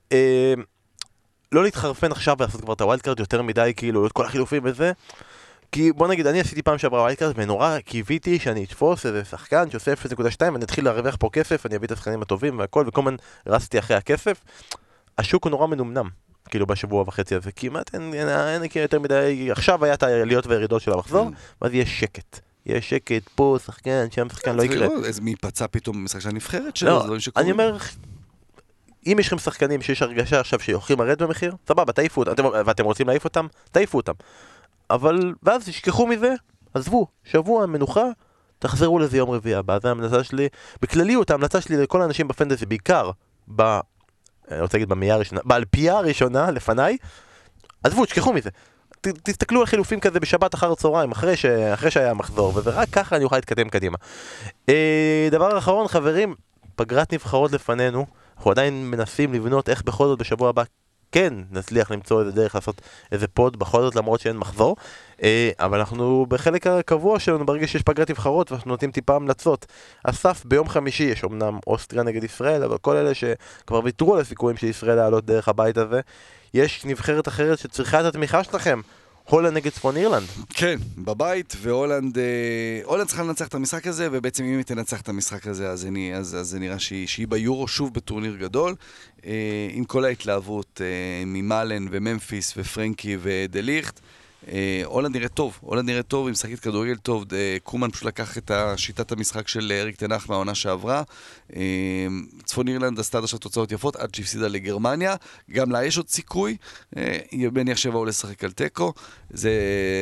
לא להתחרפן עכשיו ולעשות כבר את הווילד קארד יותר מדי, כאילו, את כל החילופים וזה, כי בוא נגיד, אני עשיתי פעם שעברה ווילד קארד, ונורא קיוויתי שאני אתפוס איזה שחקן שעושה אפס נקודה שתיים, ואני אתחיל להרוויח פה כסף, אני אביא את השחקנים הטובים והכל, וכל מן רצתי אחרי הכסף. השוק הוא נורא מנומנם. כאילו בשבוע וחצי הזה, כמעט אין, אין, אין, אין יותר מדי, עכשיו היה את העליות והירידות של המחזור, ואז יש שקט. יש שקט, פה שחקן, שם שחקן, לא יקרה. איזה מי פצע פתאום במשחק של הנבחרת שלו, לא, אני אומר, אם יש לכם שחקנים שיש הרגשה עכשיו שיוכלים לרדת במחיר, סבבה, תעיפו אותם, ואתם רוצים להעיף אותם, תעיפו אותם. אבל, ואז תשכחו מזה, עזבו, שבוע, מנוחה, תחזרו לזה יום רביעי הבא. זה ההמלצה שלי, בכלליות, ההמלצה שלי לכל האנשים בפנטזי, בעיקר ב... אני רוצה להגיד במאה הראשונה, באלפייה הראשונה לפניי, עזבו, תשכחו מזה. ת, תסתכלו על חילופים כזה בשבת אחר הצהריים, אחרי, ש, אחרי שהיה מחזור, וזה רק ככה אני אוכל להתקדם קדימה. אה, דבר אחרון, חברים, פגרת נבחרות לפנינו, אנחנו עדיין מנסים לבנות איך בכל זאת בשבוע הבא כן נצליח למצוא איזה דרך לעשות איזה פוד, בכל זאת למרות שאין מחזור, אה, אבל אנחנו בחלק הקבוע שלנו, ברגע שיש פגרת נבחרות ואנחנו נותנים טיפה המלצות. אסף, ביום חמישי יש אמנם אוסטריה נגד ישראל, אבל כל אלה שכבר ויתרו על הסיכויים של ישראל לעלות דרך הבית הזה, יש נבחרת אחרת שצריכה את התמיכה שלכם, הולנד נגד צפון אירלנד. כן, בבית, והולנד הולנד צריכה לנצח את המשחק הזה, ובעצם אם היא תנצח את המשחק הזה, אז, אני, אז, אז זה נראה שהיא, שהיא ביורו שוב בטורניר גדול, עם כל ההתלהבות ממלן וממפיס ופרנקי ודליכט. הולנד נראית טוב, הולנד נראית טוב, עם משחקית כדורגל טוב. קומן פשוט לקח את שיטת המשחק של אריק תנח מהעונה שעברה. צפון אירלנד עשתה עכשיו תוצאות יפות עד שהפסידה לגרמניה, גם לה יש עוד סיכוי, בני עכשיו באו לשחק על טקו. זה,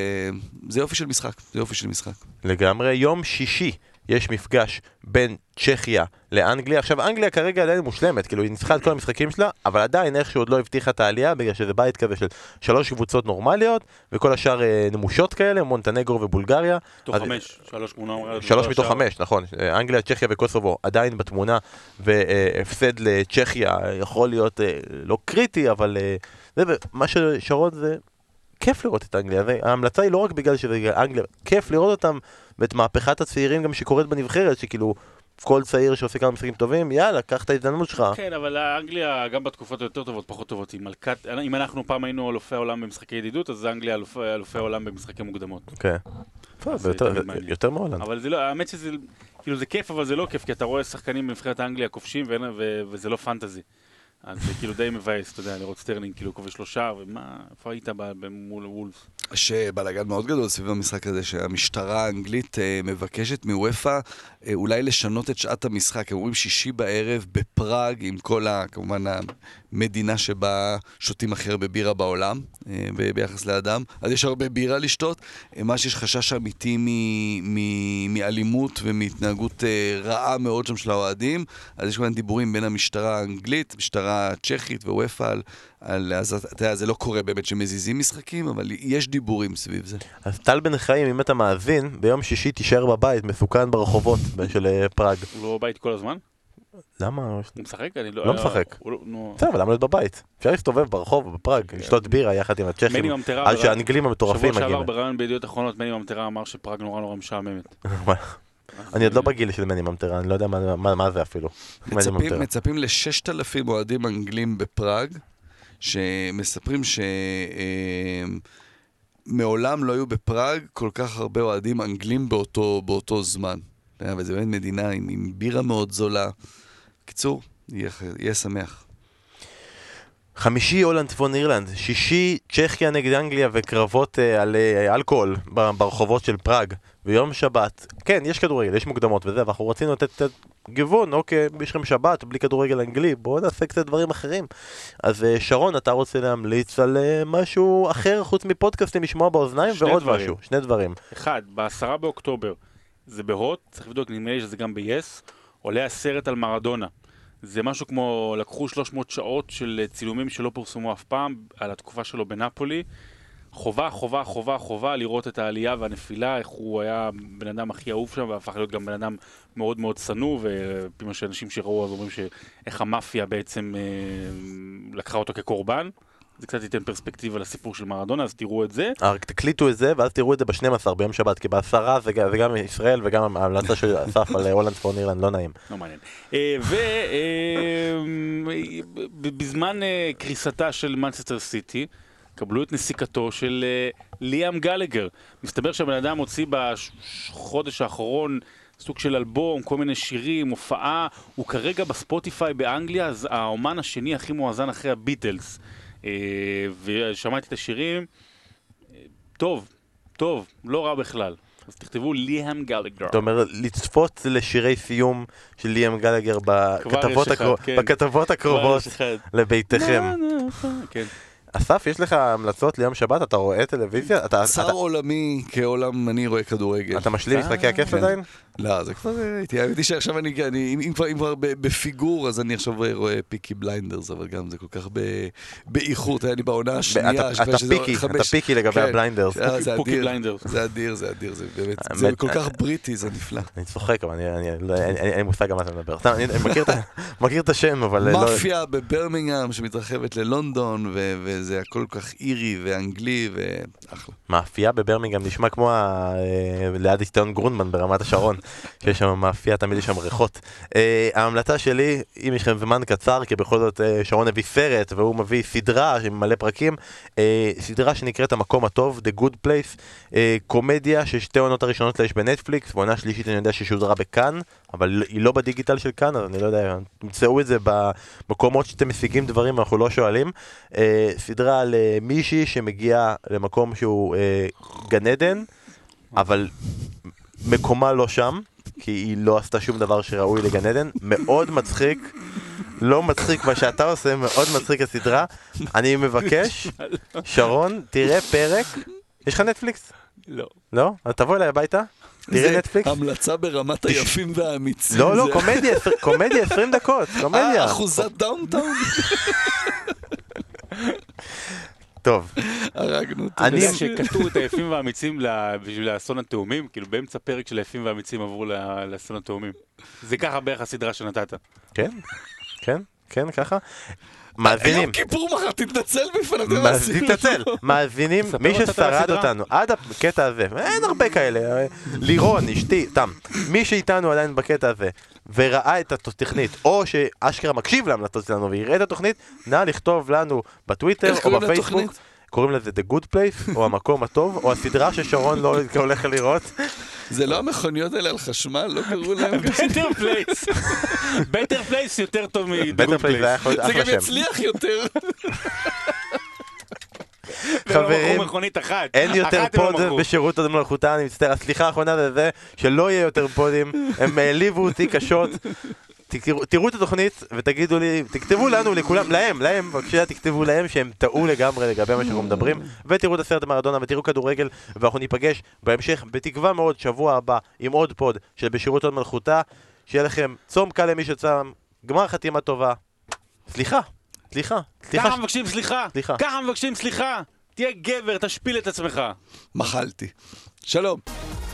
זה יופי של משחק, זה יופי של משחק. לגמרי. יום שישי יש מפגש בין צ'כיה לאנגליה. עכשיו, אנגליה כרגע עדיין מושלמת, כאילו היא ניצחה את כל המשחקים שלה, אבל עדיין איכשהו עוד לא הבטיחה את העלייה, בגלל שזה בית כזה של שלוש קבוצות נורמליות, וכל השאר אה, נמושות כאלה, מונטנגרו ובולגריה. מתוך אז, חמש, שלוש תמונה. שלוש מתוך חמש, נכון. אנגליה, צ'כיה וקוסובו עדיין בתמונה, והפסד לצ'כיה יכול להיות אה, לא קריטי, אבל אה, זה, מה ששרון זה כיף לראות את אנגליה. ההמלצה היא לא רק בגלל שזה אנגליה, כיף לראות אותם ואת מהפכת הצעירים גם שקורית בנבחרת, שכאילו כל צעיר שעושה כמה משחקים טובים, יאללה, קח את ההזדמנות שלך. כן, אבל אנגליה גם בתקופות היותר טובות, פחות טובות, היא מלכת, אם אנחנו פעם היינו אלופי העולם במשחקי ידידות, אז אנגליה אלופי העולם במשחקי מוקדמות. כן. יותר מהולנד. אבל זה לא, האמת שזה, כאילו זה כיף, אבל זה לא כיף, כי אתה רואה שחקנים בנבחרת אנגליה כובשים, וזה לא פנטזי. אז זה כאילו די מבאס, אתה יודע, לראות סטרלינג, כאילו כובש שלושה, ומה, איפה היית מול וולפס? שבלגן מאוד גדול סביב המשחק הזה, שהמשטרה האנגלית אה, מבקשת מוופא אה, אולי לשנות את שעת המשחק. הם אומרים שישי בערב בפראג, עם כל ה, כמובן המדינה שבה שותים הכי הרבה בירה בעולם, אה, ב- ביחס לאדם. אז יש הרבה בירה לשתות. אה, מה שיש חשש אמיתי מ- מ- מאלימות ומהתנהגות אה, רעה מאוד שם של האוהדים. אז יש כמובן דיבורים בין המשטרה האנגלית, משטרה צ'כית וופא על... על, אז אתה יודע, זה לא קורה באמת שמזיזים משחקים, אבל יש דיבורים סביב זה. אז טל בן חיים, אם אתה מאזין, ביום שישי תישאר בבית, מסוכן ברחובות של פראג. הוא לא בבית כל הזמן? למה? הוא משחק? אני לא... לא משחק. בסדר, אבל למה להיות בבית? אפשר להסתובב ברחוב בפראג, לשתות בירה יחד עם הצ'כים, על שהאנגלים המטורפים מגיעים. שבוע שעבר ברעיון בידיעות אחרונות, מני ממטרה אמר שפראג נורא נורא משעממת. אני עוד לא בגיל של מני ממטרה, אני לא יודע מה זה אפילו. מצפים ל-ששת אלפים אוהדים אנגלים בפראג, שמספרים שמעולם לא היו בפראג כל כך הרבה אוהדים אנגלים באותו, באותו זמן. וזה באמת מדינה עם, עם בירה מאוד זולה. קיצור, יהיה, יהיה שמח. חמישי הולנד צפון אירלנד, שישי צ'כיה נגד אנגליה וקרבות אה, על אה, אלכוהול ברחובות של פראג, ויום שבת, כן, יש כדורגל, יש מוקדמות וזה, ואנחנו רצינו לתת את גיוון, אוקיי, יש לכם שבת, בלי כדורגל אנגלי, בואו נעשה קצת דברים אחרים. אז אה, שרון, אתה רוצה להמליץ על אה, משהו אחר חוץ מפודקאסטים לשמוע באוזניים ועוד דברים. משהו, שני דברים. אחד, בעשרה באוקטובר, זה בהוט, צריך לבדוק, נדמה לי שזה גם ב-יס, עולה הסרט על מרדונה. זה משהו כמו, לקחו שלוש מאות שעות של צילומים שלא פורסמו אף פעם, על התקופה שלו בנפולי. חובה, חובה, חובה, חובה לראות את העלייה והנפילה, איך הוא היה בן אדם הכי אהוב שם, והפך להיות גם בן אדם מאוד מאוד צנוע, ופי מה שאנשים שראו אז אומרים שאיך המאפיה בעצם אה, לקחה אותו כקורבן. זה קצת ייתן פרספקטיבה לסיפור של מרדונה, אז תראו את זה. רק תקליטו את זה, ואז תראו את זה ב-שנים עשר ביום שבת, כי בעשרה זה גם ישראל וגם ההמלצה של אסף על הולנד צפון אירלנד, לא נעים. לא מעניין. ובזמן קריסתה של מנצ'סטר סיטי, קבלו את נסיקתו של ליאם גלגר. מסתבר שהבן אדם הוציא בחודש האחרון סוג של אלבום, כל מיני שירים, הופעה. הוא כרגע בספוטיפיי באנגליה, אז האומן השני הכי מואזן אחרי הביטלס. ושמעתי את השירים, טוב, טוב, לא רע בכלל. אז תכתבו ליאם גלגר. אתה אומר, לצפות לשירי סיום של ליאם גלגר בכתבות הקרובות לביתכם. כן. אסף, יש לך המלצות ליום שבת? אתה רואה טלוויזיה? צר עולמי כעולם, אני רואה כדורגל. אתה משלים משחקי הכיף עדיין? לא, זה כבר הייתי, האמת היא שעכשיו אני, אם כבר בפיגור, אז אני עכשיו רואה פיקי בליינדרס, אבל גם זה כל כך באיכות, היה לי בעונה השנייה. אתה פיקי, אתה פיקי לגבי הבליינדרס. זה אדיר, זה אדיר, זה באמת, זה כל כך בריטי, זה נפלא. אני צוחק, אבל אין מושג על מה אתה מדבר. אני מכיר את השם, אבל... מאפיה בברמינגהאם שמתרחבת ללונדון, וזה הכל כך אירי ואנגלי ואחלה. מאפיה בברמינגהאם נשמע כמו ליד אצטדיון גרונדמן ברמת השרון. שיש שם מאפייה, תמיד יש שם ריחות. Uh, ההמלצה שלי, אם יש לכם זמן קצר, כי בכל זאת uh, שרון הביא סרט, והוא מביא סדרה עם מלא פרקים, uh, סדרה שנקראת המקום הטוב, The Good Place, uh, קומדיה ששתי עונות הראשונות יש בנטפליקס, ועונה שלישית אני יודע ששודרה בכאן, אבל היא לא בדיגיטל של כאן, אז אני לא יודע, תמצאו את זה במקומות שאתם משיגים דברים, אנחנו לא שואלים. Uh, סדרה על uh, מישהי שמגיעה למקום שהוא uh, גן עדן, אבל... מקומה לא שם, כי היא לא עשתה שום דבר שראוי לגן עדן. מאוד מצחיק, לא מצחיק מה שאתה עושה, מאוד מצחיק הסדרה. אני מבקש, שרון, תראה פרק. יש לך נטפליקס? לא. לא? אז תבוא אליי הביתה, תראה נטפליקס. זה המלצה ברמת היפים והאמיצים. לא, לא, קומדיה, עשרים דקות, קומדיה. אחוזת דאונטאון. טוב. הרגנו אותו. אני יודע שקטעו את היפים והאמיצים בשביל לאסון התאומים, כאילו באמצע פרק של היפים והאמיצים עברו לאסון התאומים. זה ככה בערך הסדרה שנתת. כן, כן, כן, ככה. מאזינים. יום כיפור מחר, תתנצל בפניו. תתנצל. מאזינים, מי ששרד אותנו עד הקטע הזה, אין הרבה כאלה, לירון, אשתי, תם, מי שאיתנו עדיין בקטע הזה, וראה את התוכנית, או שאשכרה מקשיב להמלצות שלנו ויראה את התוכנית, נא לכתוב לנו בטוויטר או בפייסבוק. קוראים לזה The Good Place, או המקום הטוב, או הסדרה ששרון לא הולך לראות. זה לא המכוניות האלה על חשמל, לא קראו להם. Better Place. Better Place יותר טוב מ-The Good Place. זה גם יצליח יותר. חברים, אין יותר פוד בשירות עוד מלאכותה, אני מצטער, הסליחה האחרונה זה זה, שלא יהיה יותר פודים, הם העליבו אותי קשות. תראו את התוכנית ותגידו לי, תכתבו לנו, לכולם, להם, להם, בבקשה תכתבו להם שהם טעו לגמרי לגבי מה שאנחנו מדברים, ותראו את הסרט המרדונה ותראו כדורגל, ואנחנו ניפגש בהמשך בתקווה מאוד שבוע הבא עם עוד פוד של בשירות עוד מלאכותה. שיהיה לכם צום קל למי שצם, גמר חתימה טובה. סליחה, סליחה, סליחה. ככה מבקשים סליחה, ככה מבקשים סליחה. תהיה גבר, תשפיל את עצמך. מחלתי. שלום.